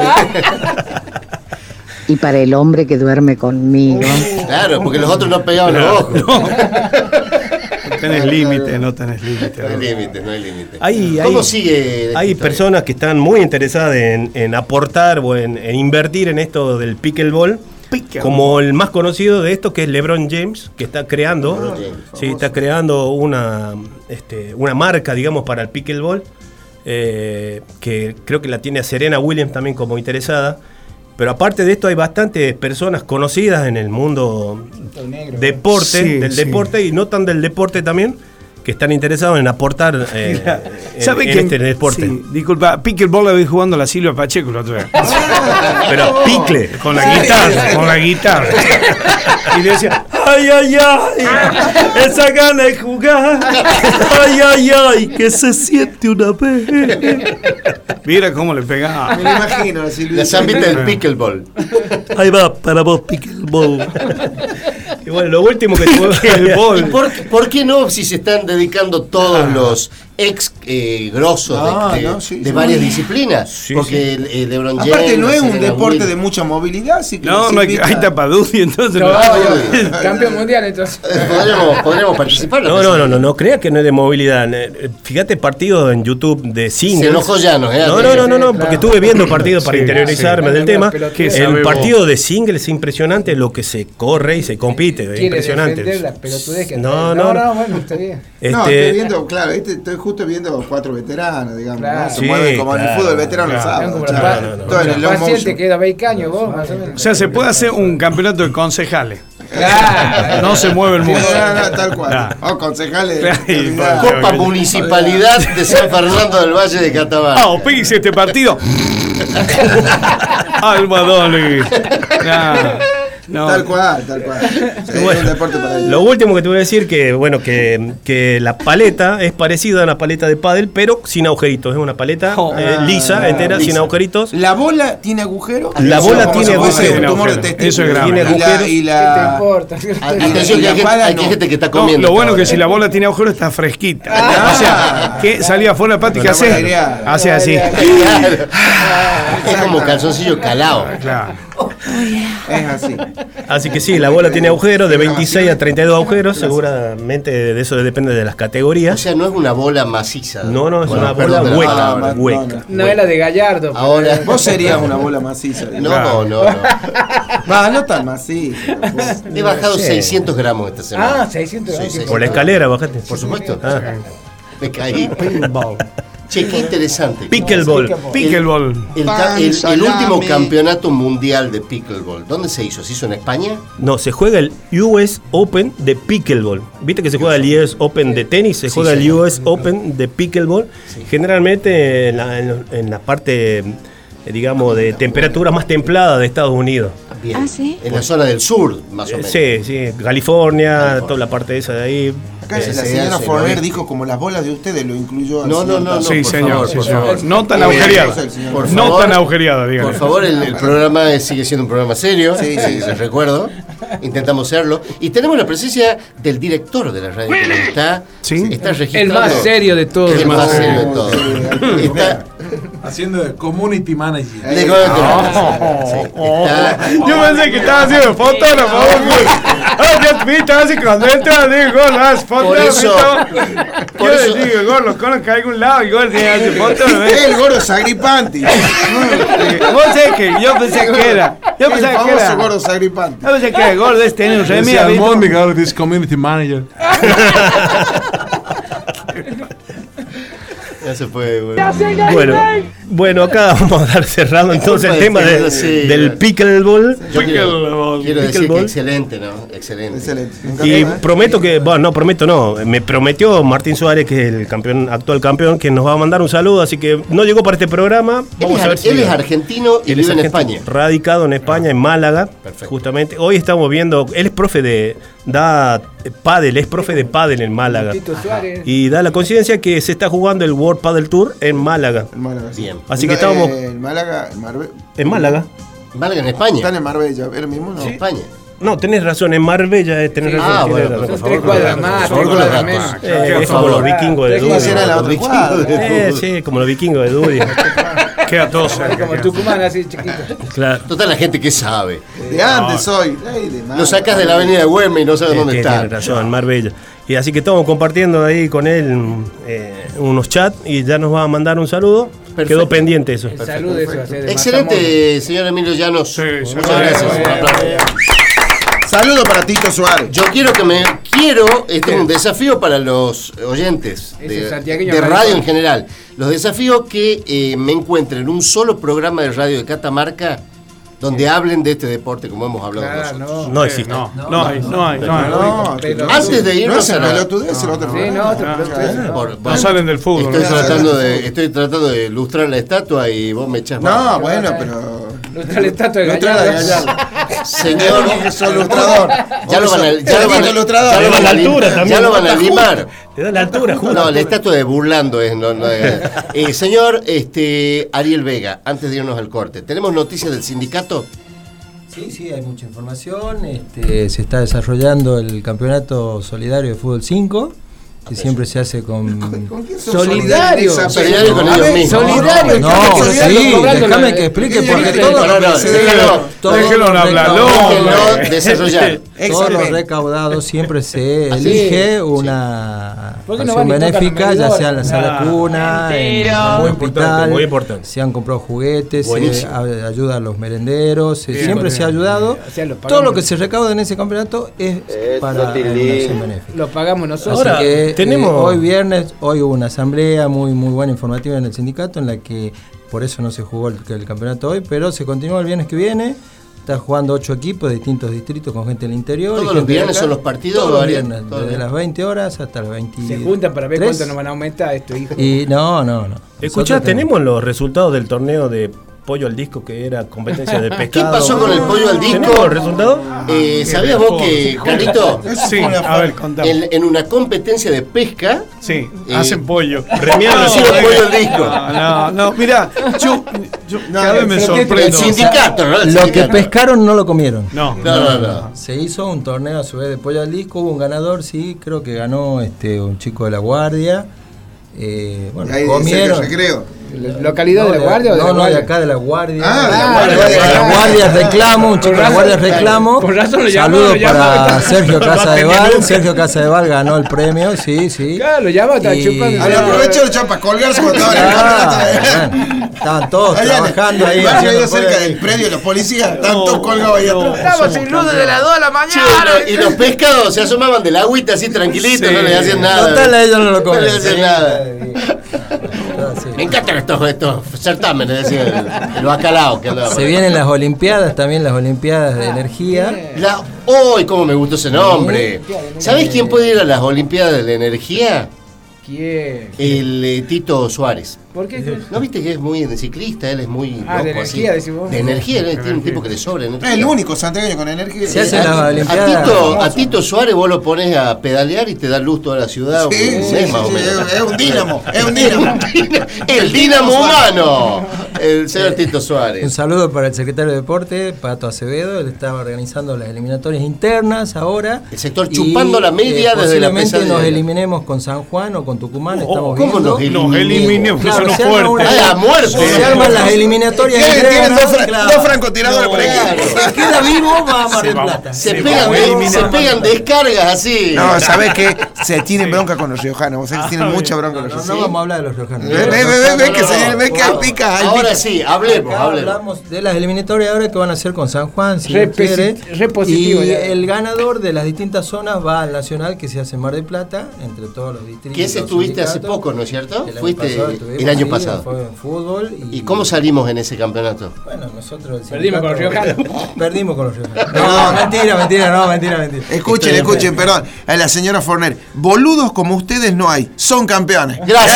H: Y para el hombre que duerme conmigo.
B: Claro, porque los otros no pegaban los ojos.
G: No tenés límite, no tenés límite.
B: No hay límite, no hay límite.
U: Hay,
B: ¿Cómo
U: hay-
B: sigue?
U: Hay
B: Héctor?
U: personas que están muy interesadas en, en aportar o en, en invertir en esto del pickleball. Como el más conocido de esto, que es LeBron James, que está creando,
B: LeBron James,
U: sí, está creando una, este, una marca, digamos, para el pickleball, eh, que creo que la tiene a Serena Williams también como interesada. Pero aparte de esto hay bastantes personas conocidas en el mundo deporte,
G: Sí,
U: del
G: sí.
U: deporte y no tan del deporte también, que están interesados en aportar eh, en,
G: ¿Sabe
U: en
G: que
U: este deporte.
G: Sí, disculpa, pickleball la vi jugando la Silvia Pacheco la otra vez.
U: Pero picle.
G: Con la guitarra, con la guitarra. Y decía, ay, ay, ay, esa gana de jugar. Ay, ay, ay, que se siente una vez. Mira cómo le pegaba.
C: Me lo imagino, Silvia.
B: La zambita del pickleball.
G: Ahí va, para vos, pickleball.
U: Y bueno, lo último que tuvo
B: ¿Y por, por qué no si se están dedicando todos los ex eh, grosos de,
C: Ah,
B: de-
C: no, sí,
B: de
C: sí.
B: varias disciplinas?
U: Sí,
B: Porque el, el LeBron James.
C: Aparte no es un
B: Serena
C: deporte de
B: Williams.
C: mucha movilidad, así que
G: No, no hay, hay tapaduzzi, entonces.
I: No,
G: no.
I: yo, campeón mundial entonces.
B: Podremos, podremos participar.
U: No, no, no, no, no crea que no es de movilidad. Eh, Fíjate partidos en YouTube de singles.
B: Se enojó Llanos, ¿eh?
U: No, no, no, no, no, porque estuve viendo partidos para
G: Sí,
U: interiorizarme
I: sí.
U: del tema.
I: ¿Qué
U: El
G: sabe
U: partido de singles es impresionante lo que se corre y se compite, es
I: Quiere
U: impresionante.
I: defender la pelotudez que
U: No,
I: no,
U: no,
I: no,
U: no.
I: bueno, está bien.
C: No,
U: Este,
C: estoy viendo, claro, este, estoy justo viendo cuatro veteranos, digamos,
I: Claro.
C: ¿no? Se
U: Sí,
C: mueven como en el
U: claro,
C: fútbol, el veterano
U: claro.
C: lo sabe.
I: Como
C: claro.
I: la,
U: no, no,
C: Todo en el
I: la
C: low
I: paciente
C: motion.
I: que da veinte años, vos, más o menos.
G: O sea, se puede hacer un campeonato de concejales.
I: Claro.
G: No se mueve el
C: Sí,
G: mundo.
C: no, no, tal cual.
G: Claro.
C: O concejales.
G: Claro.
C: determinadas.
B: Copa Municipalidad de San Fernando del Valle de Catamarca.
G: Ah, píguese este partido. Almadoli. No, no.
C: Tal cual, tal cual. Sí,
U: Bueno,
C: es un deporte para ellos.
U: Lo último que te voy a decir que bueno que, que la paleta es parecida a una paleta de pádel, pero sin agujeritos. Es una paleta
G: Oh.
U: eh, lisa, entera,
C: lisa.
U: sin agujeritos.
C: ¿La bola tiene agujero?
U: La
C: Eso,
U: bola
C: como
U: tiene
C: si fuese
U: agujero.
C: un tumor de
G: Agujero.
C: testículo.
G: Eso es grave.
U: Tiene
C: Y la-
U: agujeros.
C: y
I: ¿Qué te
C: la,
I: importa?
B: Atención, que hay, gente, hay gente que está comiendo.
G: Lo bueno
B: hasta
G: que si
B: ahora.
G: la bola tiene agujero está fresquita. O sea, que salía afuera de la pata y que
C: Con la
G: hace,
C: bola aireada.
G: hace así.
B: Claro. Es como calzoncillo calado.
G: Claro.
C: es así.
U: Así que sí, la bola tiene agujeros de veintiséis a treinta y dos agujeros, seguramente de eso depende de las
B: O
U: categorías.
B: sea, no es una bola maciza.
U: No, no, es
B: Con
U: una
B: la
U: bola
B: de la-
U: hueca,
C: Ah, no,
U: hueca.
C: no.
I: No es la de Gallardo. pero-
B: Ahora.
C: Vos serías una bola maciza.
B: No,
G: Claro.
B: no, no.
C: Va, no tan maciza. tampoco.
B: He bajado
U: Sí.
B: seiscientos gramos esta semana.
I: Ah, seiscientos.
B: Sí, sí,
U: Por la escalera, bajate.
B: Por supuesto.
U: Ah.
B: Me caí. Che, qué interesante.
U: Pickleball.
G: Pickleball.
B: El, ca- el- el último campeonato mundial de pickleball, ¿dónde se hizo? ¿Se hizo en España?
U: No, se juega el U S Open de Pickleball. ¿Viste que se juega el U S Open de tenis? Se
B: Sí,
U: juega el
B: señor.
U: U S Open de Pickleball. Generalmente en la, en- en la parte, eh, digamos, de temperatura más templada de Estados Unidos.
B: Bien.
H: Ah, ¿sí?
B: En la zona del sur, más o
U: Eh,
B: menos.
U: Sí, sí, California, toda la parte esa de ahí.
C: Acá la señora Forner dijo como las bolas de ustedes, lo incluyó.
B: No, no, no, no.
G: Sí,
B: por
G: señor,
B: favor,
G: sí,
B: por
G: señor.
B: favor.
G: No tan
B: Eh,
G: agujereada.
B: por
G: No
B: favor,
G: tan agujereada, dígale.
B: Por favor, el, el programa es- sigue siendo un programa serio,
C: Sí,
B: sí,
C: sí,
B: les recuerdo. Intentamos serlo. Y tenemos la presencia del director de la radio que nos está, está
I: El
B: registrando.
I: más serio de todos.
B: El más serio de todos. Está,
J: Haciendo de community manager.
B: de- sí, está-
G: Yo pensé que estaba haciendo fotógrafo. Ah, Dios mío, estaba así cuando entra, digo, las
B: Por eso-
G: fotógrafo.
B: por
G: Yo
B: eso-
G: le digo, Gor, lo conozco a algún lado y Gor tiene hace fotógrafo.
C: El gordo Sagripanti.
G: Vos sabés que yo pensé que era. Yo
C: El
G: pensé que
C: famoso
G: era.
C: gordo Sagripanti.
G: Yo pensé que era gordo este en un
J: Decía,
G: remira.
J: I'm
G: ¿viste?
J: only got this community manager.
B: Ya se fue, güey.
U: Bueno, bueno, acá vamos a dar cerrado entonces el tema de-
B: Sí,
U: del
B: bueno.
U: pickleball.
B: Yo quiero, quiero decir que
U: Pickleball.
B: excelente, ¿no? Excelente.
C: Excelente.
U: Y prometo que, bueno, no, prometo no, me prometió Martín Suárez, que es el campeón, actual campeón, que nos va a mandar un saludo, así que no llegó para este programa. Vamos
B: Él
U: a ver
B: es,
U: si
B: él es argentino y
U: Él es
B: vive en
U: argentino,
B: España.
U: radicado en España, en Málaga, justamente. Hoy estamos viendo, él es profe de, da eh, pádel, es profe de pádel en Málaga.
I: Tito Suárez.
U: Y da la conciencia que se está jugando el World Padel Tour en Málaga.
C: En Málaga. sí.
B: Bien.
U: Así que
C: No,
U: estábamos
C: eh, En Málaga, en Marbella.
U: en Málaga.
B: Málaga en España.
C: Están en Marbella, ¿es lo mismo? No.
B: En España.
U: No, tenés razón, en Marbella eh, tenés
B: Sí.
U: razón.
B: Ah,
U: tenés
B: bueno,
U: razón.
B: por
I: Son tres cuadras más,
B: Por
I: tres
B: favor,
I: cuadras
B: con los
I: menos.
B: datos.
U: Eh,
B: Por
U: es como
B: favor.
U: los vikingos de
I: Tres
U: Dudio.
C: cuadras era la
B: Los
C: otra
B: vikingos
C: cuadra.
B: de-
U: Eh, sí, como los vikingos de Dudio.
G: Queda todo cerca.
I: Como Tucumán, así chiquito.
U: Claro.
B: Total, la gente que sabe.
C: De antes hoy. Ay, de
B: Lo
C: Málaga.
B: sacas de la avenida Güemes y no sabes
U: Eh,
B: dónde
U: tiene,
B: está.
U: tiene razón, Marbella. Y así que estamos compartiendo ahí con él eh, unos chats y ya nos va a mandar un saludo.
B: Perfecto.
U: Quedó pendiente eso.
I: El saludo de eso va a ser de
B: Excelente, señor Emilio Llanos. Muchas gracias. Un aplauso.
C: Saludos para Tito Suárez.
B: Yo quiero que me quiero, este es un desafío para los oyentes
I: Ese
B: de,
I: santiagueño
B: de
I: maricón.
B: radio en general. Los desafíos que eh, me encuentren un solo programa de radio de Catamarca donde hablen de este deporte como hemos hablado
I: Claro,
B: nosotros.
U: No existe.
G: No, no hay, no hay, no hay.
C: No,
I: Pero-
B: Antes de
C: no
B: irnos
C: es
B: a
C: el
B: la-
C: pelotudez, el otro
I: Sí,
C: programa.
I: no, otro pelotudez.
B: Por-
G: No
B: bueno,
G: salen del fútbol.
B: Estoy
G: ¿no?
B: tratando, de, estoy tratando de ilustrar la estatua y vos me echás
C: No,
B: mano.
C: bueno, pero.
I: Nuestra la estatua de
C: Nuestra la de
I: Gallardo.
C: Gallardo.
B: Señor,
C: Que soy ilustrador.
B: ya lo van a, ya lo van a,
C: ilustrador.
B: ya lo van a
U: La altura
B: lim-
U: también,
B: ya lo
U: ¿no?
B: van a
U: Está
B: limar.
U: justo. Le da la altura, justo.
B: No, la estatua de burlando es. No, no, eh. Eh, señor este, Ariel Vega, antes de irnos al corte, ¿tenemos noticias del sindicato?
R: Sí, sí, hay mucha información. Este, se está desarrollando el campeonato solidario de fútbol cinco, que siempre se hace con...
C: ¿Con quién sos
I: Solidario.
C: solidario?
B: Solidario con
C: A
B: ellos
C: ver,
B: mismos.
I: Solidario.
R: No,
I: Solidario
R: sí,
I: cobrando
R: déjame
I: la-
R: que explique,
I: Sí,
R: porque
I: sí,
R: todo
B: no, no,
R: lo que se-
B: déjelo,
R: todo
G: déjelo
R: lo
G: hablar,
R: recaudado-
B: Déjenlo desarrollar.
R: Todo lo
C: Excelente.
R: recaudado siempre se
I: Así
R: elige
I: es.
R: una
I: ¿Por qué no
R: acción
I: van y tocan
R: benéfica,
I: los
R: ya
I: medidores?
R: sea en la sala
U: Ah,
R: cuna, en
I: mentira.
R: un
U: Muy
R: buen
U: importante,
R: hospital,
U: muy importante.
R: se han comprado juguetes, se
B: Buenísimo.
R: a- ayuda a los merenderos, se-
G: Bien,
R: siempre
G: bien.
R: se ha ayudado.
I: O sea, lo
R: Todo
I: pagamos.
R: lo que se recauda en ese campeonato es para una acción benéfica.
I: Lo pagamos nosotros.
U: Ahora,
R: Así que
U: tenemos-
R: eh, hoy viernes, hoy hubo una asamblea muy muy buena informativa en el sindicato en la que por eso no se jugó el, el campeonato hoy, pero se continúa el viernes que viene. Está jugando ocho equipos de distintos distritos con gente del interior.
B: ¿Todos
R: y
B: los
R: gente de
B: viernes
R: acá.
B: son los partidos,
R: Todos los
B: Ariel?
R: viernes,
B: Todos los
R: desde
B: viernes.
R: las veinte horas hasta las veinte.
I: Se juntan para ver cuánto nos van a aumentar esto, hijo.
R: Y no, no, no.
U: Escuchá,
R: Nosotros
U: tenemos los resultados del torneo de pollo al disco, que era competencia de pescado.
B: ¿Qué pasó con el pollo al disco?
U: ¿Tenemos el resultado?
B: Eh, ¿Sabías vos que, Carlito,
G: Sí, a ver, contame.
B: en, en una competencia de pesca,
G: Sí,
B: Eh,
G: hacen pollo.
B: premiaron el pollo al disco?
G: No, no, no, mira, yo, yo cada vez me
I: pero ¿qué-
B: El
G: sorprendo.
B: sindicato, ¿no? El
R: Lo que
B: sindicato.
R: pescaron no lo comieron.
G: No,
B: No, no, no.
R: Se hizo un torneo a su vez de pollo al disco, hubo un ganador, sí, creo que ganó este un chico de La Guardia. Eh, bueno,
C: Ahí
R: comieron.
C: dice que recreo.
I: ¿Localidad de la Guardia o de
R: no,
I: la
R: no,
I: Guardia?
R: de acá de La Guardia.
C: Ah, de La
R: Ah,
C: Guardia,
R: de
C: de
R: La
C: la
R: Guardia reclamo, un chico de La
I: razón,
R: Guardia reclamo.
I: con razón lo llamó,
R: Saludos
I: lo llamó,
R: para
I: está-
R: Sergio
G: No va a tener
R: Casadeval.
G: nunca.
R: Sergio Casadeval ganó el premio, sí, sí.
I: Claro, lo llama, está
R: Y-
I: chupando.
C: A lo aprovecho el chapa para colgarse cuando estaba en el
R: Ah,
C: campeonato.
R: bueno, estaban todos
C: Allá en-
R: trabajando ahí.
C: Ahí
R: haciendo
C: cerca
R: pollo.
C: del predio de los policías, estaban todos colgados ahí atrás.
I: Estamos sin luz desde las dos de la
B: Che,
I: mañana.
B: y los pescados se asomaban del agüita así tranquilitos,
G: Sí.
B: no les hacían nada.
R: Total, a ellos no lo
B: No
R: comen.
B: les hacían
R: Sí.
B: nada.
R: Ah, sí.
B: Me encantan estos, estos certámenes, decía el, el bacalao que andaba.
R: Se vienen las Olimpiadas, también las Olimpiadas de Energía.
B: La, ¡Uy, cómo me gustó ese nombre! ¿Sabés quién puede ir a las Olimpiadas de la Energía?
I: ¿Quién?
B: El eh, Tito Suárez.
I: ¿Por qué?
B: ¿No viste que es muy ciclista? Él es muy
I: Ah, de
B: loco,
I: energía,
B: así.
I: decís vos.
B: De energía, él tiene un tipo que le sobra energía.
C: Es el único santiagueño con energía.
R: Se hace
B: a,
R: las
B: a
R: Olimpiadas.
B: Tito, a Tito Suárez vos lo pones a pedalear y te da luz toda la ciudad.
C: Sí,
B: un
C: sí,
B: mes
C: sí,
B: más o
C: sí,
B: menos.
C: es- es un dínamo, es un dínamo.
B: El dínamo humano. El señor Tito Suárez.
R: Un saludo para el secretario de Deporte, Pato Acevedo. Él estaba organizando las eliminatorias internas ahora.
B: El sector chupando la media
R: eh,
B: desde la
R: posiblemente
B: pesadilla.
R: nos eliminemos con San Juan o con Tucumán. Estamos
B: ¿Cómo
R: viendo.
B: nos eliminemos? Nos eliminemos,
R: Claro,
B: eso no
R: se arma
B: fuerte.
R: una-
B: ¡Ah, la muerte!
R: Se arman las eliminatorias
C: Tienen- tienen
R: internas,
C: dos fra-
R: claro.
C: dos francotiradores por ahí.
R: El que queda vivo va a Mar del Plata.
B: Se, pegan, de- se pegan descargas así.
C: No, ¿sabés qué? Se tienen bronca con los riojanos. Vos sabés que tienen mucha bronca con los
R: No, no
C: riojanos.
R: vamos a hablar de los riojanos.
C: Ve, ve, ve, ve que se ve que hay pica, hay
B: Ahora
C: pica.
B: sí, hablemos,
R: Acá
B: hablemos.
R: hablamos de las eliminatorias ahora que van a hacer con San Juan, si
I: Re
R: Dios quiere.
I: posi- re positivo
R: Y
I: ya.
R: el ganador de las distintas zonas va al Nacional que se hace en Mar del Plata, entre todos los distritos.
B: Que ese estuviste hace
R: sindicatos.
B: poco, ¿no es cierto?
R: El año
B: Fuiste
R: pasado estuvimos,
B: el año
R: sí,
B: pasado.
R: fue en fútbol. Y,
B: ¿Y cómo salimos en ese campeonato?
R: Bueno, nosotros... el
I: Perdimos con los
R: sindicato-
I: riojanos.
R: Perdimos con los riojanos. No, mentira, mentira, no, mentira, mentira.
C: Escuchen, escuchen, perdón. A la señora Forner. Boludos como ustedes no hay. Son campeones.
B: Gracias.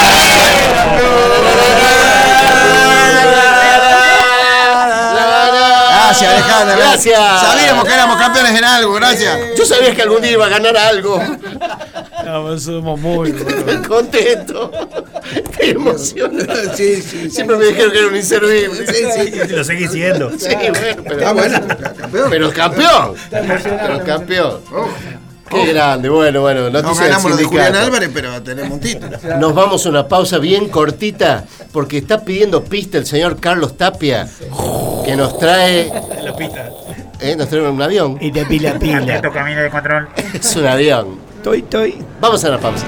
C: Gracias, Alejandra.
B: Gracias.
C: Sabíamos que éramos campeones en algo, gracias.
B: Yo sabía que algún día iba a ganar algo.
G: No, somos muy buenos.
B: Contento. Estoy emocionado.
C: Sí, sí.
B: Siempre me dijeron que era un inservible.
C: Sí, sí.
U: Y lo seguís siendo.
B: Sí, bueno, pero.
C: Ah, bueno, campeón.
B: Pero campeón. Pero campeón. Qué grande. Bueno, bueno.
C: No
B: Noticias
C: ganamos lo
B: del
C: de Julián
B: sindicato.
C: Álvarez, pero tenemos un título.
B: Nos vamos a una pausa bien cortita porque está pidiendo pista el señor Carlos Tapia que nos trae.
U: La pista.
B: Eh, nos trae un avión.
G: Y de pila a pila.
U: Camino de control.
B: Es un avión.
G: Estoy, estoy.
B: Vamos a la pausa.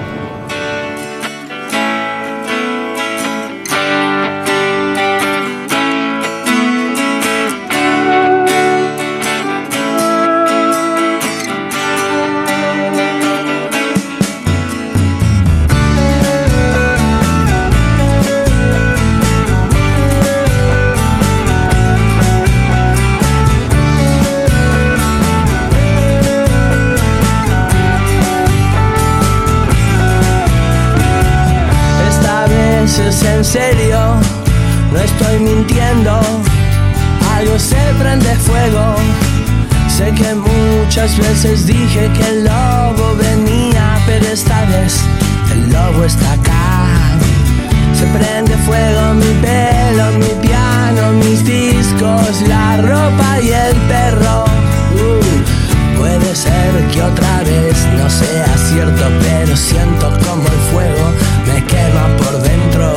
S: Esta vez es en serio, no estoy mintiendo. Algo se prende fuego. Sé que muchas veces dije que el lobo venía, pero esta vez el lobo está acá. Se prende fuego mi pelo, mi piano, mis discos, la ropa y el perro. Uh, puede ser que otra vez no sea cierto, pero siento como el fuego me quema por dentro.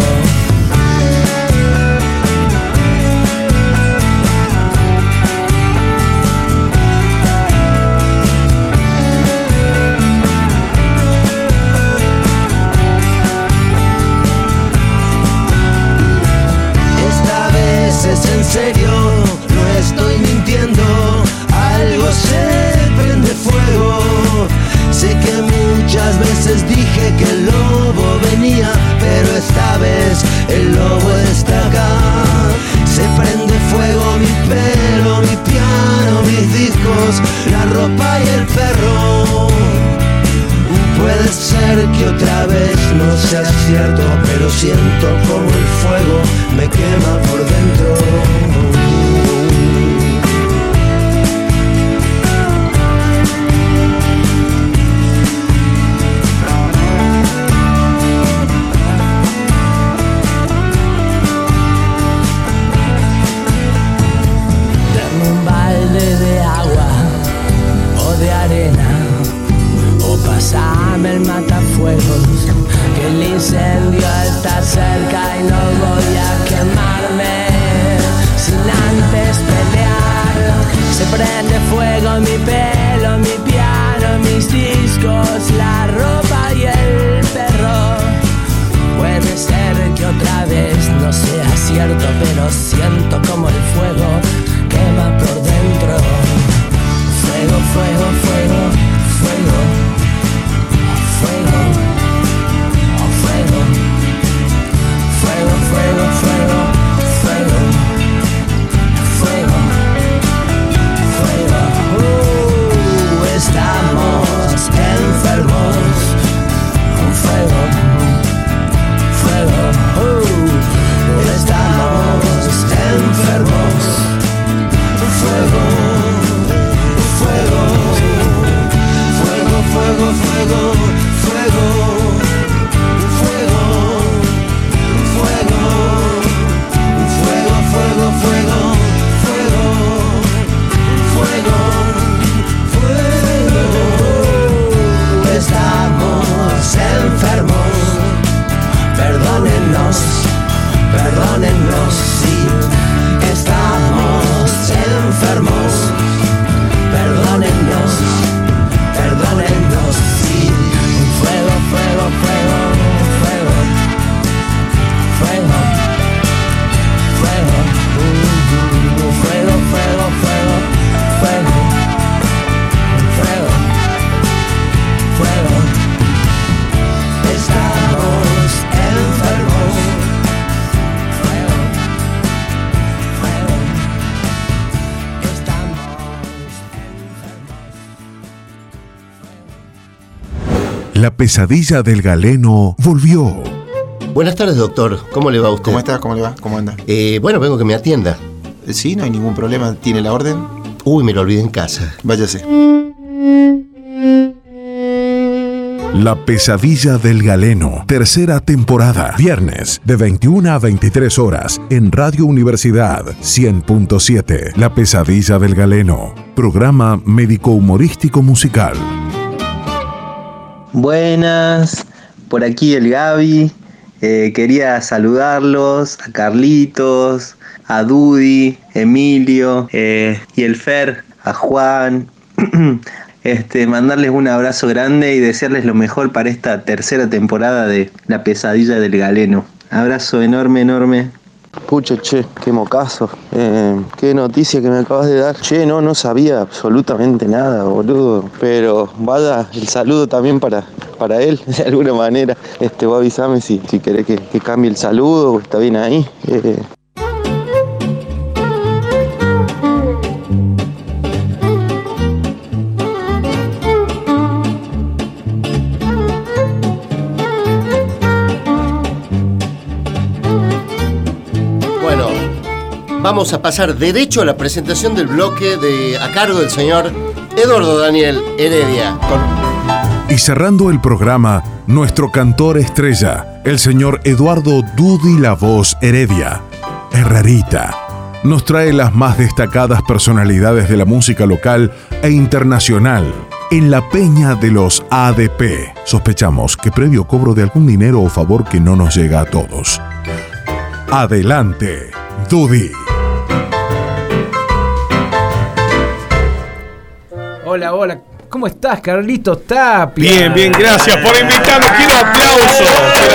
S: Esta vez es en serio, no estoy mintiendo. Algo se prende fuego. Sé que muchas veces dije que el lobo venía, pero esta vez el lobo está acá. Se prende fuego mi pelo, mi piano, mis discos, la ropa y el perro. Puede ser que otra vez no sea cierto, pero siento como el fuego me quema por dentro. Dame un balde de agua o de arena, o pasame el matafuegos, que el incendio está cerca y no voy a quemarme sin antes pelear. Se prende fuego mi pelo, mi piano, mis discos, la ropa y el perro. Puede ser que otra vez no sea cierto, pero siento como el fuego quema por dentro. Fuego, fuego, fuego, fuego, fuego, oh, fuego, fuego, fuego, fuego, fuego, fuego, fuego. Uh.
A: La pesadilla del galeno volvió.
B: Buenas tardes, doctor. ¿Cómo le va a usted?
C: ¿Cómo está? ¿Cómo le va? ¿Cómo anda?
B: Eh, bueno, vengo que me atienda.
C: Eh, Sí, no hay ningún problema. ¿Tiene la orden?
B: Uy, me lo olvidé en casa.
C: Váyase.
A: La pesadilla del galeno, tercera temporada, viernes de veintiuna a veintitrés horas en Radio Universidad cien punto siete. La pesadilla del galeno, programa médico-humorístico musical.
M: Buenas, por aquí el Gaby. Eh, quería saludarlos a Carlitos, a Dudy, Emilio eh, y el Fer, a Juan. Este, mandarles un abrazo grande y desearles lo mejor para esta tercera temporada de La pesadilla del galeno. Abrazo enorme, enorme.
V: Pucha, che, qué mocazo. Eh, qué noticia que me acabas de dar. Che, no, no sabía absolutamente nada, boludo. Pero vaya el saludo también para, para él, de alguna manera. Este, vos avisame si, si querés que, que cambie el saludo o está bien ahí. Eh,
B: Vamos a pasar derecho a la presentación del bloque de, a cargo del señor Eduardo Daniel Heredia.
A: Y cerrando el programa, nuestro cantor estrella, el señor Eduardo Dudy La Voz Heredia, Herrerita, nos trae las más destacadas personalidades de la música local e internacional en la Peña de los A D P. Sospechamos que previo cobro de algún dinero o favor que no nos llega a todos. Adelante, Dudy.
I: Hola, hola. ¿Cómo estás, Carlitos Tapia?
U: Bien, bien, gracias por invitarnos. Quiero aplausos.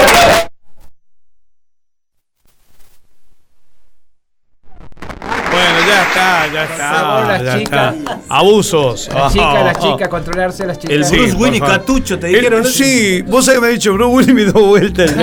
U: Bueno, ya está, ya está.
I: Hola,
U: ya
I: chica.
U: está. Abusos.
I: Las chicas,
U: Ah,
I: las
U: ah.
I: chicas, controlarse las chicas.
U: El
G: Sí,
U: Bruce
G: por
U: Willis
G: favor.
U: Catucho, te
G: El-
U: dijeron. ¿no?
G: Sí, vos sabés que me ha dicho Bruce Willis me dio vueltas.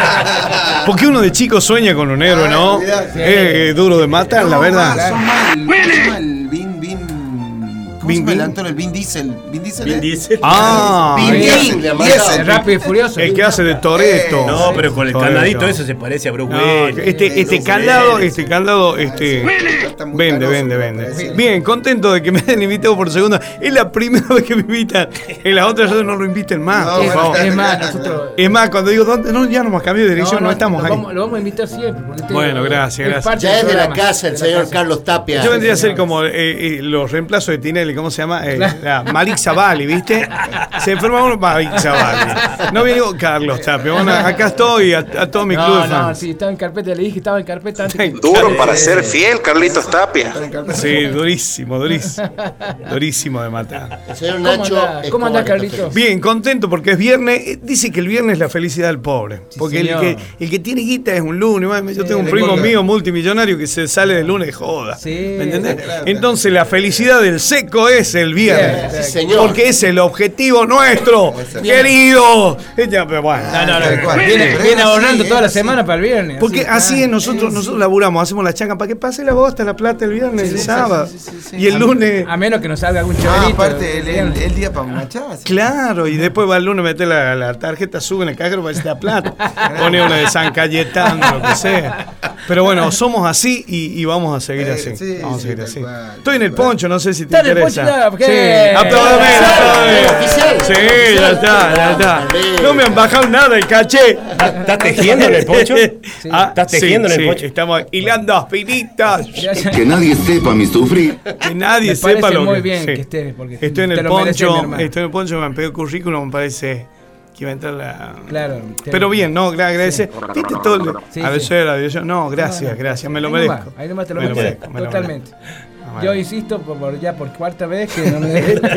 G: Porque uno de chico sueña con un héroe, ¿no?
C: Ay,
G: Es eh, duro de matar, la verdad.
C: Son mal. ¿Cómo se llama el Vin, Vin? ¿Cómo
G: Vin,
C: se llama el
G: Vin.
C: actor? El Vin Diesel. Vin Diesel.
U: Vin
C: ¿eh?
U: Diesel.
G: Ah,
C: Vin
G: el-
C: Diesel.
B: el-
C: Diesel.
I: El Rápido y Furioso.
G: el que hace de Toretto.
U: No, pero con el
G: Toretto.
U: candadito eso se parece a Bruce
G: No,
U: Willis.
G: este, este
U: Bruce
G: candado,
U: Willis.
G: este candado, este
C: Está muy
G: vende,
C: canoso,
G: vende,
C: me
G: vende.
C: parece.
G: Bien, contento de que me hayan invitado por segunda. Es la primera vez que me invitan. En las otras no lo inviten más,
C: No,
G: por
I: Es,
G: favor.
I: es más, nosotros.
G: Es más, cuando digo, ¿dónde? No, ya no más cambio de dirección, no, estamos
I: lo
G: ahí.
I: Vamos, lo vamos a invitar siempre. porque este-
G: Bueno, gracias,
I: es
G: gracias.
I: parte
B: Ya
I: del
B: es de la
I: programa,
B: casa el
I: de la
B: señor
I: casa.
B: Carlos Tapia.
G: Yo vendría a ser
I: señor.
G: como eh, eh, los reemplazos de Tinelli, ¿cómo se llama? Eh, la Malik Zavali, ¿viste? Se enferma uno, Malik Zavali. No viene Carlos Tapia. Bueno, acá estoy, a, a todo mi club
I: No,
G: de
I: no,
G: fans.
I: sí, estaba en carpeta, le dije que estaba en carpeta antes. que-
L: Duro para ser fiel, Carlitos Tapia.
G: Sí, durísimo, durísimo. Durísimo de matar.
B: El señor
I: ¿Cómo
B: Nacho.
I: andás? ¿Cómo andás,
B: Escobar,
I: Carlitos?
G: Bien, contento porque es viernes. Eh, Dice que el viernes es la felicidad del pobre. Porque el
I: señor.
G: que, el que tiene guita es un lunes. Bueno, Yo
I: Sí,
G: tengo un
I: le
G: primo
I: corta.
G: mío multimillonario que se sale del lunes de joda.
I: Sí,
G: ¿Me entendés?
I: claro.
G: Entonces la felicidad del seco es el viernes.
B: Sí, señor.
G: Porque es el objetivo nuestro, querido. Eh, ya, pero bueno.
I: No, no,
C: Tal cual.
I: no. Viene,
C: Pero
I: viene
C: es así,
I: ahorrando
C: es
I: toda la
C: así.
I: semana para el viernes.
G: Porque así
I: está.
G: es, nosotros, nosotros laburamos, hacemos la changa para que pase la bosta, la plata el viernes, el
C: sí,
G: sábado.
C: sí, sí, sí.
G: Y el lunes.
I: A menos que nos salga algún
C: Ah,
I: chavalito.
C: aparte, el, el, el día para machar. sí.
G: Claro, y después va el lunes, mete la, la tarjeta, sube en el cajero para que sea plata. Pone una de San Cayetano, lo que sea. Pero bueno, somos así y, y vamos a seguir
C: Eh,
G: así.
C: sí,
G: vamos a
C: sí,
G: seguir
C: tal
G: así.
C: cual,
G: Estoy en el poncho, no sé si te
I: Está en el
G: interesa.
I: poncho ya, ¿qué?
G: Sí, apláudame, apláudame.
B: Oficial.
G: Sí, ya está, ya está. No me han bajado nada el caché.
U: ¿Estás tejiendo en el poncho?
G: Ah,
U: ¿Estás tejiendo
G: sí,
U: en el
G: sí,
U: poncho?
G: Estamos hilando aspiritas.
K: Que nadie sepa mi sufrir.
G: Que nadie
I: Me
G: sepa
I: parece
G: lo
I: muy
G: que
I: bien
G: sí.
I: que estés, porque
G: Estoy en
I: te
G: el
I: lo mereces, mi
G: poncho,
I: hermano.
G: estoy en el poncho, me han pedido currículum, me parece que iba a entrar la.
I: Claro. te-
G: Pero bien, no, gra- agradecer. ¿Viste todo el-
I: Sí,
G: a veces
I: sí.
G: era de yo? No, gracias,
I: No, no.
G: gracias, me lo
I: Ahí
G: merezco.
I: nomás, ahí nomás te lo
G: Me lo
I: mereces,
G: merezco, me lo
I: totalmente.
G: Ah,
I: Yo
G: bueno.
I: insisto por, por- ya por cuarta vez que no me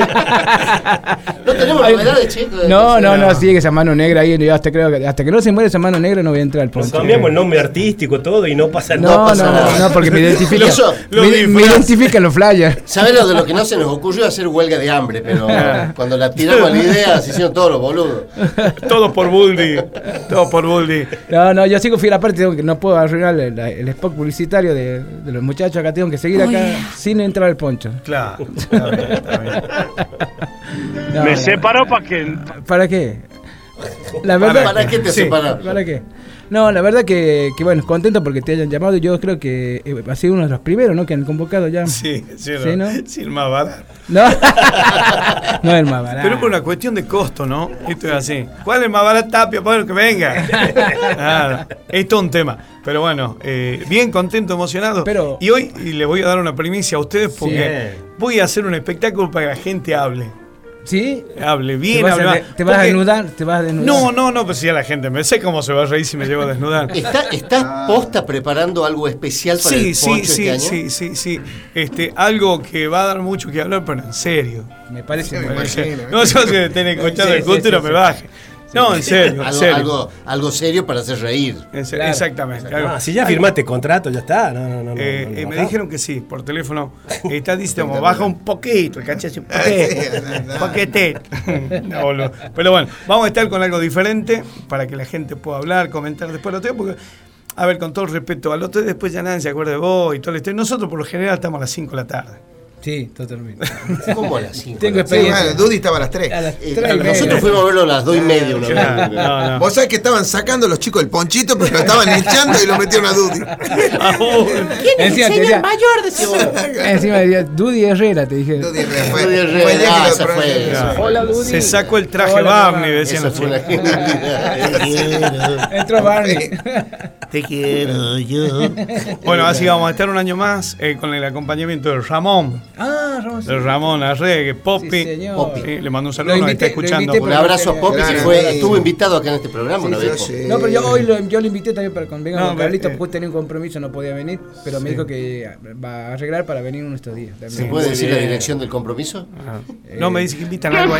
B: No tenemos novedades, chicos.
I: No, no, no, sigue esa mano negra ahí. Yo hasta creo que hasta que no se muere esa mano negra no voy a entrar al
U: Nos
I: poncho.
U: cambiamos el nombre artístico, todo, y no pasa
I: No,
U: nada.
I: no,
U: pasa
I: no,
U: nada.
I: no, porque me identifica.
B: Eso,
U: lo
I: me, me
U: disfraz.
I: identifican los flyers.
B: ¿Sabes lo de lo que no se nos ocurrió hacer huelga de hambre? Pero cuando la tiramos a la idea, se hicieron todos los boludos.
G: Todo por Buldi. Todo por Buldi.
I: No, no, yo sigo fiel aparte, tengo que no puedo arruinar el, el spot publicitario de, de los muchachos acá, tengo que seguir acá sin entrar al poncho.
G: Claro. Está bien, está bien.
I: No,
E: Me
I: no.
E: separó para que.
I: ¿Para qué? La verdad,
B: ¿Para qué te
I: sí,
B: separas?
I: ¿Para qué? No, la verdad que, que bueno, contento porque te hayan llamado. Yo creo que eh, ha sido uno de los primeros, ¿no? Que han convocado ya.
G: Sí, sí,
I: ¿Sí,
G: no,
I: no?
G: sí, el más barato.
I: No, no es el más barato.
G: Pero por una cuestión de costo, ¿no? Esto es así. ¿Cuál es el más barato, Tapia? Bueno, que venga. Nada, es todo un tema. Pero bueno, eh, bien contento, emocionado.
I: Pero,
G: y hoy y les voy a dar una primicia a ustedes porque
I: sí.
G: voy a hacer un espectáculo para que la gente hable.
I: ¿Sí?
G: Hable bien,
I: ¿Te vas,
G: hable
I: a,
G: más.
I: ¿Te vas a
G: Porque-
I: desnudar? ¿Te vas a desnudar?
G: No, no, no, pues sí a la gente. Me sé cómo se va a reír si me llevo a desnudar.
B: ¿Está, ¿Estás posta preparando algo especial para
G: Sí,
B: el
G: sí,
B: poncho
G: sí,
B: este año?
G: sí, sí, sí. Este, algo que va a dar mucho que hablar, pero en serio.
I: Me parece.
G: Me
I: Me
G: parece-
I: imagino.
G: No, yo que tenés escuchando
I: Sí,
G: el
I: sí,
G: cultura
I: sí,
G: me
I: sí.
G: baje. No, en serio, en
B: Algo,
G: serio.
B: algo, algo serio para hacer reír.
G: En serio, Exactamente. algo-
U: Ah, si ya firmaste contrato, ya está. No, no, no. no,
G: Eh,
U: no,
G: eh,
U: no,
G: me
U: no.
G: dijeron que sí, por teléfono. Está diciendo, baja un poquito, ¿cachai? Un poquito. Un poquitito. No, boludo. Pero bueno, vamos a estar con algo diferente para que la gente pueda hablar, comentar después lo tengo, porque, a ver, con todo el respeto al otro, después ya nadie se acuerda de vos y todo el historia. Nosotros por lo general estamos a las cinco de la tarde.
I: Sí, totalmente.
B: ¿Cómo a las cinco?
I: Tengo
C: Sí,
I: experiencia.
C: bueno, Dudy estaba a las tres.
I: A las
B: Eh,
I: tres y media.
B: nosotros fuimos a verlo a las dos y media una
G: Claro,
B: vez.
G: no, no.
C: Vos sabés que estaban sacando los chicos del ponchito, pero lo estaban echando y lo metieron a Dudy.
B: ¿Quién es
I: Encima
B: el
I: te
B: señor
I: decía-
B: mayor de ese vos?
I: Encima decía Dudy Herrera, te dije.
C: Dudy Herrera fue,
B: Dudy Herrera,
C: fue el día que
B: ah,
C: lo
B: esa fue
C: pronuncié.
B: esa.
I: Hola, Dudy.
G: Se sacó el traje
I: Hola,
G: Barney,
I: mamá.
G: decían
B: Esa
G: los
B: fue la
G: chicos.
B: genialidad.
I: Entró Barney.
B: Te quiero yo.
G: Bueno, así vamos a estar un año más eh, con el acompañamiento de Ramón.
I: Ah, Ramón.
G: De Ramón Arregue, Poppy.
I: Sí, señor.
G: Poppy. Sí, le mando un saludo,
I: Lo
G: nos está
I: invité- lo
G: escuchando.
I: invité
B: Un abrazo a Poppy, que
C: Claro,
B: fue,
C: sí.
B: estuvo invitado acá en este programa una
I: Sí,
B: vez.
C: sí.
B: Poppy.
I: No, pero yo hoy lo, yo lo invité también para que venga
G: No,
I: con
G: pero,
I: Carlitos,
G: eh,
I: porque tenía un compromiso, no podía venir, pero me dijo que va a arreglar para venir uno de estos días.
B: ¿Se
I: también.
B: puede
G: Muy
B: decir la
G: bien.
B: dirección del compromiso?
G: Ah. No, me dice que invitan algo ahí.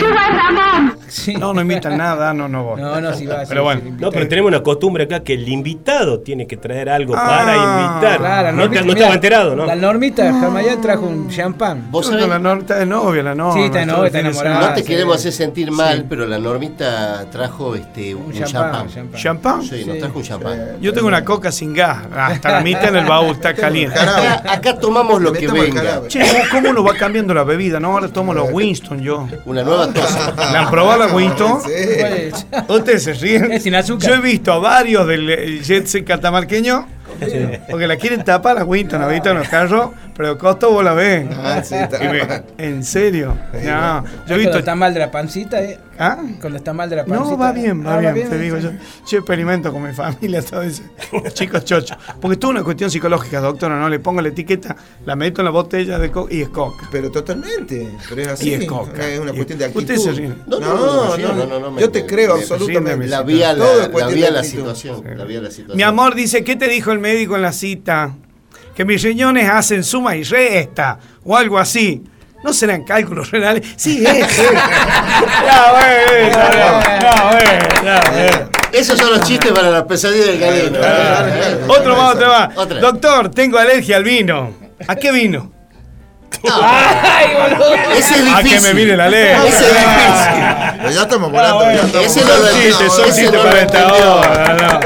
I: Sí.
G: No, no invitan nada, no, no voy.
I: No, no, sí va.
G: Pero
I: sí,
G: bueno.
I: sí,
U: No, pero tenemos una costumbre acá que el invitado tiene que traer algo
G: Ah,
U: para invitar.
I: Claro,
U: no,
I: normita-
U: te- no
I: mira,
U: estaba enterado, ¿no?
I: La Normita Jamayán trajo un champán.
B: Vos
G: Yo
B: sabés,
G: con la Norma está de novia, la Norma.
I: Sí, está de
G: todo
I: novia,
G: el fin
I: está
G: de
I: enamorada.
G: semana.
B: no te
I: sí.
B: queremos hacer sentir mal,
I: Sí.
B: pero la Normita trajo este, un,
I: Un
B: champán.
I: champán. champán.
G: ¿Champán?
B: Sí, nos
I: Sí.
B: trajo un champán.
G: Yo tengo una coca sin gas. Hasta la mitad en el baúl, está caliente.
B: Acá, acá tomamos lo
C: Le
B: que
C: metemos el
B: venga.
C: cadáver.
G: Che, ¿cómo- ¿cómo uno va cambiando la bebida? No, ahora tomo los Winston yo.
B: Una nueva tosa.
G: ¿La han probado la Winston?
C: Sí.
I: Pues,
G: Ustedes se ríen.
I: Es sin azúcar.
G: Yo he visto a varios del eh, jet set catamarqueño porque la quieren tapar la Winston, la Winston en los carros, pero el costo vos la ves.
C: Ah, sí, está
G: Y me-
C: mal.
G: ¿En serio? No, yo he
I: cuando
G: visto.
I: está mal de la pancita, eh.
G: ¿Ah?
I: Cuando está mal de la pancita.
G: No, va bien, va
I: Ah,
G: bien, te digo yo. Yo experimento con mi familia todo eso. Chicos chochos. Porque es toda una cuestión psicológica, doctora, ¿no? Le pongo la etiqueta, la meto en la botella de coca y es coca.
C: Pero totalmente. Pero es así.
G: Y es coca.
C: Es una
G: Y-
C: cuestión de actitud.
G: Ustedes se ríen.
C: No, no,
B: No,
C: no,
B: no,
C: no,
B: no, no, no, me-
C: Yo te creo
B: me-
C: absolutamente.
B: La vi a la,
C: Todo es
B: la,
C: cuestión
B: vi
C: de
B: a la
C: actitud.
B: situación. La vi a la situación.
G: Mi amor dice, ¿qué te dijo el médico en la cita? Que mis riñones hacen suma y resta, o algo así. ¿No serán cálculos renales? Sí, es. es. Ya, bueno, ya, bueno, ya, bueno.
B: Esos son los chistes para la pesadilla del galeno.
G: Otro más, otro más.
B: Otra.
G: Doctor, tengo alergia al vino. ¿A qué vino?
I: Ay, boludo.
B: Ese es
G: A que
B: difícil.
G: me mire la ley.
B: Ese es difícil.
C: Pero ya estamos volando.
G: bueno,
C: ya estamos
B: ese no
G: Son
B: lo
C: volando.
G: chistes, son
B: ese
G: chistes
B: no lo
G: para esta
B: entendió.
G: hora, no.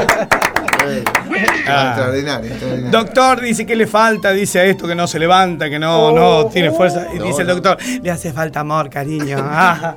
C: Ah, extraordinario, extraordinario.
G: Doctor, dice que le falta, dice a esto que no se levanta, que no, no tiene fuerza. Y
B: No,
G: dice el
B: no.
G: doctor, le hace falta amor, cariño. Ah.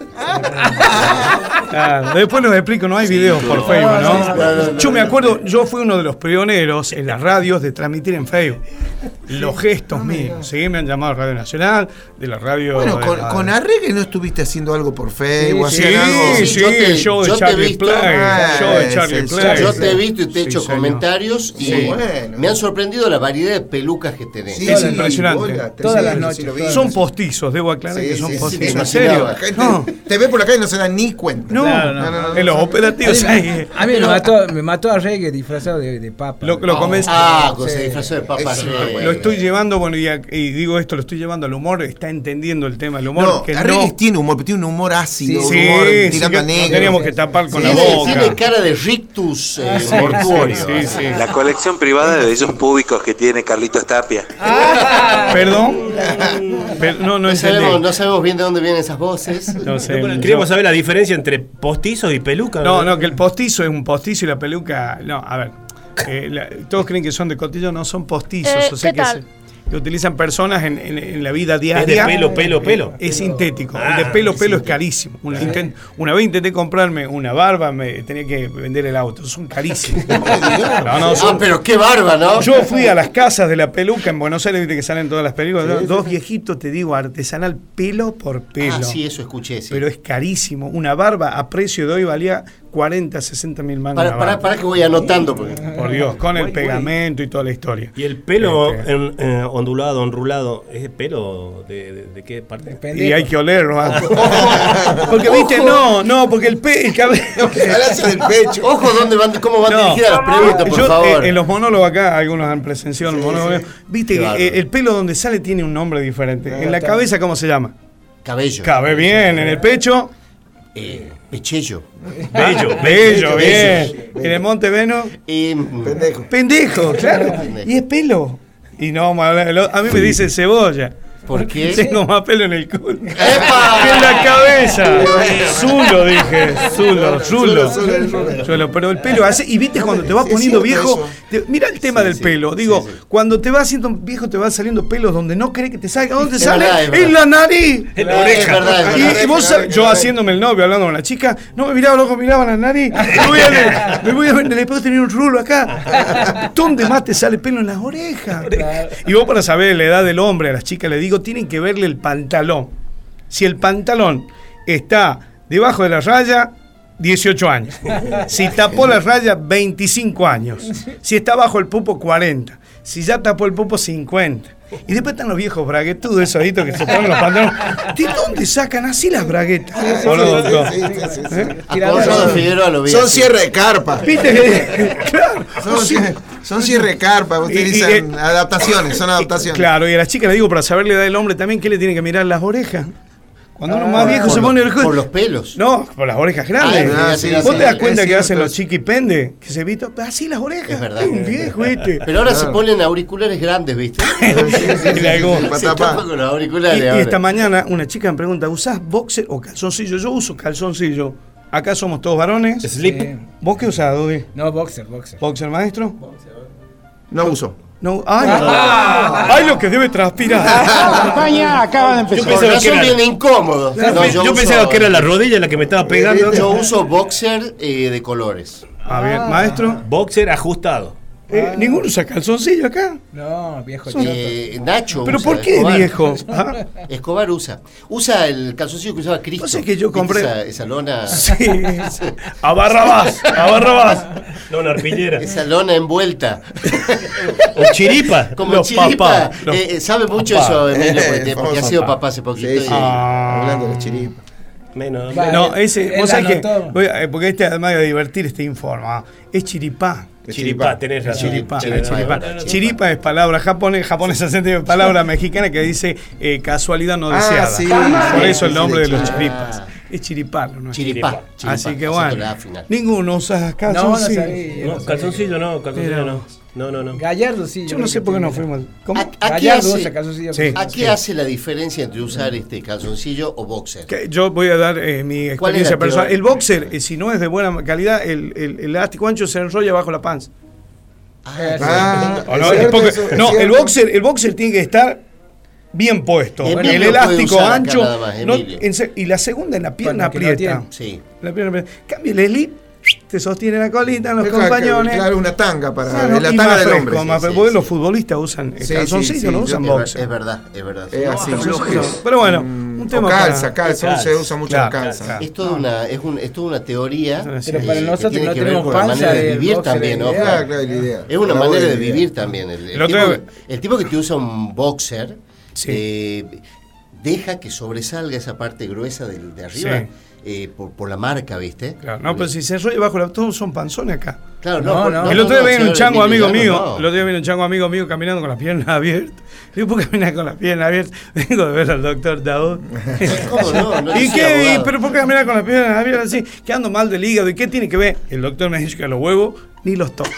G: Ah, después nos explico, no hay videos por Facebook, ¿no? Yo me acuerdo, yo fui uno de los pioneros en las radios de transmitir en Facebook. Los gestos míos, ¿sí? Me han llamado a Radio Nacional, de la radio...
C: Bueno,
G: de
C: con,
G: la-
C: con Arregue no estuviste haciendo algo por Facebook,
G: Sí,
C: hacían algo.
G: sí,
B: Sí, yo te-
G: show de
B: yo te he
G: Charlie
B: visto.
G: Play,
C: Ah,
G: show de
C: ese,
G: Charlie
C: ese.
G: Play.
B: Yo te he visto y te he
G: Sí,
B: hecho
G: señor.
B: comentarios y
C: Sí, bueno.
B: me han sorprendido la variedad de pelucas que tenés.
C: Sí,
G: Es
C: sí,
G: impresionante.
C: bola, te-
I: Todas
C: sí,
I: las
C: sí,
I: noches,
C: sí, lo vi.
I: todas
G: Son postizos, debo aclarar
C: Sí,
G: que son
C: sí, sí,
G: postizos,
B: sí,
G: en
B: sí,
G: serio.
B: la
C: gente
G: No,
C: te ve por la calle y no se da ni cuenta.
G: no,
I: Claro, no.
C: No, no, no,
G: en los
C: no,
G: operativos
I: A mí,
G: ahí.
I: a mí me, mató, me mató a Reggae disfrazado de, de papa.
G: Lo, lo convencí-
B: Ah, con
I: Sí.
B: se disfrazó de papa.
C: Eso,
B: Rey.
C: bueno.
G: Lo estoy llevando, bueno, y, a- y digo esto, lo estoy llevando al humor, está entendiendo el tema del humor.
C: No,
G: que
C: Arregues
G: no,
C: tiene humor, pero tiene un humor ácido,
G: sí,
C: un humor
G: sí,
C: tirando
G: que
C: a
G: no
C: negro.
G: teníamos que tapar con la
B: Tiene,
G: boca.
B: tiene cara de rictus eh,
G: Sí,
B: mortuorio.
G: sí, sí, sí.
K: La colección privada de bellos públicos que tiene Carlitos Tapia.
G: Perdón, pero no, no
B: No
G: es el
B: sabemos,
G: de-
B: no sabemos bien de dónde vienen esas voces.
G: No sé,
U: Bueno,
G: yo-
U: queríamos saber la diferencia entre postizos y peluca.
G: No, no, que el postizo es un postizo y la peluca. No, a ver. eh, la- todos creen que son de cotillo, no son postizos.
D: Eh,
G: o sea
D: ¿qué
G: que
D: tal?
G: se- que utilizan personas en, en, en la vida diaria.
U: ¿Es de pelo, pelo, pelo?
G: Es sintético.
U: Ah,
G: el de pelo,
U: es
G: pelo es
U: sintético.
G: carísimo. Una, intent- una vez intenté comprarme una barba, me tenía que vender el auto. Son carísimos. No, no, son-
B: Ah, pero qué barba, ¿no?
G: Yo fui a las casas de la peluca en Buenos Aires, viste que salen todas las películas.
B: Sí,
G: ¿no?
B: sí,
G: Dos
B: sí.
G: viejitos, te digo, artesanal, pelo por pelo.
B: Ah, sí, eso escuché, sí.
G: Pero es carísimo. Una barba a precio de hoy valía cuarenta, sesenta mil mangos.
B: Para,
G: una
B: para,
G: barba.
B: para que voy anotando. Porque...
G: Por Dios, con el pegamento y toda la historia.
U: ¿Y el pelo
G: Este.
U: en- eh, ondulado, enrulado, es pelo de, de, de qué parte?
G: Y hay que olerlo. ¿ah? Porque viste, no, no, porque el, pe el cabello.
B: del pecho. Ojo, ¿dónde van, cómo van
G: No,
B: dirigidas las preguntas, por
G: yo,
B: favor?
G: eh, en los monólogos acá, algunos han presenciado
B: Sí,
G: los monólogos.
B: sí.
G: Viste
B: Qué
G: que
B: bárbaro.
G: eh, el pelo donde sale tiene un nombre diferente.
B: Ah,
G: En la
B: está.
G: cabeza, ¿cómo se llama?
B: Cabello.
G: Cabe bien. En el pecho.
B: Eh, pechello.
G: Bello, bello, bien. En el Monte Veno.
B: pendejo.
G: Pendejo, claro. Y es pelo. Y no, vamos a hablar de lo- a mí me dicen cebolla.
B: ¿Por qué?
G: Tengo más pelo en el culo que en la cabeza. Zulo, dije. Zulo, zulo. Zulo. Pero el pelo hace. Y viste cuando te vas poniendo viejo. te- mira el tema del pelo. Digo, cuando te vas haciendo viejo, te van saliendo pelos donde no querés que te salga. ¿Dónde
B: Es
G: sale?
B: verdad, es verdad.
G: En la nariz.
B: En la oreja. Es verdad, es verdad.
G: Y, y vos sabés, yo haciéndome el novio, hablando con la chica, no me miraba, loco, miraba la nariz. Me voy a, me voy a ver, después tener un rulo acá. ¿Dónde más te sale pelo? En las orejas. Y vos, para saber la edad del hombre, a las chicas le digo, tienen que verle el pantalón. Si el pantalón está debajo de la raya, dieciocho años. Si tapó la raya, veinticinco años. Si está bajo el pupo, cuarenta. Si ya tapó el pupo, cincuenta. Y después están los viejos braguetudos, esos ojitos que se ponen los pantalones. ¿De dónde sacan así las braguetas? ¿O no, doctor? ¿Eh?
B: Acordado de Figueroa lo vi
C: Son
B: así.
C: cierre de carpa.
G: ¿Viste que- claro.
C: Son, cier- son cierre de carpa, utilizan
G: Y- y-
C: adaptaciones, son adaptaciones.
G: Claro, y a las chicas le digo, para saber la edad del hombre también, ¿qué le tiene que mirar las orejas? Cuando uno
B: Ah,
G: más viejo
B: por
G: se
B: lo-
G: pone el
B: por los pelos.
G: No, por las orejas grandes.
B: Ah, sí, sí,
G: ¿Vos
B: sí,
G: te das
B: sí,
G: cuenta
B: es
G: que hacen
B: cierto.
G: los chiquipende? Que se viste así las orejas.
B: Es verdad.
G: Un viejo este.
B: Pero ahora
G: Claro.
B: se ponen auriculares grandes, ¿viste?
G: Y le hago-
B: Se tapa con los auriculares.
G: Y, y
B: ahora.
G: esta mañana una chica me pregunta, ¿usás boxer o calzoncillo? Yo uso calzoncillo. Acá somos todos varones.
U: Slip.
G: Sí. ¿Vos qué usás, Dudy?
I: No, boxer, boxer.
G: ¿Boxer, maestro?
C: No uso.
G: No. ¡Ay!
U: Ah.
G: ¡Ay, lo que debe transpirar!
H: La campaña acaba de empezar.
U: Yo pensaba
B: Por
U: que
B: razón
U: era-
B: bien incómodo.
U: Yo,
B: No,
U: yo
B: uso-
U: pensaba que era la rodilla la que me estaba pegando.
B: Yo uso boxer eh, de colores.
G: A ver, maestro.
U: Boxer ajustado.
G: Eh, ¿Ninguno usa calzoncillo acá?
I: No, viejo
G: Son-
B: Eh, Nacho
G: ¿Pero
B: usa,
G: por qué,
B: Escobar.
G: viejo? ¿Ah?
B: Escobar usa. Usa el calzoncillo que usaba Cristo.
G: No sé, que yo
B: ¿Viste
G: compré-
B: Esa, esa lona.
G: Sí. A Barrabás, a Barrabás.
U: No, una arpillera.
B: Esa lona envuelta.
U: O chiripa.
B: Como
U: Los
B: chiripa.
U: papás.
B: Eh, eh, sabe mucho
U: papá.
B: eso, Emilio, porque,
C: Eh,
B: porque ha
C: famoso
B: sido
U: papá.
B: papá hace poquito.
C: Sí, sí.
B: y-
G: Ah.
C: Hablando de chiripa.
U: Menos.
I: Va,
G: No,
I: él-
G: ese,
I: él
G: vos sabés que,
I: anotó.
G: voy a- eh, porque este además de divertir este informa, es chiripá.
U: Chiripá, tenés razón.
G: Chiripá,
B: Chiripá.
G: chiripá.
B: Chiripá.
G: Chiripá es palabra japonesa, japonesa es palabra mexicana que dice eh, casualidad no
C: Ah,
G: deseada.
C: sí.
G: Por
C: Sí,
G: eso el
C: sí,
G: nombre de
C: sí,
G: los
C: sí.
G: chiripas. Es chiripá, ¿no? es
B: Chiripá. chiripá,
G: Así que
B: acento
G: bueno,
B: la A final.
G: ninguno usa
I: No, no
G: calzoncillo.
I: sabía.
U: No, calzoncillo no, calzoncillo
G: Mira.
U: no. No, no, no.
I: Gallardo sí.
G: Yo no sé por qué no fuimos. ¿Cómo?
B: ¿A, a qué
I: Gallardo
B: hace,
I: usa calzoncillo.
G: Sí.
B: ¿A qué hace la diferencia entre usar este calzoncillo o boxer?
G: Que yo voy a dar eh, mi
B: ¿Cuál es
G: experiencia
B: la
G: personal.
B: teoría?
G: El boxer, eh, si no es de buena calidad, el, el- el elástico ancho se enrolla bajo la panza.
C: Ah,
G: ¿O
C: es
G: no? Es
C: cierto,
G: porque-
C: eso, es
G: no, el
C: cierto.
G: boxer, el boxer tiene que estar bien puesto.
B: Emilio
G: el
B: puede
G: elástico
B: usar acá
G: ancho.
B: nada más,
G: no-
B: Emilio.
G: en se- y la segunda en la pierna
I: Bueno, que no
G: aprieta.
I: tiene.
B: Sí.
G: La pierna aprieta. Cambia el slip, te sostiene la colita en los
C: Es claro,
G: compañones.
C: Claro, una tanga para
G: Claro,
C: es la
G: y
C: tanga
G: más
C: del
G: fresco,
C: hombre.
G: más
B: sí,
G: fresco,
B: sí,
G: porque
B: sí.
G: los futbolistas usan
C: Sí,
G: calzoncillo,
C: sí,
G: no
C: sí,
G: usan
C: yo-
G: boxer.
B: Es verdad, es verdad.
C: Es así.
G: Calzoncillo. Pero bueno, un tema
C: O calza,
G: para-
C: calza,
U: calza.
C: se usa mucho
G: Claro,
C: la calza.
G: calza.
B: Es toda una, es un, es toda una teoría.
G: Pero
B: eh,
I: para
B: que
I: nosotros
B: tiene
I: no
B: que ver
I: tenemos
B: con la
I: panza
B: manera de
I: del
B: vivir
I: boxer
B: también,
I: es
B: ojo.
I: ideal.
C: Claro, claro, la idea.
B: Es una
C: La
B: manera
C: buena
B: de
C: idea.
B: vivir también. El, el
G: El otro
B: tipo,
G: día-
B: el tipo que te usa un boxer
G: Sí.
B: eh, deja que sobresalga esa parte gruesa del, de arriba
G: Sí.
B: eh, por, por la marca, ¿viste?
G: Claro, no, pero si se enrolla bajo la. Todos son panzones acá.
B: Claro,
I: No,
B: no,
I: no.
B: no,
G: el otro día
B: no,
G: viene un
B: señor
G: chango
B: Emilio
G: amigo
B: Llano,
G: mío.
B: no.
G: El otro día viene un chango amigo mío caminando con las piernas abiertas. Digo, ¿por qué caminas con las piernas abiertas? Vengo de ver al doctor Daud.
B: ¿Cómo no? No, yo
G: ¿Y
B: soy
G: qué?
B: abogado.
G: ¿Pero por qué caminar con las piernas abiertas así? Que ando mal del hígado. ¿Y qué tiene que ver? El doctor me dice que los huevos ni los toco.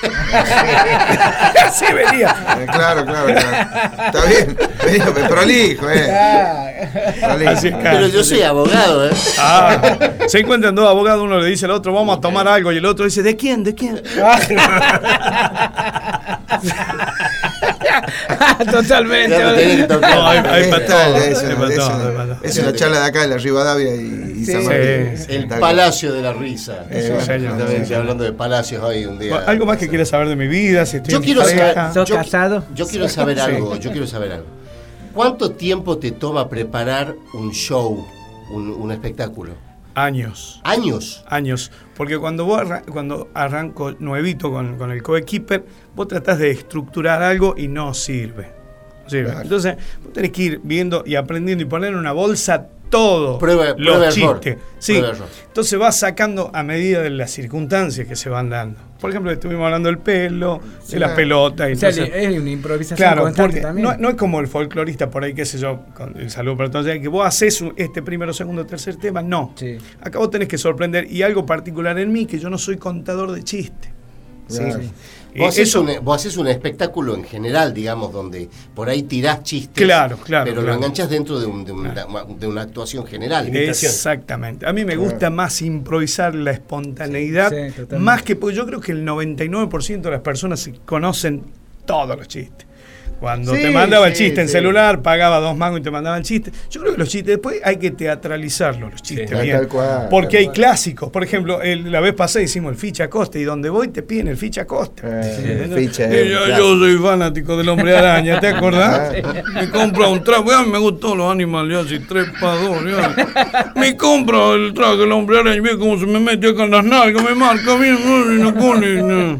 G: Así venía.
C: Eh, Claro, claro, claro. Está bien. Venía prolijo, eh. Prolijo.
G: Así es,
B: Pero yo soy abogado, ¿eh?
G: Ah, se encuentran dos abogados, uno le dice al otro, vamos a tomar algo, y el otro dice, ¿de quién? ¿De quién?
I: Totalmente.
C: Ya lo tenés que tocar.
I: No, hay- hay
C: Es
I: para
C: tal,
I: todo,
C: eso,
I: hay para
C: eso.
I: todo, hay para todo.
C: Es una charla de acá de la Rivadavia y, y
B: Sí.
C: San Martín.
B: Sí. El
C: Está
B: Palacio de la Risa.
C: Eh,
B: Eso,
C: señor.
B: exactamente, hablando de palacios hoy un día.
G: Algo más que quieras saber de mi vida, si estoy
B: Yo
G: en
B: quiero
G: pareja.
B: saber, yo, yo quiero saber
G: Sí.
B: algo, yo quiero saber algo. ¿Cuánto tiempo te toma preparar un show, un, un espectáculo?
G: Años.
B: ¿Años?
G: Años. Porque cuando vos arran- cuando arranco nuevito con, con el coequiper, vos tratás de estructurar algo y no sirve. No sirve.
B: Claro.
G: Entonces, vos tenés que ir viendo y aprendiendo y poner en una bolsa todo
B: Prueba-
G: los
B: prueba error.
G: chistes. Sí.
B: Prueba error.
G: Entonces vas sacando a medida de las circunstancias que se van dando. Por ejemplo, estuvimos hablando del pelo,
I: Sí,
G: de la
I: claro.
G: pelota. Y
I: O sea,
G: entonces-
I: es una improvisación
G: Claro,
I: constante
G: porque
I: también.
G: no, no es como el folclorista por ahí, qué sé yo, con el saludo para todos, que vos haces un- este primero, segundo, tercer tema, no. Acá vos tenés que sorprender, y algo particular en mí, que yo no soy contador de chistes. ¿sí?
B: Claro.
G: Eh,
B: Vos haces,
G: eso-
B: un, vos haces un espectáculo en general, digamos, donde por ahí tirás chistes,
G: Claro, claro,
B: pero
G: claro.
B: lo enganchas dentro de, un- de un- de una actuación general.
G: Exactamente. A mí me gusta más improvisar la espontaneidad,
B: Sí, sí, totalmente.
G: más que, porque yo creo que el noventa y nueve por ciento de las personas se conocen todos los chistes. Cuando
B: Sí,
G: te mandaba el
B: sí,
G: chiste en
B: sí.
G: celular, pagaba dos mangos y te mandaba el chiste. Yo creo que los chistes, después hay que teatralizarlos, los chistes.
C: Sí,
G: bien.
C: tal cual,
G: Porque
C: tal
G: hay
C: cual.
G: clásicos. Por ejemplo, el- la vez pasada hicimos el Ficha Costa, y donde voy te piden el Ficha Costa.
C: Eh,
G: ¿no?
C: Ficha
G: Y
C: es
G: yo,
C: un
G: yo
C: clásico.
G: soy fanático del Hombre Araña, ¿te acordás?
C: Sí.
G: Me compro un traje, a mí me gustan los animales, yo así tres para dos. ya. Me compro el traje del Hombre Araña y ve cómo se me mete acá en las nalgas, me marca bien, no, y no pone, no.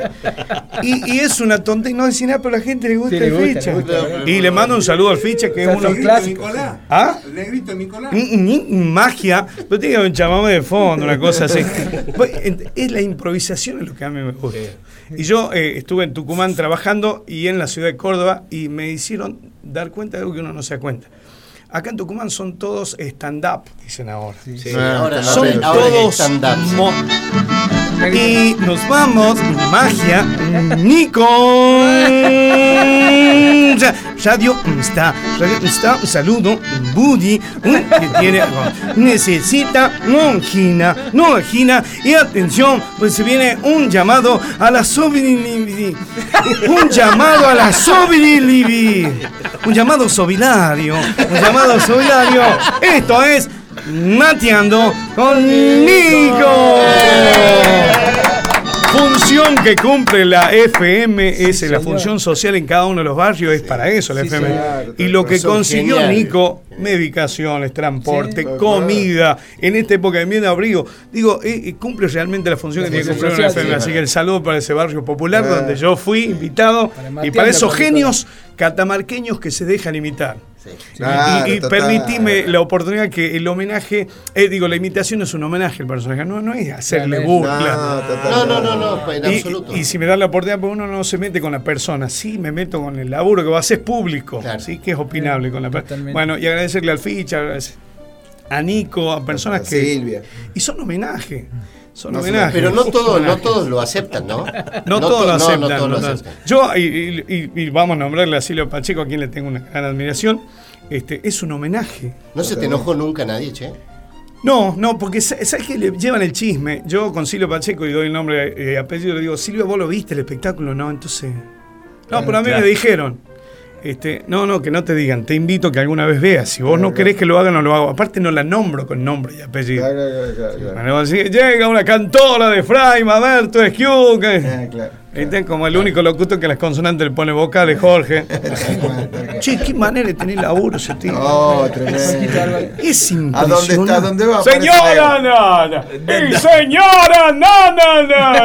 G: Y, y es una tontería, no decir nada, pero a la gente le gusta
J: Sí, le
G: el
J: gusta,
G: Ficha.
J: le gusta.
G: Y le mando un saludo al Ficha, que es uno
J: El negrito Nicolás.
G: ¿Ah?
J: El negrito Nicolás.
G: Mm, mm, Magia, pero tiene un chamame de fondo, una cosa así. Pues, ent- Es la improvisación es lo que a mí me gusta. Y yo eh, estuve en Tucumán trabajando y en la ciudad de Córdoba, y me hicieron dar cuenta de algo que uno no se da cuenta. Acá en Tucumán son todos stand-up, dicen ahora.
B: Sí, ahora-
G: son
B: ahora- ahora es
G: todos
B: stand-up.
G: mo- Y nos vamos, magia, Nico. Radio está, Radio está, un saludo, Buddy, un- que tiene, necesita angina, no angina, y atención, pues se viene un llamado a la sobriedad, un llamado a la sobriedad, un llamado sobilario, un llamado sobilario, esto es Mateando con Nico. Función que cumple la F M, es la función social en cada uno de los barrios, es para eso la
B: Sí,
G: F M.
B: señor.
G: Y lo que
B: Son
G: consiguió
B: geniales.
G: Nico, medicaciones, transporte,
B: Sí.
G: comida, en esta época de miedo abrigo, digo, eh, eh, cumple realmente la función que tiene que cumplir una F M. Así que el saludo para ese barrio popular
B: Ah.
G: donde yo fui invitado, y
I: Mateando
G: para esos
I: con
G: genios catamarqueños que se dejan imitar. Y-
C: Claro,
G: y y
C: total.
G: permitime la oportunidad que el homenaje, eh, digo, la imitación es un homenaje al personaje, no, no es hacerle burla.
B: No, no, no, no, en
G: Y-
B: absoluto.
G: Y, si me dan la oportunidad, pues uno no se mete con la persona, sí me meto con el laburo que va a ser público, sí que es opinable con la persona. Bueno, y agradecerle al Ficha, agradecer a Nico, a personas que.
C: Silvia.
G: Y son homenaje. Son
B: No,
G: homenajes.
B: pero no todos, no
G: Homenajes.
B: todos lo aceptan, ¿no?
G: No, todos
B: to-
G: lo
B: no,
G: aceptan.
B: no todos
G: no
B: lo
G: todos.
B: aceptan.
G: Yo, y, y- y- y vamos a nombrarle a Silvio Pacheco, a quien le tengo una gran admiración, este, es un homenaje.
B: No se te enojó nunca nadie, che.
G: No, no, porque sa- ¿sabes qué? Le llevan el chisme. Yo con Silvio Pacheco, y doy el nombre y eh, apellido, le digo, Silvio, ¿vos lo viste el espectáculo? No, entonces... No, pero a mí
J: Claro.
G: me dijeron, este, no, no, que no te digan, te invito a que alguna vez veas. Si vos no querés que lo haga, no lo hago. Aparte no la nombro con nombre y apellido.
C: Claro, claro, claro, claro.
G: Bueno, así, llega una cantora de Fray, Maberto, Esquiú, que...
C: Ah, claro.
G: Este es como el único locutor que las consonantes le pone vocales, Jorge. Che, qué manera de tener laburo ese tío.
C: Oh, tremendo.
G: Es
C: ¿A dónde está? ¿A dónde va?
G: Señora Nana. ¡Y señora Nana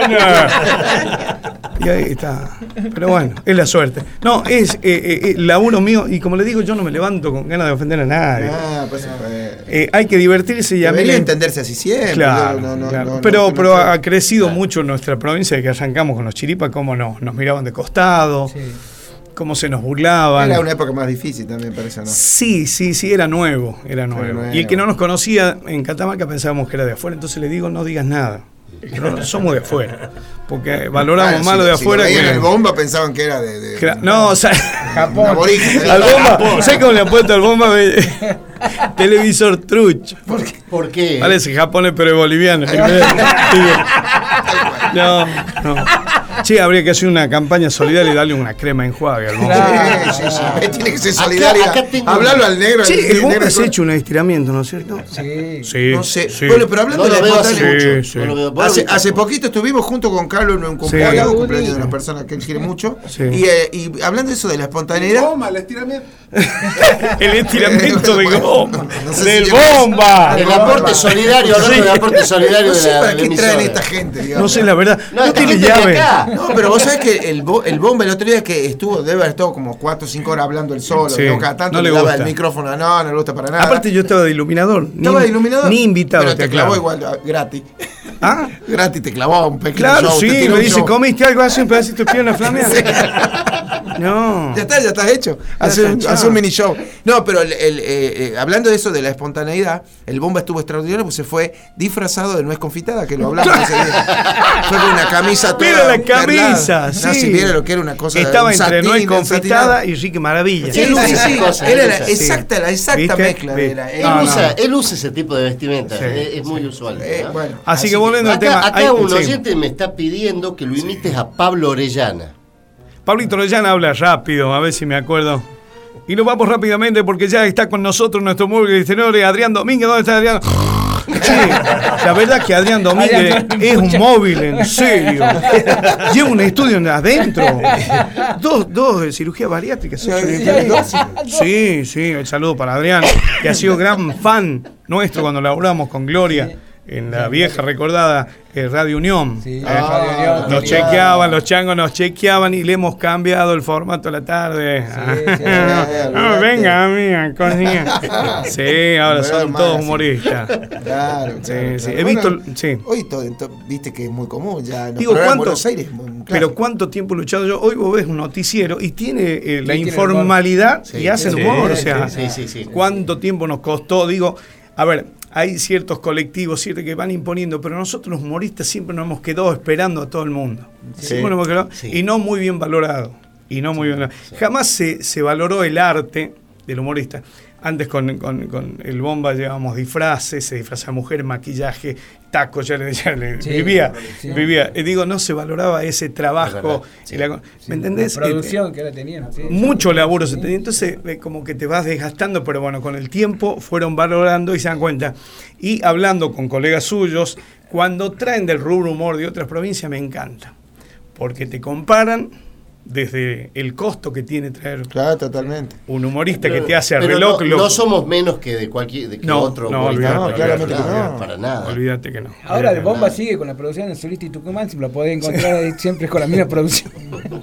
G: Nana! Y ahí está. Pero bueno, es la suerte. No, es eh, eh, eh, laburo mío. Y como le digo, yo no me levanto con ganas de ofender a nadie.
C: Ah, pues fue.
G: Eh, hay que divertirse y a mí
C: Debería
G: me-
C: entenderse así siempre.
G: Claro,
C: no, no,
G: claro.
C: no, no,
G: pero
C: no,
G: pero
C: no,
G: ha crecido mucho nuestra provincia de que arrancamos con los chiripas, cómo no, nos miraban de costado, cómo se nos burlaban.
C: Era una época más difícil también, parece, ¿no?
G: Sí, sí, sí, era nuevo, era nuevo.
C: nuevo.
G: Y el que no nos conocía en Catamarca pensábamos que era de afuera, entonces le digo, no digas nada. No, somos de afuera, porque valoramos
C: Claro,
G: más
C: si-
G: lo de
C: si
G: afuera
C: lo veían
G: que...
C: el bomba pensaban que era de. de-
G: Cla- No, o sea,
C: Japón. Aborigen.
G: al bomba, ¿sabes cómo le han puesto al bomba? Televisor trucho.
B: ¿Por qué? ¿Por qué?
G: Parece japonés, pero es boliviano. No, no. Sí, habría que hacer una campaña solidaria y darle una crema enjuague al bomba.
C: Claro, sí, sí. Tiene que ser solidaria.
B: Acá, acá tengo...
C: Hablarlo al negro.
G: Sí,
C: al
G: el bomba
C: negro
G: se ha hecho un estiramiento, ¿no es cierto?
I: Sí.
G: Sí.
C: No sé.
G: Sí.
C: Bueno, pero hablando
B: No
C: de
B: lo
C: la
B: veo hace
C: espontaneidad.
B: mucho.
G: Sí,
B: No lo veo.
C: Hace, hace poquito estuvimos junto con Carlos en un cumpleaños,
G: Sí.
C: un cumpleaños de una persona que él quiere mucho.
G: Sí.
C: Y, eh, y hablando de eso de la espontaneidad.
J: Toma, el estiramiento.
G: El estiramiento de goma.
C: No sé
G: Del
C: si-
G: bomba.
B: El aporte solidario, hablando
G: Sí.
B: del aporte solidario
C: No
B: de
C: sé
B: la,
C: para
B: de la
C: qué traen
B: emisora.
C: esta gente, digamos.
G: No sé, la verdad.
B: No,
G: No,
B: esta
G: tiene
B: gente de
G: llave.
B: acá.
C: No, pero vos sabés que el, bo- el bomba el otro día que estuvo, debe haber estado como cuatro o cinco horas hablando el solo.
G: Sí,
C: ¿no? Cada tanto
G: no
C: le
G: le
C: daba
G: gusta.
C: el micrófono. No, no le gusta para nada.
G: Aparte, yo estaba de iluminador. Ni,
C: estaba de iluminador.
G: Ni invitado,
C: Pero
G: te
C: te clavó
G: aclaro.
C: igual, gratis.
G: ¿Ah?
C: Gratis te clavó un pequeño
G: Claro,
C: show, te
G: sí,
C: tiró
G: me
C: un
G: dice,
C: show.
G: ¿comiste algo? Hace un pedacito de pierna flameada. No.
C: Ya está, ya estás hecho. Hace un, hace un mini show. No, pero el, el, eh, eh, hablando de eso de la espontaneidad, el bomba estuvo extraordinario porque se fue disfrazado de nuez confitada, que lo hablamos ese día. Fue con una camisa toda.
G: Mira la camisa,
C: perlada.
G: sí.
C: No, si viera lo que era una cosa.
G: Estaba
C: un
G: entre
C: satín,
G: nuez
C: un
G: confitada
C: satinado.
G: y Ricky Maravilla.
C: Sí, sí, sí.
B: Cosa,
C: Era la
B: cosa.
C: exacta, la exacta
G: ¿Viste?
C: mezcla.
G: ¿Viste?
C: Era,
B: Él,
C: era-
G: No,
B: usa,
G: no.
B: él usa ese tipo de vestimenta,
G: Sí,
B: es, es muy usual.
C: Eh,
B: ¿no?
C: bueno.
G: Así que volviendo al
B: Acá,
G: tema.
B: acá
G: hay-
B: un
G: sí.
B: oyente me está pidiendo que lo imites a Pablo Orellana.
G: Pablito Orellana habla rápido, a ver si me acuerdo. Y nos vamos rápidamente porque ya está con nosotros nuestro móvil de Adrián Domínguez. ¿Dónde está Adrián? Sí, la verdad es que Adrián Domínguez
I: Adrián
G: es un móvil, en serio. Lleva un estudio adentro. Dos, dos de cirugía bariátrica. ¿sí? Sí, sí, el saludo para Adrián, que ha sido gran fan nuestro cuando laburamos con Gloria en la vieja recordada eh, Radio Unión.
I: Sí,
G: Eh,
I: Radio Unión,
G: nos
I: claro.
G: chequeaban, los changos nos chequeaban y le hemos cambiado el formato a la tarde.
C: sí,
G: Ah, venga, amiga, coña. Sí, ahora son
C: Más,
G: todos
C: sí.
G: humoristas.
C: Claro,
G: Sí,
C: claro,
G: sí.
C: claro.
G: He visto,
C: Bueno,
G: sí.
C: Hoy todo, to- viste que es muy común ya. En los
G: Digo,
C: programas en
G: ¿cuánto?
C: Buenos Aires es muy clásico.
G: Pero cuánto tiempo he luchado yo. Hoy vos ves un noticiero y tiene eh, la
I: tiene
G: informalidad
B: Sí,
G: y hacen
B: sí,
G: humor. O
B: sí,
G: sea,
B: sí, sí, sí.
G: cuánto tiempo nos costó. Digo, a ver, hay ciertos colectivos ciertos que van imponiendo, pero nosotros los humoristas siempre nos hemos quedado esperando a todo el mundo.
B: Sí.
G: Siempre nos hemos quedado,
B: Sí.
G: y no muy bien valorado. Y no muy bien valorado. Jamás se, se valoró el arte del humorista. Antes con, con, con el bomba llevábamos disfraces, se disfrazaba mujer, maquillaje, tacos, ya le, ya le-
I: Sí,
G: vivía,
I: sí.
G: vivía. Y digo, no se valoraba ese trabajo.
B: Es
G: y la- ¿Me entendés?
I: La producción que ahora tenían. Sí.
G: Mucho laburo se tenía, entonces eh, como que te vas desgastando, pero bueno, con el tiempo fueron valorando y se dan cuenta. Y hablando con colegas suyos, cuando traen del rubro humor de otras provincias me encanta, porque te comparan desde el costo que tiene traer
C: Claro, totalmente.
G: un humorista que te hace
B: Pero
G: reloj.
B: no,
G: loco.
B: no somos menos que de cualquier de que
G: No,
B: otro
G: no,
B: humorista.
G: olvídate,
C: No, claramente que
B: Claro,
C: no.
B: para nada.
G: Olvídate que no.
I: Ahora el
G: Olvídate.
I: bomba sigue con la producción en Solista y Tucumán, si lo podés encontrar ahí siempre con la misma producción.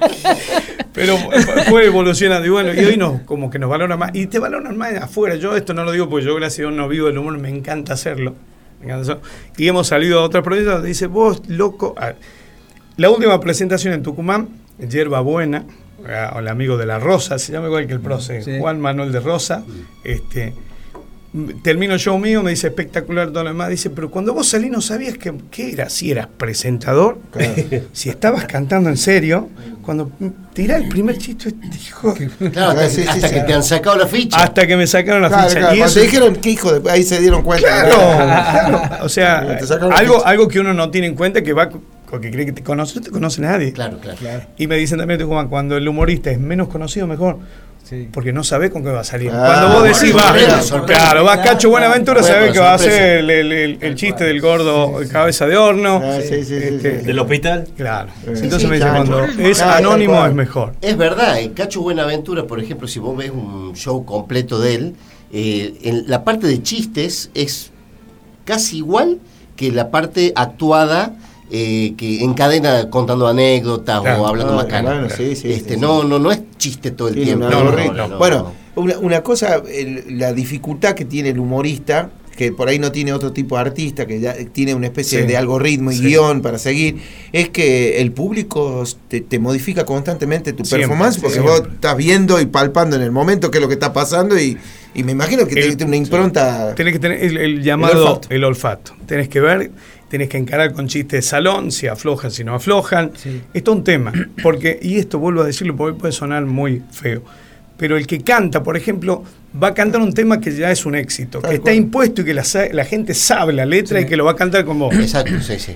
G: Pero fue evolucionando y bueno, y hoy nos, como que nos valoran más. Y te valoran más afuera. Yo esto no lo digo porque yo, gracias a Dios, no vivo del humor, me encanta hacerlo. Me encanta hacerlo. Y hemos salido a otras provincias donde dice, vos, loco. A ver, la última presentación en Tucumán, Yerba Buena, o el amigo de la Rosa, se llama igual que el proce,
I: Sí.
G: Juan Manuel de Rosa. Este, termino el show mío, me dice espectacular todo lo demás. Dice, pero cuando vos salís no sabías que, qué era, si eras presentador, si estabas cantando en serio. Cuando tirá el primer chiste, este hijo.
B: Claro, hasta,
C: Sí, sí,
B: hasta
C: sí,
B: que
C: sí.
B: te han sacado la ficha.
G: Hasta que me sacaron la
C: Claro,
G: ficha.
C: claro,
G: Y
C: cuando
G: eso-
C: te dijeron que hijo de. Ahí se dieron cuenta.
G: Claro, claro. O sea,
C: Te sacaron la
G: algo,
C: ficha.
G: algo que uno no tiene en cuenta que va porque cree que te conoce, no te conoce nadie.
B: Claro, claro.
G: Y me dicen también, Tucumán, cuando el humorista es menos conocido, mejor.
I: Sí.
G: Porque no sabe con qué va a salir.
C: Ah,
G: Cuando vos decís,
B: bueno,
G: va,
B: sorprende, sorprende.
G: claro, vas Cacho Buenaventura,
B: Bueno,
G: sabés que va a
B: sorpresa.
G: ser el, el- el- el chiste del gordo cabeza de horno.
C: Ah, sí, sí, sí,
G: Este,
C: sí.
U: ¿Del hospital?
G: Claro.
C: Sí,
G: Entonces
B: sí,
G: me dice,
B: claro.
G: cuando es
C: Claro,
G: anónimo
C: tal cual.
G: es mejor.
B: Es verdad, en Cacho Buenaventura, por ejemplo, si vos ves un show completo de él, eh, en la parte de chistes es casi igual que la parte actuada eh, que encadena contando anécdotas
G: Claro.
B: o hablando
C: Ah,
B: macana.
C: claro, sí, sí,
B: este,
C: sí,
B: no,
C: sí.
B: no, no es chiste todo el
C: Sí,
B: tiempo.
C: no,
G: no,
C: no,
G: no,
C: no,
B: no.
C: Bueno, una, una cosa, el- la dificultad que tiene el humorista, que por ahí no tiene otro tipo de artista, que ya tiene una especie
G: Sí.
C: de algoritmo y
G: Sí.
C: guión para seguir, es que el público te, te modifica constantemente tu
G: Siempre,
C: performance, porque
G: siempre.
C: vos estás viendo y palpando en el momento qué es lo que está pasando y, y me imagino que
G: El-
C: tenés una impronta...
G: Tenés que tener el, el llamado
C: olfato.
G: el olfato. Tenés que ver, tenés que encarar con chistes de salón, si aflojan, si no aflojan.
I: Sí.
G: Esto es un tema. Porque, y esto vuelvo a decirlo porque puede sonar muy feo. Pero el que canta, por ejemplo, va a cantar un tema que ya es un éxito,
C: Tal
G: que está
C: cual.
G: impuesto y que la, sa- la gente sabe la letra
I: Sí.
G: y que lo va a cantar con vos.
B: Exacto, sí, sí.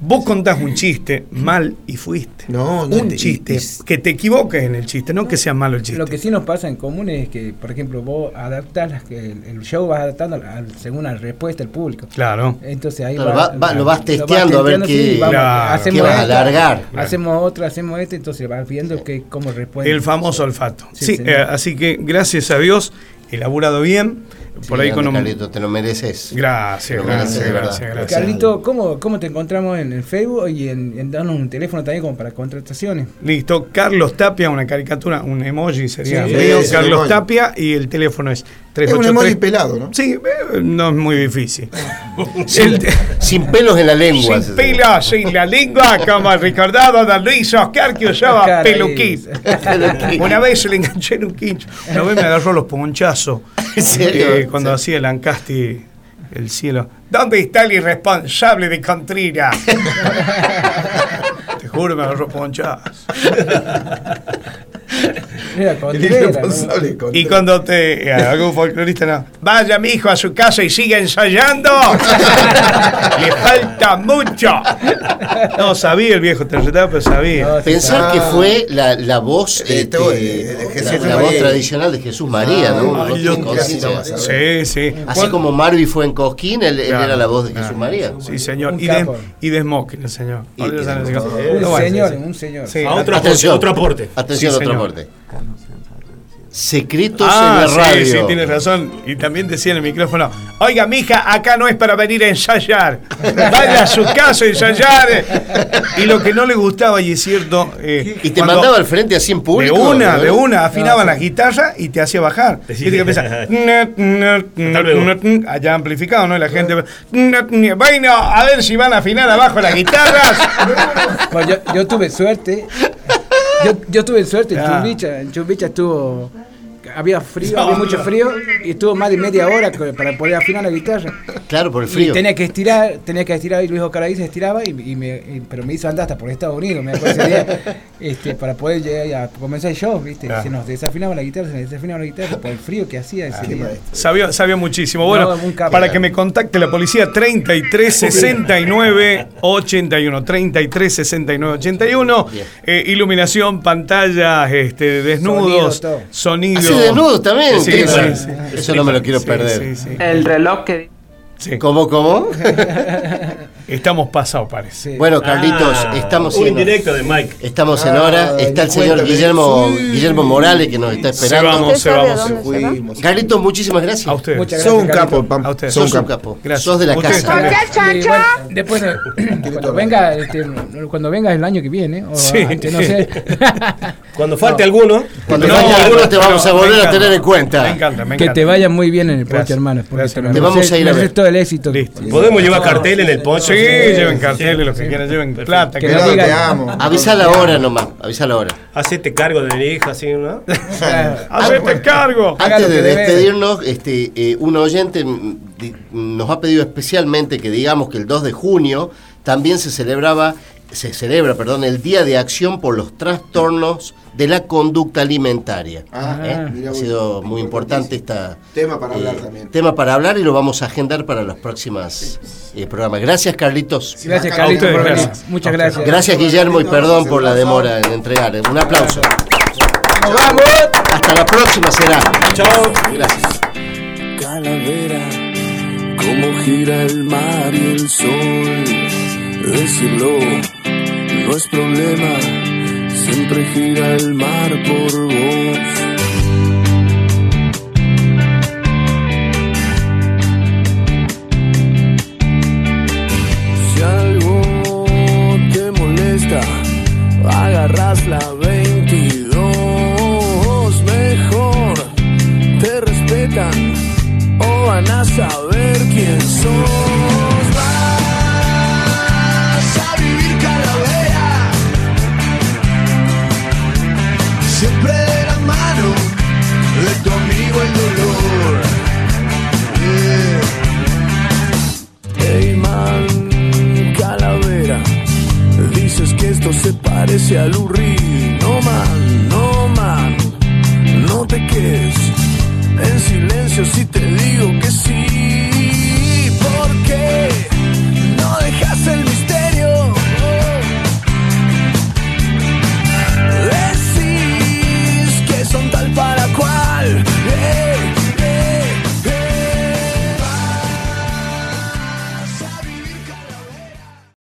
G: Vos contás un chiste mal y fuiste.
C: No, no.
G: Un
C: te-
G: chiste.
C: y-
G: Que te equivoques en el chiste, no que sea malo el chiste.
I: Lo que sí nos pasa en común es que, por ejemplo, vos adaptás las que el, el show vas adaptando al- según la respuesta del público.
G: Claro.
I: Entonces ahí
B: Claro,
I: va-
B: va- va- lo vas testeando a ver
I: testeando,
B: qué-
I: sí, vamos,
G: Claro,
I: hacemos
B: qué vas a
I: esta,
B: alargar.
I: hacemos otra, hacemos este, entonces vas viendo que cómo responde.
G: El famoso olfato.
I: Sí,
G: Sí,
I: señor.
G: eh, así que gracias a Dios, elaborado bien. Por
B: Sí,
G: ahí con
B: grande,
G: un...
B: Carlito, te lo mereces.
G: Gracias,
B: Te lo
G: gracias,
B: mereces, de
G: gracias,
B: verdad.
G: gracias.
I: Carlito, ¿cómo, ¿cómo te encontramos en el Facebook y en, en darnos un teléfono también como para contrataciones?
G: Listo, Carlos Tapia, una caricatura, un emoji sería
I: Sí,
G: mío,
C: sí, sí,
G: Carlos
C: emoji.
G: Tapia, y el teléfono es tres
C: Es un
G: ocho
C: emoji
G: tres.
C: pelado, ¿no?
G: Sí, eh, no es muy difícil.
B: Sin, sin pelos en la lengua.
G: Sin pelos, sin la lengua, como recordado de Luis Oscar que usaba
I: Cara,
G: peluquín.
B: Peluquín.
G: Una vez se le enganché en un quincho. Una vez me agarró los ponchazos.
B: ¿En serio?
G: eh, cuando hacía el Ancasti, el cielo. ¿Dónde está el irresponsable de Contreras? Te juro, me agarró ponchazos.
I: Era
C: El
I: Contreras,
C: irresponsable con-
G: Y cuando te. eh, algún folclorista no. Vaya mi hijo a su casa y siga ensayando. Le falta mucho. No, sabía el viejo, te retaba, pero sabía.
I: No, sí,
B: Pensar
C: Ah.
B: que fue la, la voz
C: De
B: este,
C: todo, de- de
B: la,
C: Jesús
B: la
C: María.
B: voz tradicional de Jesús María, ¿no? Una
G: Ay,
B: voz
G: Dios
B: de
G: mío.
B: conciencia.
G: Sí, sí.
B: Así
G: Cuando-
B: como Marvi fue en Cosquín, él, él
G: Claro,
B: era la voz de
G: claro.
B: Jesús María.
G: Sí, señor.
I: Un
G: Y de,
I: capo.
G: y de Smoking, el señor.
B: Y-
G: Ahora ya
B: y
G: saben,
B: de
G: digo,
B: Smoking.
I: Un
G: no, bueno,
I: señor,
G: sí, sí.
I: un señor.
G: Sí.
E: A otro,
B: Atención.
E: aporte, otro aporte.
B: Atención,
G: Sí,
B: otro
G: señor.
B: aporte. Secretos
G: Ah,
B: en la radio.
G: sí, sí, tienes razón. Y también decía en el micrófono, oiga, mija, acá no es para venir a ensayar. Vaya a su casa a ensayar. Y lo que no le gustaba, y es cierto... eh,
B: Y te
G: cuando-
B: mandaba al frente así en
G: De
B: público.
G: una,
B: ¿no?
G: de una, afinaba la guitarra y te hacía bajar.
E: Sí.
G: Viste que empieza, allá amplificado, ¿no? Y la gente, bueno, a ver si van a afinar abajo las guitarras.
I: Bueno, yo, yo tuve suerte. Yo, yo tuve suerte en
G: Ah.
I: Chumbicha. En Chumbicha estuvo. Había frío, había mucho frío y estuvo más de media hora co- para poder afinar la guitarra.
B: Claro, por el
I: Y
B: frío.
I: tenía que estirar, tenía que estirar y Luis Oscar ahí se estiraba y, y me, y- pero me hizo andar hasta por Estados Unidos, me acuerdo ese día, este, para poder llegar a comenzar el show, ¿viste?
G: Ah.
I: Se nos desafinaba la guitarra, se nos desafinaba la guitarra por el frío que hacía ese día.
G: Sabía, sabía muchísimo. Bueno,
I: No, un capo.
G: para que me contacte la policía, treinta y tres sesenta y nueve ochenta y uno. treinta y tres sesenta y nueve ochenta y uno.
B: Bien.
G: Eh, iluminación, pantallas, este, desnudos,
I: Sonido, todo.
G: sonido.
B: Así desnudos también.
G: Sí,
B: ¿qué
G: sí,
B: tal?
G: sí.
B: Eso no me lo quiero
G: Sí,
B: perder.
G: sí, sí.
F: El reloj que...
G: Sí.
B: ¿Cómo, cómo?
G: Estamos pasados, parece.
I: Sí.
B: Bueno, Carlitos,
E: Ah,
B: estamos
E: un
B: en,
E: indirecto de Mike.
B: estamos en
C: Ah,
B: hora. Está el señor
C: cuéntame.
B: Guillermo,
C: Sí.
B: Guillermo Morales que nos está
G: Se
B: esperando.
G: vamos, se
H: sabe a
G: vamos.
H: dónde se va?
C: Fuimos.
B: Carlitos, muchísimas gracias.
G: A usted.
I: Muchas
C: Sos un
I: gracias,
C: capo,
I: Carlito.
C: Pam.
G: A usted.
C: Sos un
B: Sos un
C: capo.
B: capo.
G: Gracias.
B: Sos de la
G: Usted
B: casa.
G: también.
I: Y bueno, después de- cuando venga este, cuando venga el año que viene o
G: Sí.
I: antes, no sé.
E: Cuando falte
I: No.
E: alguno,
B: Cuando
G: No,
B: vaya alguno te vamos
G: no,
B: a
G: me
B: volver a
G: encanta.
B: tener en cuenta.
G: Me encanta, me
I: Que
G: encanta.
I: te vaya muy bien en el ponche,
G: Gracias.
I: hermano. Porque
G: Gracias,
I: te,
G: hermano.
B: Te vamos a ir a ver.
I: mereces todo el éxito.
G: Listo.
E: podemos llevar cartel en el poncho.
G: Sí, lleven carteles, lo que quieran, lleven plata.
I: Que
G: que-
I: no
C: Pero
I: digan-
C: te amo.
B: Avisa la hora nomás. Avisa la hora.
E: Hacete cargo de mi hija, así, ¿no?
G: Hacete cargo.
I: Haga
B: Antes
I: lo
B: de
I: que debe.
B: despedirnos, este, eh, un oyente mm, di- nos ha pedido especialmente que digamos que el dos de junio también se celebraba, se celebra, perdón, el Día de Acción por los Trastornos de la Conducta Alimentaria.
C: Ah,
B: ¿Eh?
C: mira
B: Ha
C: vos.
B: sido muy importante esta
C: Tema para hablar
B: eh,
C: también.
B: tema para hablar y lo vamos a agendar para los próximos eh, programas. Gracias, Carlitos.
I: Gracias,
G: A
I: Carlitos,
G: ustedes,
I: por venir.
G: gracias.
I: Muchas
G: A ustedes.
I: gracias.
B: Gracias, Guillermo, y perdón por la demora en entregar. Un aplauso.
I: ¡Nos vamos!
B: Hasta la próxima será.
E: Chao.
B: Gracias.
S: Calavera, cómo gira el mar y el sol. Decirlo no es problema, siempre gira el mar por vos. Si algo te molesta, agarras la veintidós. Mejor te respetan o van a saber quién sos. Vas a vivir calavera, siempre de la mano de tu amigo el dolor. Yeah. Hey man, calavera, dices que esto se parece al Urri. No man, no man, no te quedes en silencio si te digo que sí.